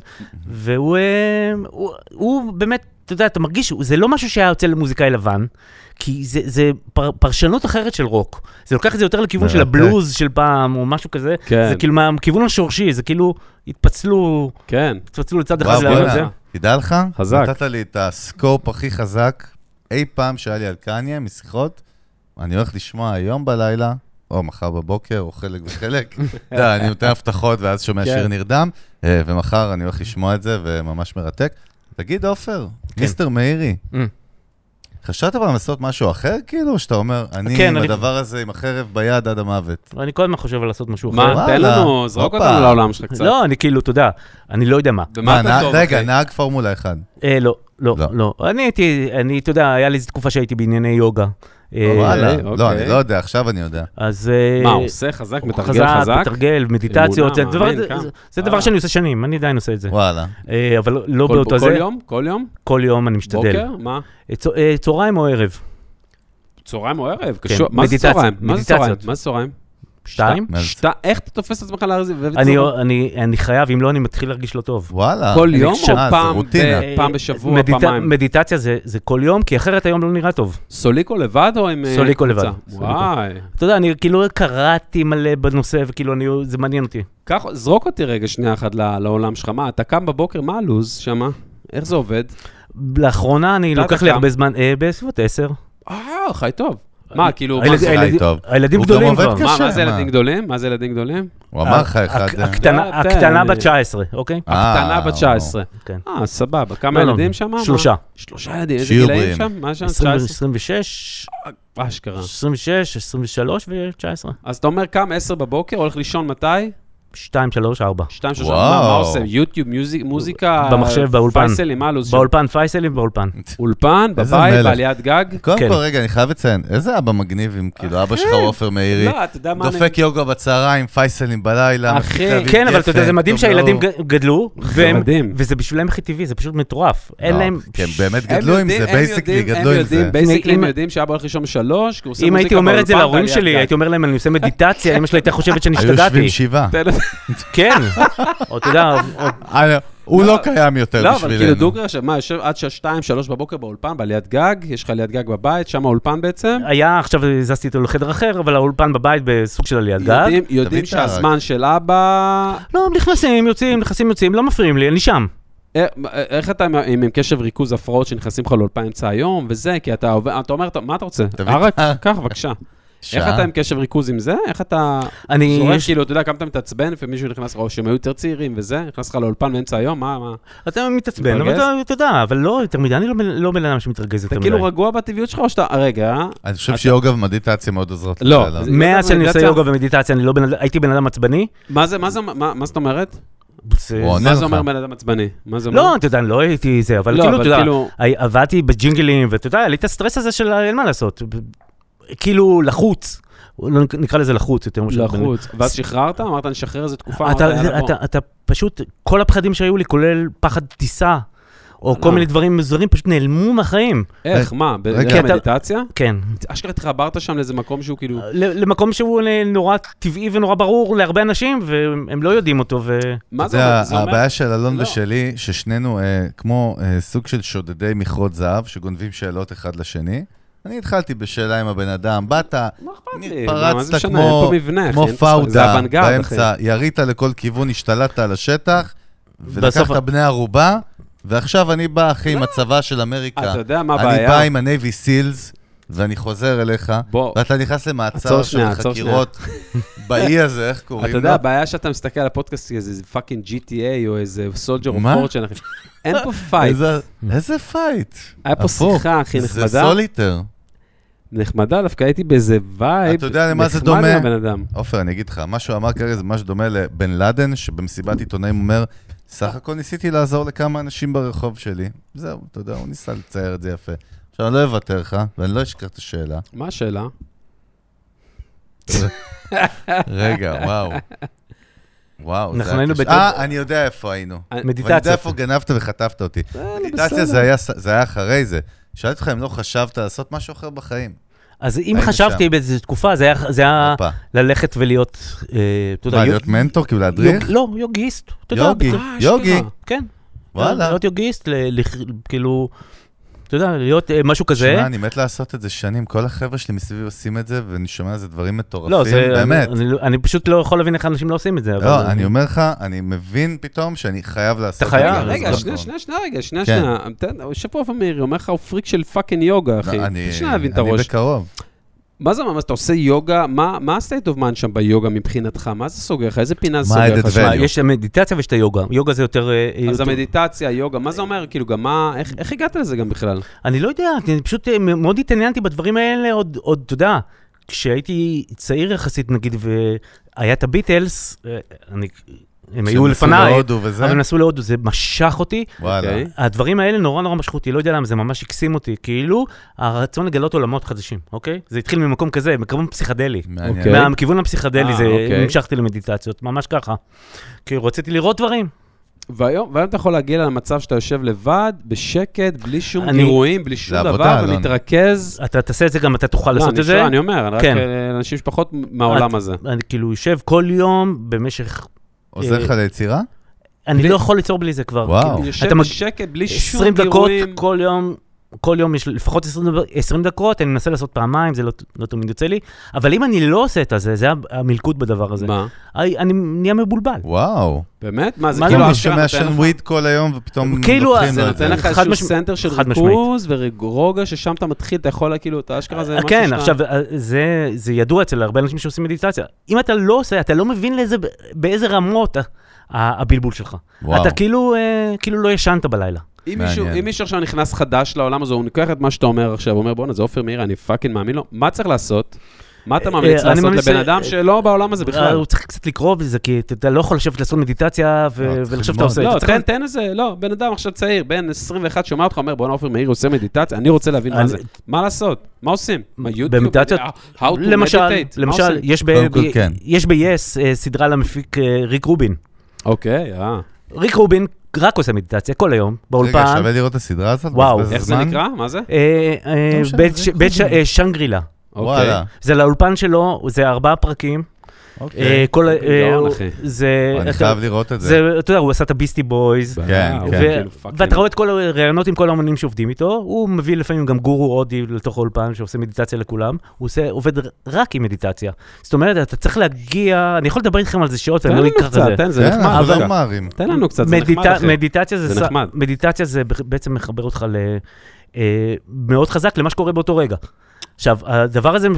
והוא באמת, אתה יודע, אתה מרגיש, זה לא משהו שהיה יוצא למוזיקאי לבן, כי זה פרשנות אחרת של רוק. זה לוקח את זה יותר לכיוון של הבלוז של פעם, או משהו כזה. זה כאילו מהכיוון השורשי, זה כאילו התפצלו לצד אחד לזה. תדע לך, חזק. נתת לי את הסקופ הכי חזק אי פעם שהיה לי על קניה, משיחות. אני הולך לשמוע היום בלילה, או מחר בבוקר, או חלק וחלק. אני נותן הבטחות ואז שומע שיר נרדם, ומחר אני הולך לשמוע את זה, וממש מרתק. תגיד, עופר, מיסטר מאירי, חשבת פעם לעשות משהו אחר, כאילו, שאתה אומר, אני בדבר הזה עם החרב ביד עד המוות? אני כל הזמן חושב על לעשות משהו אחר. מה, תן לנו, זרוק אותנו לעולם שלך קצת. לא, אני כאילו, אתה יודע, אני לא יודע מה. רגע, נהג פורמולה 1. לא. אני, אתה יודע, היה לי איזו תקופה שהייתי בענייני יוגה. וואלה, לא, אני לא יודע, עכשיו אני יודע. אז... מה, הוא עושה חזק, מתרגל חזק? מתרגל, מדיטציות, זה דבר שאני עושה שנים, אני עדיין עושה את זה. וואלה. אבל לא באותו זה. כל יום? כל יום? כל יום אני משתדל. בוקר? מה? צהריים או ערב? צהריים או ערב? מה זה צהריים? מה זה צהריים? 2? איך אתה תופס את עצמך להרזיב? אני חייב, אם לא, אני מתחיל להרגיש לא טוב. וואלה. כל יום או פעם בשבוע, פעמיים? מדיטציה זה כל יום, כי אחרת היום לא נראה טוב. סוליקו לבד או עם... סוליקו לבד. וואי. אתה יודע, אני כאילו קראתי מלא בנושא, וכאילו זה מעניין אותי. זרוק אותי רגע שנייה אחת לעולם שלך. מה, אתה קם בבוקר, מה הלוז שמה? איך זה עובד? לאחרונה אני לוקח לי הרבה זמן, בסביבות 10. חי טוב. מה, כאילו... הילדים גדולים כבר. מה זה ילדים גדולים? מה זה ילדים גדולים? הוא אמר לך אחד... הקטנה בת 19, אוקיי? הקטנה בת 19. סבבה. כמה ילדים שם? 3. 3 ילדים. איזה גילאים שם? מה שם? 26. אשכרה. 26, 23 ו-19. אז אתה אומר, קם 10 בבוקר, הולך לישון מתי? 2, 3, 4. 2, 3, 4. מה עושה? יוטיוב, מוזיקה? במחשב, באולפן. פייסלים, מה לוז? באולפן, פייסלים באולפן. אולפן, בבית, בעליית גג? קודם כל, רגע, אני חייב לציין, איזה אבא מגניב עם, כאילו, אבא שלך עופר מאירי, דופק יוגה בצהריים, פייסלים בלילה, כן, אבל אתה יודע, זה מדהים שהילדים גדלו, וזה בשבילם הכי טבעי, זה פשוט מטורף. אין להם... כן, באמת גדלו עם זה, בייסיקלי גדלו עם זה. בייסיקלי הם יודעים שאבא הולך לישון 3, אם הייתי אומר את זה להורים שלי, הייתי אומר להם, אני עושה מדיטציה, אמא שלי הייתה חושבת שאני השתגעתי. כן, או אתה יודע... הוא לא קיים יותר בשבילנו. לא, אבל כאילו דוגרא, מה, יושב עד 2, 3 בבוקר באולפן, בעליית גג, יש לך עליית גג בבית, שם האולפן בעצם. היה, עכשיו זזתי איתו לחדר אחר, אבל האולפן בבית בסוג של עליית גג. יודעים שהזמן של אבא... לא, נכנסים, יוצאים, לא מפריעים לי, אני שם. איך אתה עם קשב ריכוז הפרעות שנכנסים לך לאולפן אמצע היום, וזה, כי אתה אומר, מה אתה רוצה? ערק, קח, בבקשה. איך אתה עם קשב ריכוז עם זה? איך אתה... זורק, כאילו, אתה יודע, כמה אתה מתעצבן, ומישהו נכנס לך, או שהם היו יותר צעירים וזה, נכנס לך לאולפן באמצע היום, מה? אתה מתעצבן, אבל אתה יודע, אבל לא יותר מדי, אני לא בן אדם שמתרגז יותר מדי. אתה כאילו רגוע בטבעיות שלך, או שאתה... רגע... אני חושב שיוגה ומדיטציה מאוד עוזרות. לא. מאז שאני עושה יוגה ומדיטציה, הייתי בן אדם עצבני. מה זאת אומרת? מה זה אומר בן אדם עצבני? לא, אתה יודע, לא הייתי זה, אבל כאילו, אתה יודע, עבדתי בג'ינגלים, ואתה יודע, היה לי את הסטרס הזה של אין מה לעשות. כאילו לחוץ, נקרא לזה לחוץ יותר. לחוץ, ואז שחררת? אמרת, נשחרר איזה תקופה? אתה פשוט, כל הפחדים שהיו לי, כולל פחד טיסה, או כל מיני דברים מזורים, פשוט נעלמו מהחיים. איך? מה? במדיטציה? כן. אשכרה התחברת שם לאיזה מקום שהוא כאילו... למקום שהוא נורא טבעי ונורא ברור להרבה אנשים, והם לא יודעים אותו. מה זה אומר? הבעיה של אלון ושלי, ששנינו כמו סוג של שודדי מכרות זהב, שגונבים שאלות אחד לשני. אני בשאלה עם הבן אדם, באת, פרצת כמו פאודה באמצע, ירית לכל כיוון, השתלטת על השטח, ולקחת בני ערובה, ועכשיו אני בא, אחי, עם הצבא של אמריקה. אתה יודע מה הבעיה? אני בא עם הנייבי סילס, ואני חוזר אליך, ואתה נכנס למעצר של חקירות באי הזה, איך קוראים לו? אתה יודע, הבעיה שאתה מסתכל על הפודקאסט, איזה פאקינג GTA, או איזה סולג'ר או פורצ'ן, אין פה פייט. איזה פייט? היה פה שיחה, הכי נחמדה. זה סוליטר. נחמדה, דווקא הייתי באיזה וייב. אתה יודע למה זה דומה? עופר, אני אגיד לך, מה שהוא אמר כרגע זה משהו דומה לבן לדן, שבמסיבת עיתונאים אומר, סך הכל ניסיתי לעזור לכמה אנשים ברחוב שלי. זהו, אתה יודע, הוא ניסה לצייר את זה יפה. עכשיו, אני לא אוותר לך, ואני לא אשכח את השאלה. מה השאלה? רגע, וואו, אני יודע איפה היינו. מדיטציה. ואני יודע איפה גנבת וחטפת אותי. מדיטציה זה היה אחרי זה. שאלתי אותך אם לא חשבת לעשות משהו אחר בחיים. אז אם חשבתי באיזו תקופה, זה היה ללכת ולהיות... מה, להיות מנטור, כאילו להדריך? לא, יוגיסט. יוגי. כן. להיות יוגיסט, כאילו... אתה יודע, להיות משהו כזה. שמע, אני מת לעשות את זה שנים. כל החבר'ה שלי מסביב עושים את זה, ואני שומע איזה דברים מטורפים, באמת. אני פשוט לא יכול להבין איך אנשים לא עושים את זה. לא, אני אומר לך, אני מבין פתאום שאני חייב לעשות את זה. אתה חייב? רגע, שנייה. יושב פה מאיר, אומר לך, הוא פריק של פאקינג יוגה, אחי. אני בקרוב. מה זה אומר? אתה עושה יוגה? מה ה-state of mind שם ביוגה מבחינתך? מה זה סוגר לך? איזה פינה זה סוגר לך? יש המדיטציה ויש את היוגה. יוגה זה יותר... אז המדיטציה, היוגה, מה זה אומר? כאילו גם מה... איך הגעת לזה גם בכלל? אני לא יודע, אני פשוט מאוד התעניינתי בדברים האלה עוד, אתה יודע, כשהייתי צעיר יחסית, נגיד, והיה את הביטלס, הם היו לפניי, אבל הם נסעו להודו, זה משך אותי. הדברים האלה נורא משכו אותי, לא יודע למה, זה ממש הקסים אותי. כאילו, הרצון לגלות עולמות חדשים, אוקיי? זה התחיל ממקום כזה, מכיוון פסיכדלי. מהכיוון הפסיכדלי, זה המשכתי למדיטציות, ממש ככה. כי רציתי לראות דברים. והיום אתה יכול להגיע למצב שאתה יושב לבד, בשקט, בלי שום גירויים, בלי שום דבר, ומתרכז. אתה תעשה את זה גם, אתה תוכל לעשות את זה. אני אומר, רק אנשים שפחות מהעולם הזה. אני כאילו יושב כל יום במשך... עוזר לך ליצירה? אני לא יכול ליצור בלי זה כבר. וואו. יושב בשקט, בלי שום גירויים. 20 דקות כל יום, כל יום יש לפחות 20 דקות, אני מנסה לעשות פעמיים, זה לא תמיד יוצא לי, אבל אם אני לא עושה את זה, זה המלכות בדבר הזה. מה? אני נהיה מבולבל. וואו. באמת? מה, זה כאילו מישהו מעשן וויד כל היום, ופתאום כאילו, זה נותן לך איזשהו סנטר של ריכוז ורוגע, ששם אתה מתחיל, אתה יכול כאילו, את האשכרה זה משהו כן, עכשיו, זה ידוע אצל הרבה אנשים שעושים מדיטציה. אם אתה לא עושה, אתה לא מבין באיזה רמות הבלבול שלך. אתה כאילו לא ישנת בלילה. אם מישהו עכשיו נכנס חדש לעולם הזה, הוא ניקח את מה שאתה אומר עכשיו, הוא אומר, בוא'נה, זה עופר מאיר, אני פאקינג מאמין לו. מה צריך לעשות? מה אתה ממליץ לעשות לבן אדם שלא בעולם הזה בכלל? הוא צריך קצת לקרוא בזה, כי אתה לא יכול לשבת לעשות מדיטציה ולחשוב שאתה עושה. לא, תן איזה, לא, בן אדם עכשיו צעיר, בן 21 שומע אותך, אומר, בוא'נה, עופר מאיר עושה מדיטציה, אני רוצה להבין מה זה. מה לעשות? מה עושים? מה יוטיוב? במדיטציות, למשל, יש ב-Yes סדרה למפיק ריק רובין. אוקיי, ריק רובין רק עושה מדיטציה כל היום, באולפן. רגע, שווה לראות את הסדרה הזאת? וואו. איך זה נקרא? מה זה? בית שנגרילה. וואלה. זה לאולפן שלו, זה 4 פרקים. אוקיי. אני חייב לראות את זה. אתה יודע, הוא עשה את הביסטי בויז. כן, כן. ואתה רואה את כל הרעיונות עם כל האמנים שעובדים איתו, הוא מביא לפעמים גם גורו הודי לתוך האולפן, שעושה מדיטציה לכולם, הוא עובד רק עם מדיטציה. זאת אומרת, אתה צריך להגיע, אני יכול לדבר איתכם על זה שעות, אני לא אקח את זה. תן, זה נחמד. תן לנו קצת, זה נחמד לכם. מדיטציה זה בעצם מחבר אותך מאוד חזק למה שקורה באותו רגע. עכשיו, הדבר הזה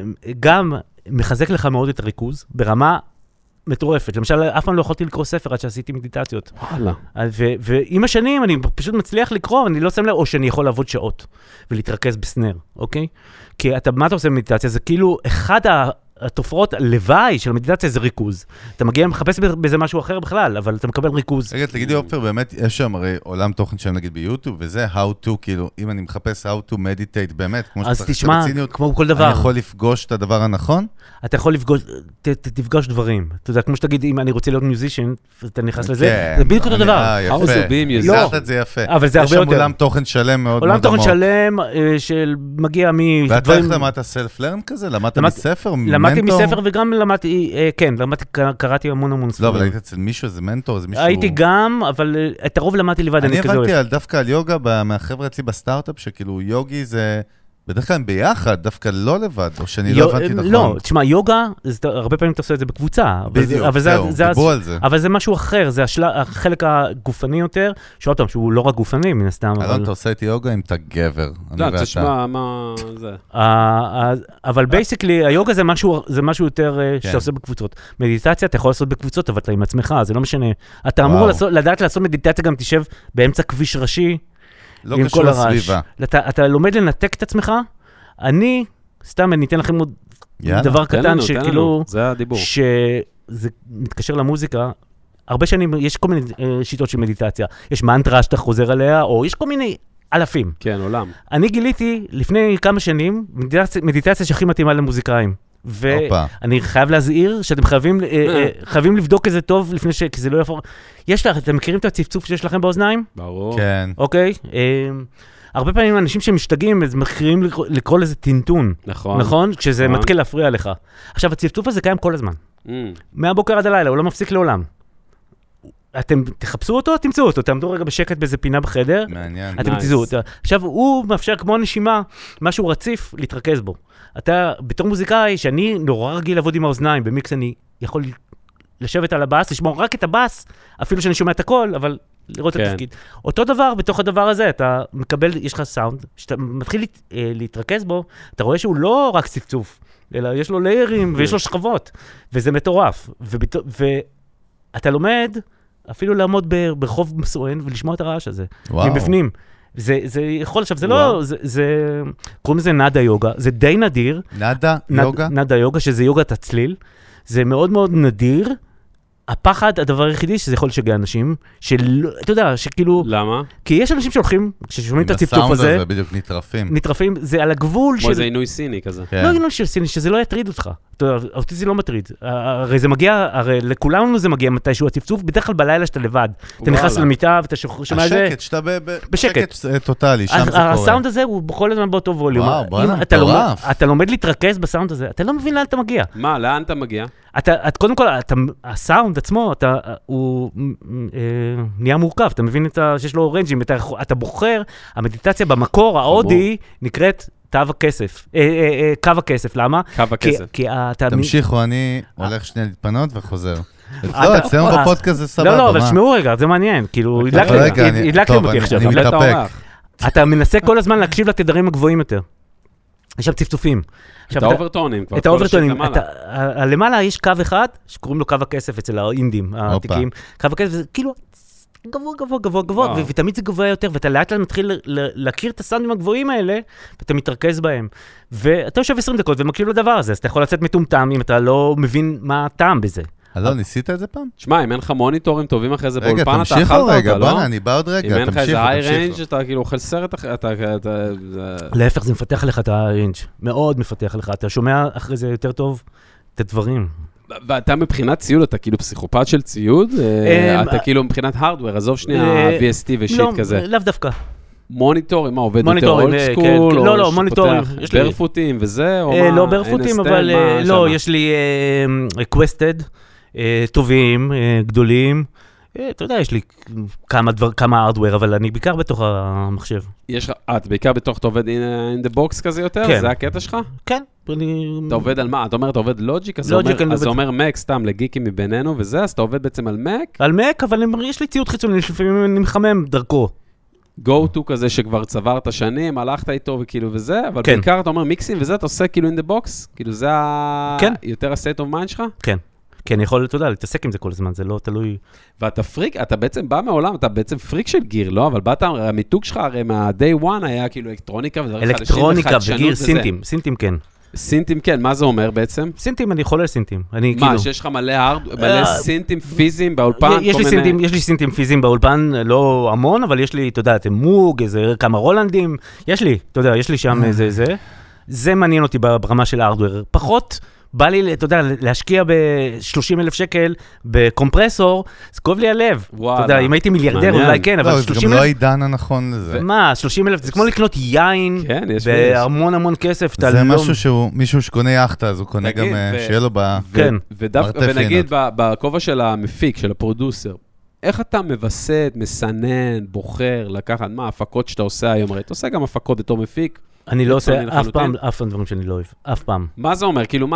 גם מחזק לך מאוד את הריכוז, ברמה מטורפת. למשל, אף פעם לא יכולתי לקרוא ספר עד שעשיתי מדיטציות. וואלה. ועם השנים אני פשוט מצליח לקרוא, ואני לא שם לב, או שאני יכול לעבוד שעות, ולהתרכז בסנר, אוקיי? כי מה אתה עושה במדיטציה? זה כאילו אחד התופעות לוואי של המדיטציה זה ריכוז. אתה מגיע, מחפש בזה משהו אחר בכלל, אבל אתה מקבל ריכוז. רגע, תגידי, אופר, באמת, יש שם הרי עולם תוכן שם נגיד ביוטיוב, וזה how to, כאילו, אם אני מחפש how to meditate, באמת, כמו שצריך רציניות, כמו כל דבר. אני יכול לפגוש את הדבר הנכון? אתה יכול תפגוש דברים. אתה יודע, כמו שתגיד, אם אני רוצה להיות מיוזישן, אתה נכנס לזה, זה בדיוק אותו דבר. יפה, הזכרת את זה יפה. אבל זה הרבה יותר. יש שם עולם תוכן שלם מאוד עולם תוכן שלם של מגיע ואתה איך למדת סלף-לרן כזה? למדת מספר? למדתי מספר וגם למדתי, כן, קראתי המון ספרים. לא, אבל היית אצל מישהו, איזה מנטור, איזה מישהו... הייתי גם, אבל את הרוב למדתי לבד, אני הבנתי דווקא על יוגה מהחבר'ה אצלי בסטארט-אפ, שכאילו יוגי זה... בדרך כלל הם ביחד, דווקא לא לבד, או שאני לא הבנתי נכון. לא, תשמע, יוגה, הרבה פעמים אתה עושה את זה בקבוצה. בדיוק, דיברו על זה. אבל זה משהו אחר, זה החלק הגופני יותר, שעוד פעם, שהוא לא רק גופני, מן הסתם. אלון, אתה עושה איתי יוגה אם אתה גבר. לא, תשמע, מה זה? אבל בייסיקלי, היוגה זה משהו יותר שאתה עושה בקבוצות. מדיטציה אתה יכול לעשות בקבוצות, אבל אתה עם עצמך, זה לא משנה. אתה אמור לדעת לעשות מדיטציה, גם תשב באמצע כביש ראשי, לא קשור לסביבה. אתה לומד לנתק את עצמך, אני, סתם אני אתן לכם עוד דבר קטן, שכאילו, זה הדיבור. שזה מתקשר למוזיקה, הרבה שנים, יש כל מיני שיטות של מדיטציה, יש מנטרה שאתה חוזר עליה, או יש כל מיני אלפים. כן, עולם. אני גיליתי לפני כמה שנים, מדיטציה שהכי מתאימה למוזיקאים. ואני חייב להזהיר שאתם חייבים לבדוק את זה טוב לפני כי זה לא יפור. אתם מכירים את הצפצוף שיש לכם באוזניים? ברור. כן. אוקיי? הרבה פעמים אנשים שמשתגעים, אז מכירים לקרוא לזה טינטון. נכון. נכון? כשזה מתחיל להפריע לך. עכשיו, הצפצוף הזה קיים כל הזמן. מהבוקר עד הלילה, הוא לא מפסיק לעולם. אתם תחפשו אותו, תמצאו אותו, תעמדו רגע בשקט באיזה פינה בחדר. מעניין. אתם תמצאו אותו. עכשיו, הוא מאפשר כמו נשימה, משהו רציף, להתרכז בו. אתה, בתור מוזיקאי, שאני נורא רגיל לעבוד עם האוזניים, במיקס אני יכול לשבת על הבאס, לשמור רק את הבאס, אפילו שאני שומע את הכל, אבל לראות את התפקיד. אותו דבר, בתוך הדבר הזה, אתה מקבל, יש לך סאונד, שאתה מתחיל להתרכז בו, אתה רואה שהוא לא רק צפצוף, אלא יש לו ליירים ויש לו שכבות, וזה מטורף. ואתה לומד אפילו לעמוד ברחוב מסוען ולשמוע את הרעש הזה. וואו. מבפנים. זה יכול, עכשיו, זה לא, קוראים לזה נדה יוגה, זה די נדיר. נדה יוגה? נדה יוגה, שזה יוגת הצליל. זה מאוד מאוד נדיר. הפחד, הדבר היחידי שזה יכול לשגע אנשים, אתה יודע, שכאילו... למה? כי יש אנשים שהולכים, כששומעים את הצפצוף הזה... הסאונד הזה בדיוק נטרפים. נטרפים, זה על הגבול של... כמו איזה עינוי סיני כזה. לא עינוי של סיני, שזה לא יטריד אותך. אותי זה לא מטריד. הרי זה מגיע, הרי לכולנו זה מגיע מתישהו הצפצוף, בדרך כלל בלילה שאתה לבד. אתה נכנס למיטה ואתה שומע את זה... השקט, שאתה בשקט טוטלי, שם זה קורה. הסאונד הזה הוא בכל הזמן באותו ווליום. וואו, בוא'נה, מטורף. אתה לומד להתרכז בסאונד הזה, אתה לא מבין לאן אתה מגיע. מה, לאן אתה מגיע? קודם כל, הסאונד עצמו, הוא נהיה מורכב, אתה מבין שיש לו רנג'ים אנשים, אתה בוחר, המדיטציה במקור, ההודי, נקראת קו הכסף, למה? קו הכסף. תמשיכו, אני הולך שנייה להתפנות וחוזר. לא, אצלנו בפודקאסט זה סבבה. לא, אבל תשמעו רגע, זה מעניין, כאילו, הדלקתם אותי עכשיו. אני מתאפק. אתה מנסה כל הזמן להקשיב לתדרים הגבוהים יותר. יש שם צפצופים. את האוברטונים. את האוברטונים. למעלה יש קו אחד, שקוראים לו קו הכסף אצל האינדים, העתיקים. קו הכסף זה כאילו גבוה, ותמיד זה גבוה יותר, ואתה לאט לאט מתחיל להכיר את הסאונדים הגבוהים האלה, ואתה מתרכז בהם. ואתה יושב 20 דקות ומקשיב לדבר הזה, אז אתה יכול לצאת מטומטם אם אתה לא מבין מה הטעם בזה. לא, ניסית את זה פעם? תשמע, אם אין לך מוניטורים טובים אחרי זה באולפן, אתה אכלת אותה, לא? רגע, תמשיכו רגע, בוא, אני בא עוד רגע, אם אין לך איזה היי ריינג' אתה כאילו אוכל סרט, להפך, זה מפתח לך את הריינג', מאוד מפתח לך, אתה שומע אחרי זה יותר טוב את הדברים. ואתה מבחינת ציוד, אתה כאילו פסיכופת של ציוד? אתה כאילו מבחינת הארדוור, עזוב שנייה VST ושיט כזה. לאו דווקא. מוניטורים, מה עובד יותר אולד סקול? לא, מוניטורים. ברפוטים וזה? לא ברפוטים, אבל לא, יש לי requested, טובים, גדולים. אתה יודע, יש לי כמה הארדוור, אבל אני בעיקר בתוך המחשב. יש לך, את בעיקר בתוך, אתה עובד in the box כזה יותר? כן. זה הקטע שלך? כן. אתה עובד על מה? אתה אומר, אתה עובד לוג'יק? אז זה אומר מק סתם לגיקים מבינינו וזה, אז אתה עובד בעצם על מק? על מק, אבל יש לי ציוד חיצוני, לפעמים אני מחמם דרכו. go to כזה שכבר צברת שנים, הלכת איתו וכאילו וזה, אבל בעיקר אתה אומר מיקסים וזה, אתה עושה כאילו in the box? כאילו זה יותר ה-state of mind שלך? כן. כי אני יכול, אתה יודע, להתעסק עם זה כל הזמן, זה לא תלוי... ואתה פריק, אתה בעצם בא מעולם, אתה בעצם פריק של גיר, לא? אבל באת, המיתוג שלך הרי מה-day one היה כאילו אלקטרוניקה ודברים חדשים וחדשנות וזה. אלקטרוניקה וגיר סינטים, סינטים כן. סינטים כן, מה זה אומר בעצם? סינטים, אני יכול על סינטים. מה, שיש לך מלא סינטים פיזיים באולפן? יש לי סינטים פיזיים באולפן, לא המון, אבל יש לי, אתה יודע, מוג, כמה רולנדים, יש לי, אתה יודע, יש לי שם זה. זה מעניין אותי ברמה של הארדוור. פחות... בא לי, אתה יודע, להשקיע ב-30,000 שקל בקומפרסור, זה כואב לי הלב. אתה יודע, אם הייתי מיליארדר, אולי כן, אבל 30,000... זה גם לא העידן הנכון לזה. מה, 30,000, זה כמו לקנות יין, בהמון המון כסף. זה משהו שהוא, מישהו שקונה יחטה, אז הוא קונה גם, שיהיה לו ונגיד, בכובע של המפיק, של הפרודוסר, איך אתה מבסט, מסנן, בוחר, לקחת, מה, הפקות שאתה עושה היום? הרי אתה עושה גם הפקות בתור מפיק, אני לא עושה אף פעם דברים שאני לא אוהב, אף פעם. מה זה אומר? כאילו,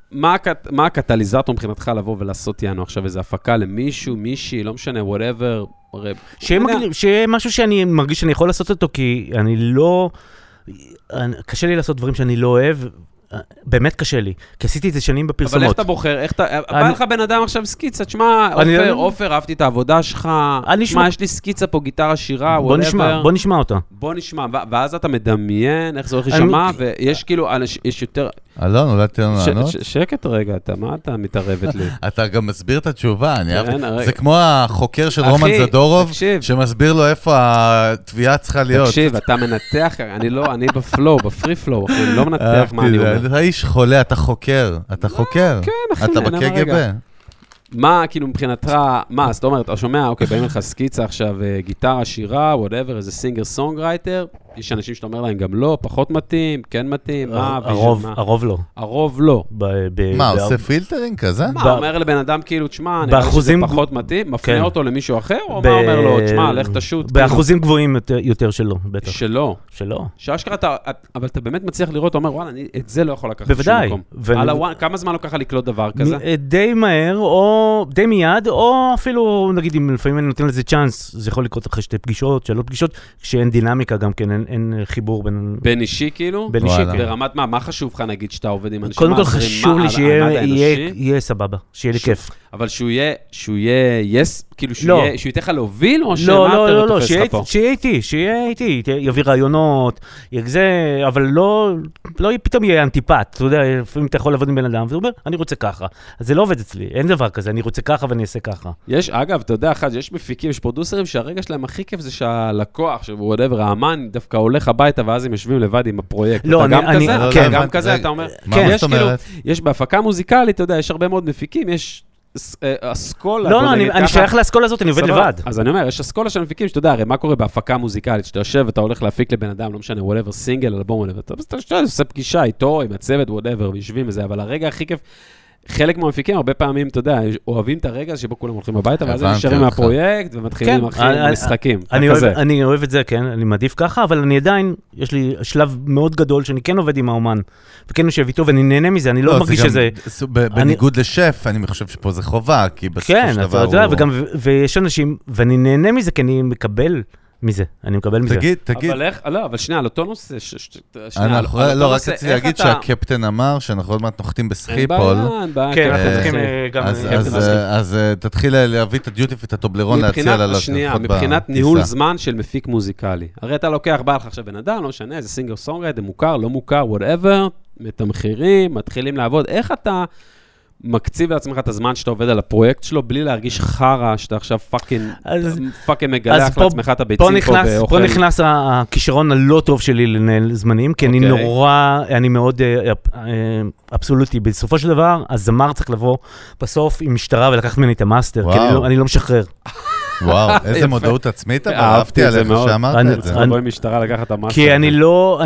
מה הקטליזטור מבחינתך לבוא ולעשות יענו עכשיו איזו הפקה למישהו, מישהי, לא משנה, whatever. שיהיה משהו שאני מרגיש שאני יכול לעשות אותו, כי אני לא... קשה לי לעשות דברים שאני לא אוהב, באמת קשה לי, כי עשיתי את זה שנים בפרסומות. אבל איך אתה בוחר? בא לך בן אדם עכשיו סקיצה, תשמע, עופר, אהבתי את העבודה שלך, תשמע, יש לי סקיצה פה, גיטרה שירה, בוא נשמע אותה. בוא נשמע, ואז אתה מדמיין, איך זה הולך לשמע, ויש כאילו, יש יותר... אלון, אולי תן לנו לענות? שקט רגע, מה אתה מתערבת לי? אתה גם מסביר את התשובה, זה כמו החוקר של רומן זדורוב, שמסביר לו איפה התביעה צריכה להיות. תקשיב, אתה מנתח, אני בפלואו, בפרי פלואו, אני לא מנתח מה אני אומר. אתה איש חולה, אתה חוקר, אתה בקג"ב. מה, כאילו, מבחינתך, מה, זאת אומרת, אתה שומע, אוקיי, באים לך סקיצה עכשיו, גיטרה, שירה, whatever, איזה סינגר, סונגרייטר, יש אנשים שאתה אומר להם גם לא, פחות מתאים, כן מתאים, מה, הרוב לא. הרוב לא. מה, עושה פילטרינג כזה? מה, אומר לבן אדם כאילו, תשמע, נראה לי שזה פחות מתאים, מפנה אותו למישהו אחר, או מה אומר לו, תשמע, לך תשוט. באחוזים גבוהים יותר שלו, בטח. שלו. שאשכרה אבל אתה באמת מצליח לראות, אתה אומר, וואלה, אני את זה לא יכול לקחת בשום מקום. בוודאי. כמה זמן לוקח לקלוט דבר כזה? די מהר, או די מיד, או אפילו, נגיד, אם לפעמים אני נותן לזה צ'אנס, זה יכול לקרות אחרי 2 פגישות, 3 פגישות, כשאין דינמיקה גם כן, אין חיבור בין אישי כאילו? בין אישי, כן. ברמת מה חשוב לך נגיד שאתה עובד עם אנשים? קודם כל חשוב לי שיהיה סבבה, שיהיה לי כיף. אבל שהוא יהיה, כאילו שהוא ייתן לך להוביל, או שמה אתה לא תופס לך פה? שיהיה איתי, יביא רעיונות, אבל לא פתאום יהיה אנטיפט, אתה יודע, לפעמים אתה יכול לעבוד עם בן אדם, והוא אומר, אני רוצה ככה. אז זה לא עובד אצלי, אין דבר כזה, אני רוצה ככה ואני אעשה ככה. יש, אגב, אתה יודע, יש מפיקים, יש פרודוסרים שהרגע שלהם הכי כיף זה שהלקוח, whatever, האמן דווקא הולך הביתה, ואז הם יושבים לבד עם הפרויקט. לא, גם כזה, אתה אומר, יש בהפקה מוזיקלית, אתה יודע, יש הרבה מאוד מפיקים, יש אסכולה. לא, אני שייך לאסכולה הזאת, אני עובד לבד. אז אני אומר, יש אסכולה של מפיקים, שאתה יודע, הרי מה קורה בהפקה מוזיקלית, שאתה יושב ואתה הולך להפיק לבן אדם, לא משנה, whatever, סינגל, אלבום, whatever, אתה עושה פגישה איתו, עם הצוות, whatever, ויושבים וזה, אבל הרגע הכי כיף, חלק מהמפיקים, הרבה פעמים, אתה יודע, אוהבים את הרגע שבו כולם הולכים הביתה, ואז הם נשארים מהפרויקט, ומתחילים משחקים. אני אוהב את זה, כן, אני מעדיף ככה, אבל אני עדיין, יש לי שלב מאוד גדול, שאני כן עובד עם האומן, וכן יושב איתו, ואני נהנה מזה, אני לא מרגיש שזה... בניגוד לשף, אני חושב שפה זה חובה, כי בסופו של דבר הוא... כן, אתה יודע, ויש אנשים, ואני נהנה מזה, כי אני מקבל מזה, אני מקבל מזה. תגיד. אבל שנייה, על אותו נושא, לא, רק רציתי להגיד שהקפטן אמר שאנחנו עוד מעט נוחתים בסחיפול. כן, אנחנו צריכים גם... אז תתחיל להביא את הדיוטי ואת הטובלרון להציע ללקוחות. שנייה, מבחינת ניהול זמן של מפיק מוזיקלי. הרי אתה לוקח, בא לך עכשיו בן אדם, לא משנה, איזה סינגר סונגרייטר, מוכר, לא מוכר, whatever, מתמחירים, מתחילים לעבוד. איך אתה מקציב לעצמך את הזמן שאתה עובד על הפרויקט שלו, בלי להרגיש חרה, שאתה עכשיו פאקינג מגלח לעצמך את הביצים פה באוכל. פה נכנס הכישרון הלא טוב שלי לנהל זמנים, כי אני מאוד אבסולוטי. בסופו של דבר, הזמר צריך לבוא בסוף עם משטרה ולקחת ממני את המאסטר, כי אני לא משחרר. וואו, איזה מודעות עצמית, אבל אהבתי עליך שאמרת את זה. אני בואי משטרה לקחת את המאסטר. כי אני לא,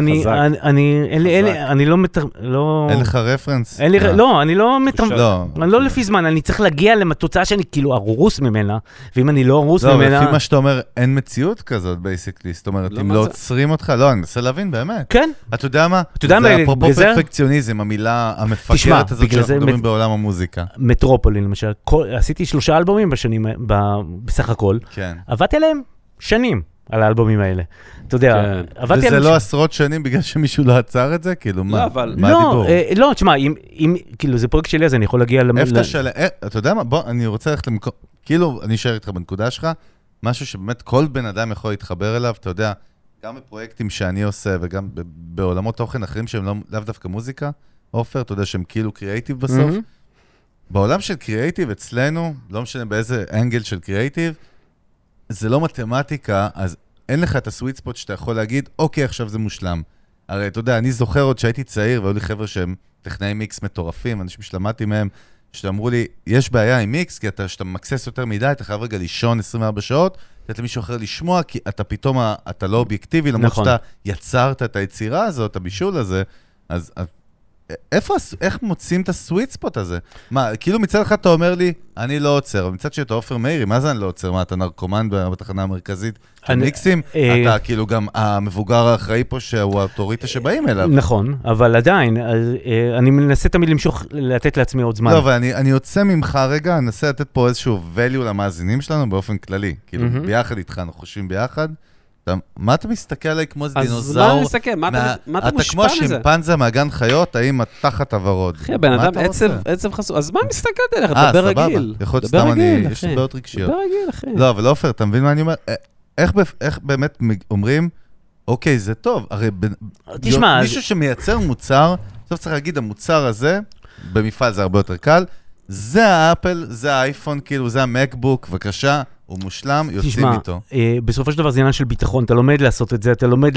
אין לך רפרנס? לא, אני לא לפי זמן, אני צריך להגיע לתוצאה שאני כאילו ארוס ממנה, ואם אני לא ארוס ממנה... לא, לפי מה שאתה אומר, אין מציאות כזאת, בייסיקלי, זאת אומרת, אם לא עוצרים אותך, לא, אני מנסה להבין, באמת. כן. אתה יודע מה? זה אפרופו פרפקציוניזם, המילה המפגרת הזאת שאנחנו מדברים בעולם המוזיקה. מטרופולין, למשל, עשיתי 3 אלבומים בשנים, בסך הכל. עבדתי עליהם שנים, על האלבומים האלה. אתה יודע, עבדתי עליהם... וזה לא עשרות שנים בגלל שמישהו לא עצר את זה? כאילו, מה הדיבור? לא, תשמע, אם, כאילו, זה פרויקט שלי, אז אני יכול להגיע... אתה יודע מה? בוא, אני רוצה ללכת למקום... כאילו, אני אשאר איתך בנקודה שלך, משהו שבאמת כל בן אדם יכול להתחבר אליו, אתה יודע, גם בפרויקטים שאני עושה, וגם בעולמות תוכן אחרים שהם לאו דווקא מוזיקה, עופר, אתה יודע שהם כאילו קריאייטיב בסוף. בעולם של קריאייטיב אצלנו, לא משנה באיזה אנגל של קריאייטיב, זה לא מתמטיקה, אז אין לך את הסוויט ספוט שאתה יכול להגיד, אוקיי, עכשיו זה מושלם. הרי אתה יודע, אני זוכר עוד שהייתי צעיר, והיו לי חבר'ה שהם טכנאי מיקס מטורפים, אנשים שלמדתי מהם, שאמרו לי, יש בעיה עם מיקס, כי כשאתה מקסס יותר מדי, אתה חייב רגע לישון 24 שעות, לתת למישהו אחר לשמוע, כי אתה פתאום, אתה לא אובייקטיבי, למרות שאתה יצרת את היצירה הזאת, הבישול הזה, אז איך מוצאים את הסוויט ספוט הזה? מה, כאילו מצד אחד אתה אומר לי, אני לא עוצר, אבל מצד שאתה עופר מאירי, מה זה אני לא עוצר? מה, אתה נרקומן בתחנה המרכזית של מיקסים? אתה כאילו גם המבוגר האחראי פה שהוא האוטוריטה שבאים אליו. נכון, אבל עדיין, אני מנסה תמיד למשוך, לתת לעצמי עוד זמן. לא, אבל אני יוצא ממך רגע, אני אנסה לתת פה איזשהו value למאזינים שלנו באופן כללי. כאילו, ביחד איתך, אנחנו חושבים ביחד. מה אתה מסתכל עליי כמו איזה דינוזאור? אז מה אני מסתכל? מה אתה מושפע מזה? אתה כמו שימפנזה מהגן חיות, האם התחת הוורוד? אחי, בן אדם עצב חסום. אז מה מסתכלת עליך? דבר רגיל. יכול להיות סתם יש לי בעיות רגשיות. דבר רגיל, אחי. לא, אבל לא עופר, אתה מבין מה אני אומר? איך באמת אומרים, אוקיי, זה טוב. הרי מישהו שמייצר מוצר, בסוף צריך להגיד, המוצר הזה, במפעל זה הרבה יותר קל, זה האפל, זה האייפון, כאילו, זה המקבוק, בבקשה. הוא מושלם, יוצאים איתו. בסופו של דבר זה עניין של ביטחון, אתה לומד לעשות את זה,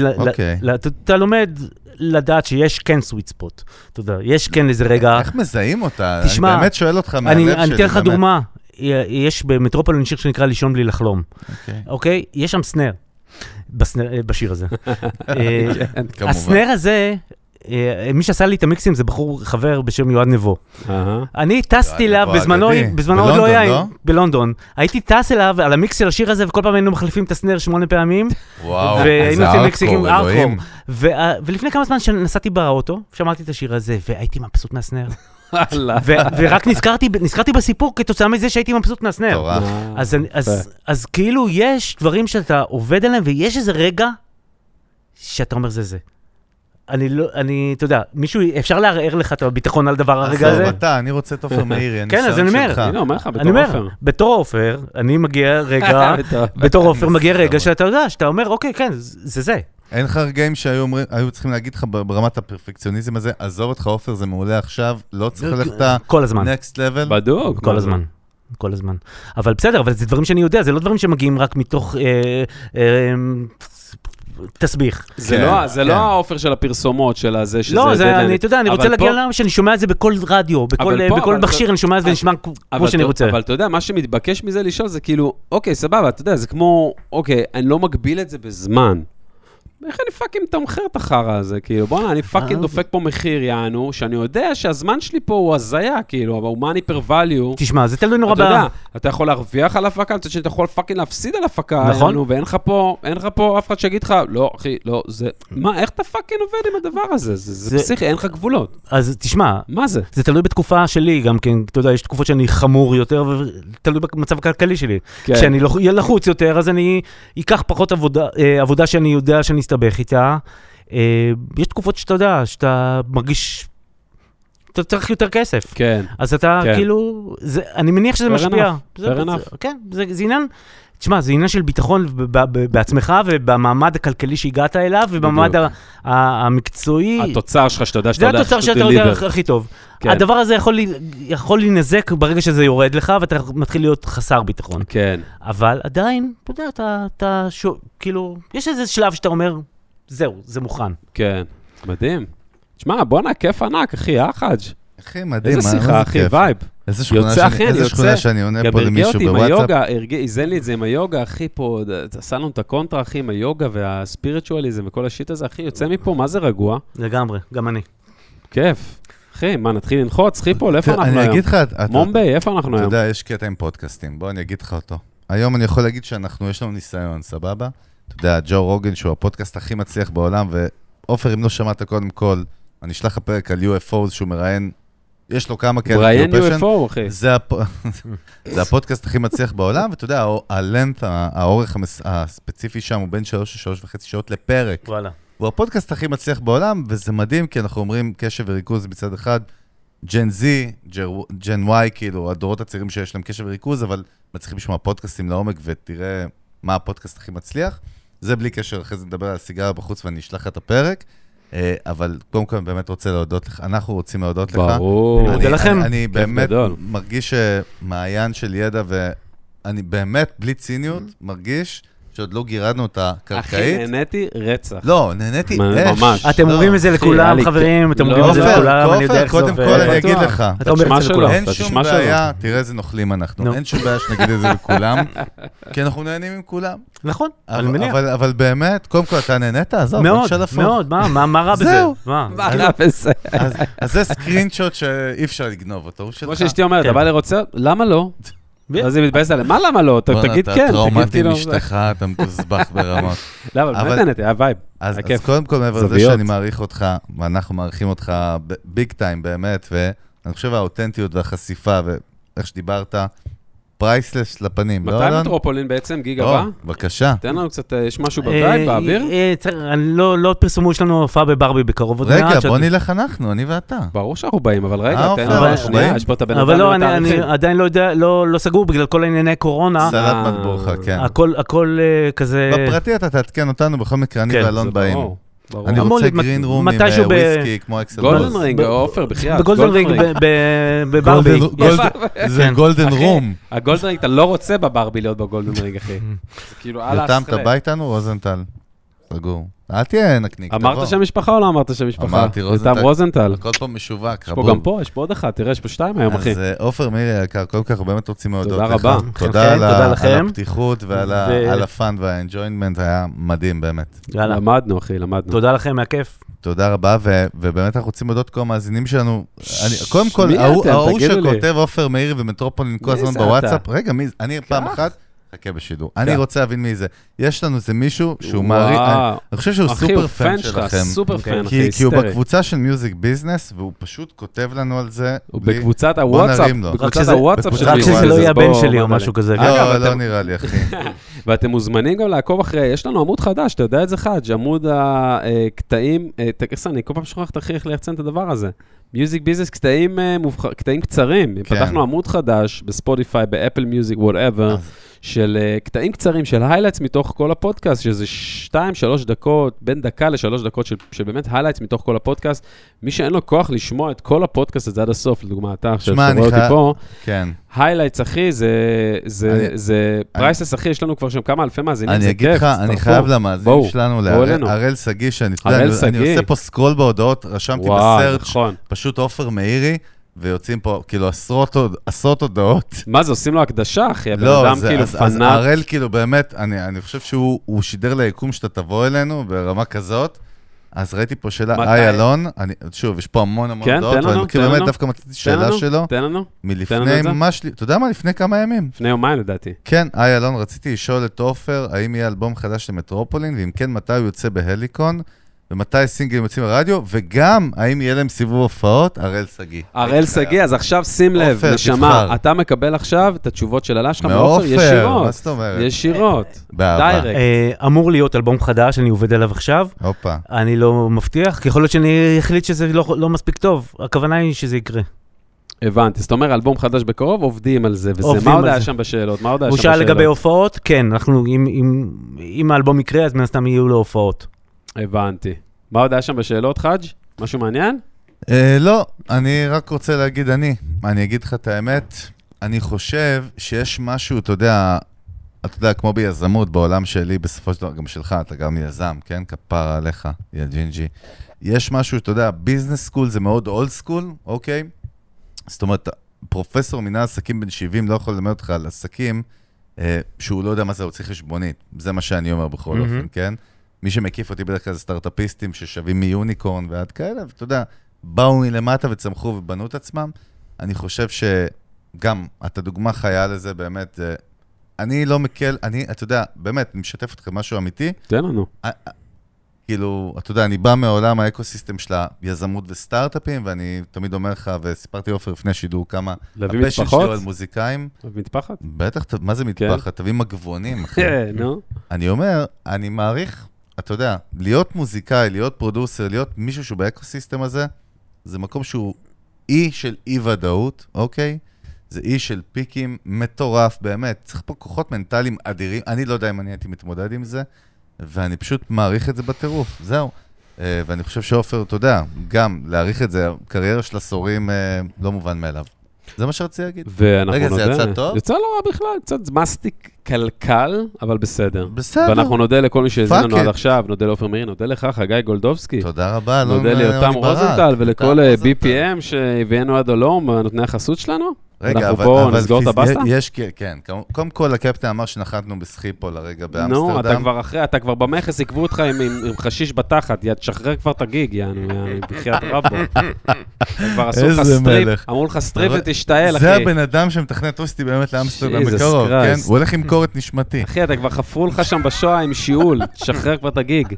אתה לומד לדעת שיש כן סוויט ספוט, אתה יודע, יש כן איזה רגע... איך מזהים אותה? אני באמת שואל אותך מהלב שלי. אני אתן לך דוגמה, יש במטרופולין שיר שנקרא לישון בלי לחלום, אוקיי? יש שם סנר, בשיר הזה. הסנר הזה... מי שעשה לי את המיקסים זה בחור חבר בשם יועד נבו. אני טסתי אליו, בזמנו עוד לא היה, בלונדון. הייתי טס אליו על המיקס של השיר הזה, וכל פעם היינו מחליפים את הסנר 8 פעמים. וואו, והיינו עושים מיקסים ארקור. ולפני כמה זמן שנסעתי באוטו, שמעתי את השיר הזה, והייתי מבסוט מהסנר. ורק נזכרתי בסיפור כתוצאה מזה שהייתי מבסוט מהסנר. אז כאילו יש דברים שאתה עובד עליהם, ויש איזה רגע שאתה אומר זה. אתה יודע, מישהו, אפשר לערער לך את הביטחון על דבר הרגע הזה? אני רוצה את עופר מאירי, כן, אז אני אומר, בתור עופר, אני מגיע רגע, בתור עופר מגיע רגע שאתה יודע, שאתה אומר, אוקיי, כן, זה. אין לך רגעים שהיו צריכים להגיד לך ברמת הפרפקציוניזם הזה, עזוב אותך עופר, זה מעולה עכשיו, לא צריך ללכת next level? בדוק. כל הזמן. אבל בסדר, אבל זה דברים שאני יודע, זה לא דברים שמגיעים רק מתוך... תסביך. זה לא האופר של הפרסומות של הזה, שזה... לא, אתה יודע, אני רוצה להגיע למה שאני שומע את זה בכל רדיו, בכל מכשיר אני שומע את זה ונשמע כמו שאני רוצה. אבל אתה יודע, מה שמתבקש מזה לשאול זה כאילו, אוקיי, סבבה, אתה יודע, זה כמו, אוקיי, אני לא מגביל את זה בזמן. איך אני פאקינג תמחר את החרא הזה, כאילו, בוא'נה, אני פאקינג דופק פה מחיר, יענו, שאני יודע שהזמן שלי פה הוא הזיה, כאילו, אבל הוא money per value. תשמע, זה תלוי נורא אתה יודע, אתה יכול להרוויח על הפקה, אתה יכול פאקינג להפסיד על הפקה, יענו, ואין לך פה אף אחד שיגיד לך, לא, אחי, לא, זה, מה, איך אתה פאקינג עובד עם הדבר הזה? זה פסיכי, אין לך גבולות. אז תשמע, מה זה? זה תלוי בתקופה שלי, גם כן, אתה יודע, יש תקופות שאני חמור יותר, ותלוי במצב הכלכלי שלי. כשאני לחוץ יותר, אז אני אקח פחות עבודה שאני יודע שאני אסתבך איתה. יש תקופות שאתה יודע, שאתה מרגיש, אתה צריך יותר כסף. כן. אז אתה כאילו, אני מניח שזה משפיע. כן, זה עניין, תשמע, זה עניין של ביטחון בעצמך ובמעמד הכלכלי שהגעת אליו, ובמעמד המקצועי. התוצר שלך שאתה יודע שאתה יודע. זה התוצר שאתה יודע הכי טוב. הדבר הזה יכול להינזק ברגע שזה יורד לך, ואתה מתחיל להיות חסר ביטחון. כן. אבל עדיין, אתה יודע, אתה כאילו, יש איזה שלב שאתה אומר, זהו, זה מוכן. כן, מדהים. תשמע, בוא'נה, כיף ענק, אחי, חג'. אחי, מדהים. איזה שיחה, אחי, וייב. איזה שכונה שאני עונה פה למישהו בוואטסאפ. איזן לי את זה עם היוגה, אחי, פה, עשה לנו את הקונטרה, אחי, עם היוגה והספיריטואליזם וכל השיט הזה, אחי, יוצא מפה, מה זה רגוע? לגמרי, גם אני. כיף. אחי, מה, נתחיל לנחוץ? אחי פה, איפה אנחנו היום? אני אגיד לך... מומביי, איפה אנחנו היום? אתה יודע, יש קטע עם פודקאסטים, בוא אני אגיד לך אותו. היום אני יכול להגיד יש לנו ניסיון, סבבה? אתה יודע, ג'ו רוגן, שהוא הפודקאסט הכי מצליח בעולם, ואופר, אם לא שמעת קודם כל, אני אשלח הפרק על UFOs שהוא מראיין, יש לו כמה כאלה. הוא ראיין UFO, אחי. זה הפודקאסט הכי מצליח בעולם, ואתה יודע, הלנט, האורך הספציפי שם הוא בין 3 ל3.5 שעות לפרק. וואלה. הוא הפודקאסט הכי מצליח בעולם, וזה מדהים, כי אנחנו אומרים קשב וריכוז בצד אחד, ג'ן Z, ג'ן Y, כאילו, הדורות הצעירים שיש להם קשב וריכוז, אבל מצליחים לשמוע פודקאסטים לעומק, ותראה מה הפודקאסט הכי מצליח. זה בלי קשר, אחרי זה נדבר על הסיגריה בחוץ, ואני אשלח את הפרק. אבל קודם כל באמת רוצה להודות לך, אנחנו רוצים להודות לך. ברור. אני באמת מרגיש מעיין של ידע, ואני באמת, בלי ציניות, מרגיש שעוד לא גירדנו את הקרקעית. אחי, נהניתי רצח. לא, נהניתי אש. ממש. אתם אומרים את זה לכולם, חברים, אתם אומרים את זה לכולם, אני יודע איך זה עובד. קודם כל אני אגיד לך. אתה אומר את זה לכולם. אין שום בעיה, תראה איזה נוכלים אנחנו. אין שום בעיה שנגיד את זה לכולם, כי אנחנו נהנים עם כולם. נכון, אני מניח. אבל באמת, קודם כל אתה נהנית, עזוב, מאוד, מאוד, מה רע בזה? מה רע בזה? אז זה סקרינשוט שאי אפשר לגנוב אותו. כמו שאשתי אומרת, אבל אני רוצה, למה לא? אז היא מתבאסת עליהם, מה למה לא? תגיד כן. אתה טראומטי עם אשתך, אתה מתוסבך ברמות. לא, אבל באמת נהנתי, היה וייב. אז קודם כל מעבר לזה שאני מעריך אותך, ואנחנו מעריכים אותך ביג טיים באמת, ואני חושב האותנטיות והחשיפה, ואיך שדיברת, פרייסלס לפנים. מתי מטרופולין בעצם, גיג הבא? בבקשה. תן לנו קצת, יש משהו בווייב, באוויר? לא פרסמו, יש לנו הופעה בברבי בקרוב עוד מעט. רגע, בוא נלך אנחנו, אני ואתה. ברור שאנחנו באים, אבל רגע, תן לנו שנייה, יש פה את הבן אדם. אבל לא, אני עדיין לא יודע, לא סגור בגלל כל הענייני קורונה. סלט מטבוחה, כן. הכל כזה... בפרטי אתה תעדכן אותנו, בכל מקרה אני ואלון באים. אני רוצה גרין רום עם וויסקי, כמו אקסל. גולדן רינג, אופר, בחייאת. בגולדן רינג, בברבי. זה גולדן רום. הגולדן רינג, אתה לא רוצה בברבי להיות בגולדן רינג, אחי. זה כאילו על יותם, אתה בא איתנו, רוזנטל? סגור. אל תהיה נקניק, תבוא. אמרת שם משפחה או לא אמרת שם משפחה? אמרתי רוזנטל. יותם רוזנטל. הכל פה משווק, יש פה גם פה, יש פה עוד אחד, תראה, יש פה 2 היום, אחי. אז עופר מירי היקר, כל כך באמת רוצים להודות לך. תודה רבה. תודה על הפתיחות ועל הפאן והאנג'וינמנט, היה מדהים באמת. למדנו, אחי, למדנו. תודה לכם, מהכיף. תודה רבה, ובאמת אנחנו רוצים להודות כל המאזינים שלנו. קודם כל, ההוא שכותב עופר מאירי ומטרופולין כל הזמן בוואטסאפ, רגע, אני פעם אחת, חכה בשידור. אני רוצה להבין מי זה. יש לנו איזה מישהו שהוא מעריך, אני חושב שהוא סופר פן שלכם. סופר פן, אחי, כי הוא בקבוצה של מיוזיק ביזנס, והוא פשוט כותב לנו על זה. הוא בקבוצת הוואטסאפ. בקבוצת הוואטסאפ שלי. רק שזה לא יהיה הבן שלי או משהו כזה. לא נראה לי, אחי. ואתם מוזמנים גם לעקוב אחרי, יש לנו עמוד חדש, אתה יודע את זה חדש, עמוד הקטעים, אני כל פעם שוכח איך לייצן את הדבר הזה. מיוזיק ביזנס, קטעים קצרים. פתחנו עמוד חדש בספוטיפיי, באפל מיוזיק, whatever, של קטעים קצרים, של היילייטס מתוך כל הפודקאסט, שזה 2-3 דקות, בין דקה ל3 דקות של באמת היילייטס מתוך כל הפודקאסט. מי שאין לו כוח לשמוע את כל הפודקאסט הזה עד הסוף, לדוגמה, אתה עכשיו שרואה אותי פה, היילייטס, אחי, זה פרייסס, אחי, יש לנו כבר שם כמה אלפי מאזינים, זה כיף. אני חייב למאזינים שלנו, להראל סגי, שאני עושה פה סקרול בהודעות, רשמתי בסרצ' פשוט עופר מאירי, ויוצאים פה כאילו עשרות הודעות. מה זה, עושים לו הקדשה, אחי? לא, אז הראל כאילו באמת, אני חושב שהוא שידר ליקום שאתה תבוא אלינו ברמה כזאת, אז ראיתי פה שאלה, היי אלון, שוב, יש פה המון הודעות, ואני מכיר באמת דווקא מצאתי שאלה שלו. תן לנו. מלפני ממש, אתה יודע מה? לפני כמה ימים. לפני יומיים לדעתי. כן, היי אלון, רציתי לשאול את עופר, האם יהיה אלבום חדש למטרופולין, ואם כן, מתי הוא יוצא בהליקון, ומתי סינגלים יוצאים ברדיו, וגם האם יהיה להם סיבוב הופעות, הראל סגי. הראל סגי, אז עכשיו שים לב, נשמה, אתה מקבל עכשיו את התשובות של הלש שלך מעופר, ישירות. מה זאת אומרת? ישירות. דיירקט. אמור להיות אלבום חדש, אני עובד עליו עכשיו. הופה. אני לא מבטיח, כי יכול להיות שאני החליט שזה לא מספיק טוב. הכוונה היא שזה יקרה. הבנתי, זאת אומרת, אלבום חדש בקרוב, עובדים על זה, וזה, מה עוד היה שם בשאלות? הוא שאל לגבי הופעות, כן, אם האלבום יקרה, אז מן הסתם יהיו לו הופעות. הבנתי. מה עוד היה שם בשאלות, חאג'? משהו מעניין? לא, אני רק רוצה להגיד אני אגיד לך את האמת, אני חושב שיש משהו, אתה יודע, כמו ביזמות, בעולם שלי, בסופו של דבר, גם שלך, אתה גם יזם, כן? כפרה עליך, יא ג'ינג'י. יש משהו, אתה יודע, ביזנס סקול זה מאוד אולד סקול, אוקיי? זאת אומרת, פרופסור מנהל עסקים בן 70 לא יכול ללמד אותך על עסקים, שהוא לא יודע מה זה, הוא צריך חשבונית. זה מה שאני אומר בכל אופן, כן? מי שמקיף אותי בדרך כלל זה סטארט-אפיסטים ששווים מיוניקורן ועד כאלה, ואתה יודע, באו מלמטה וצמחו ובנו את עצמם. אני חושב שגם, אתה דוגמה חיה לזה באמת, אני לא מקל, אתה יודע, באמת, אני משתף אותך משהו אמיתי. תן לנו. כאילו, אתה יודע, אני בא מעולם האקוסיסטם של היזמות וסטארט-אפים, ואני תמיד אומר לך, וסיפרתי אופר לפני שידור כמה הפשן שלו על מוזיקאים. מטפחת? בטח, מה זה מטפחת? תביא מגבונים, אחי. נו. אני אומר, אני מעריך, אתה יודע, להיות מוזיקאי, להיות פרודוסר, להיות מישהו שהוא באקוסיסטם הזה, זה מקום שהוא אי של אי-ודאות, אוקיי? זה אי של פיקים מטורף, באמת. צריך פה כוחות מנטליים אדירים. אני לא יודע אם אני הייתי מתמודד עם זה, ואני פשוט מעריך את זה בטירוף, זהו. ואני חושב שאופר, אתה יודע, גם להעריך את זה, קריירה של עשורים לא מובן מאליו. זה מה שרציתי להגיד. רגע, זה יצא טוב? יצא לא רע בכלל, קצת מסטיק קלקל, אבל בסדר. בסדר. ואנחנו נודה לכל מי שהזין לנו עד עכשיו, נודה לאופר מאיר, נודה לך, חגי גולדובסקי. תודה רבה. נודה ליותם רוזנטל ולכל BPM שהביאנו עד הלום, נותני החסות שלנו. רגע, אנחנו פה נסגור את הבסטה? כן. קודם כל, הקפטן אמר שנחתנו בסחיפול הרגע באמסטרדם. נו, אתה כבר אחרי, אתה כבר במכס, עקבו אותך עם חשיש בתחת, תשחרר כבר את הגיג, יענו, בחיית רבו. כבר עשו לך סטריפ, אמרו לך סטריפ ותשתעל, אחי. זה הבן אדם שמתכנן אותי באמת לאמסטרדם בקרוב, כן? הוא הולך למכור את נשמתי. אחי, אתה כבר חפרו לך שם בשואה עם שיעול, תשחרר כבר את הגיג.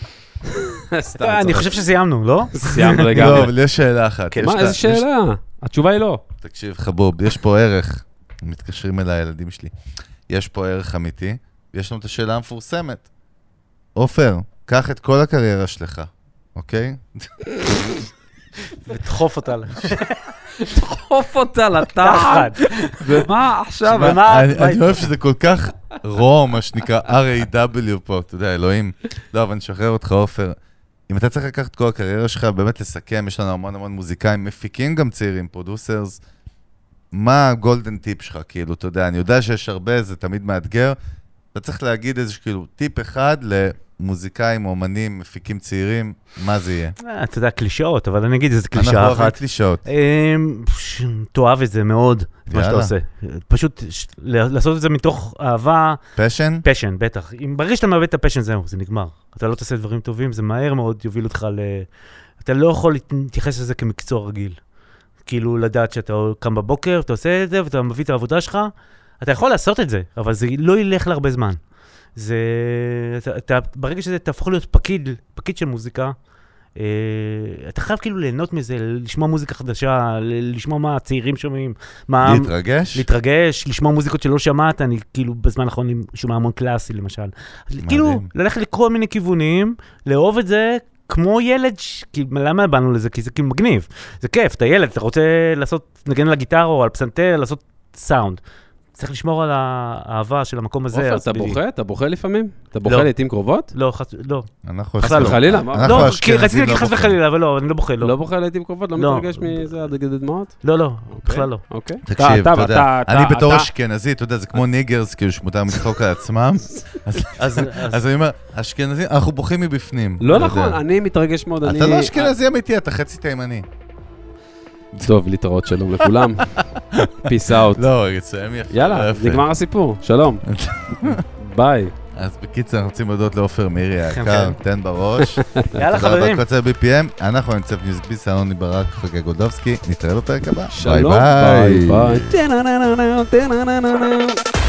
אני חושב שסיימנו, לא? סיימנו לגמרי. לא, אבל יש שאלה אחת. מה, איזה שאלה? התשובה היא לא. תקשיב, חבוב, יש פה ערך, מתקשרים אליי הילדים שלי, יש פה ערך אמיתי, יש לנו את השאלה המפורסמת. עופר, קח את כל הקריירה שלך, אוקיי? ודחוף אותה. דחוף אותה לתחת. ומה עכשיו? אני אוהב שזה כל כך רוע, מה שנקרא R.A.W. פה, אתה יודע, אלוהים. לא, אבל נשחרר אותך, עופר. אם אתה צריך לקחת את כל הקריירה שלך, באמת לסכם, יש לנו המון מוזיקאים, מפיקים גם צעירים, פרודוסרס, מה הגולדן טיפ שלך, כאילו, אתה יודע, אני יודע שיש הרבה, זה תמיד מאתגר, אתה צריך להגיד איזה כאילו טיפ אחד למוזיקאים, אומנים, מפיקים צעירים, מה זה יהיה? אתה יודע, קלישאות, אבל אני אגיד איזה קלישה אחת. אנחנו אוהבים קלישאות. תאהב את זה מאוד, מה שאתה עושה. פשוט לעשות את זה מתוך אהבה. פשן? פשן, בטח. ברגע שאתה מאבד את הפשן, זהו, זה נגמר. אתה לא תעשה דברים טובים, זה מהר מאוד יוביל אותך אתה לא יכול להתייחס לזה כמקצוע רגיל. כאילו לדעת שאתה קם בבוקר, אתה עושה את זה, ואתה מביא את העבודה שלך, אתה יכול לעשות את זה, אבל זה לא ילך להרבה זמן. ברגע שזה תהפוך להיות פקיד של מוזיקה, אתה חייב כאילו ליהנות מזה, לשמוע מוזיקה חדשה, לשמוע מה הצעירים שומעים. להתרגש? להתרגש, לשמוע מוזיקות שלא שמעת, אני כאילו בזמן האחרון שומע המון קלאסי למשל. כאילו, ללכת לקרוא מיני כיוונים, לאהוב את זה כמו ילד, למה באנו לזה? כי זה כאילו מגניב. זה כיף, אתה ילד, אתה רוצה לנגן על הגיטרה או על פסנתר, לעשות סאונד. צריך לשמור על האהבה של המקום הזה. עופר, אתה בוכה? אתה בוכה לפעמים? אתה בוכה לעתים קרובות? לא, לא. חס וחלילה? לא, רציתי להגיד חס וחלילה, אבל לא, אני לא בוכה, לא. לא בוכה לעתים קרובות? לא מתרגש מזה עד דמעות? לא, בכלל לא. אוקיי. תקשיב, אתה יודע, אני בתור אשכנזי, אתה יודע, זה כמו ניגרס, כאילו שמותר מצחוק על עצמם. אז אני אומר, אשכנזי, אנחנו בוכים מבפנים. לא נכון, אני מתרגש מאוד. אתה לא אשכנזי אמיתי, אתה חצי תימני. טוב, להתראות, שלום לכולם. Peace out. לא, יצאים יפה. יאללה, נגמר הסיפור. שלום. ביי. אז בקיצור, אנחנו רוצים להודות לעופר מירי היקר, תן בראש. יאללה חברים. תודה רבה, קוצר BPM. אנחנו נמצא בניוזביס, אלוני ברק, חגי גולדובסקי. נתראה בפרק הבא. שלום, ביי ביי.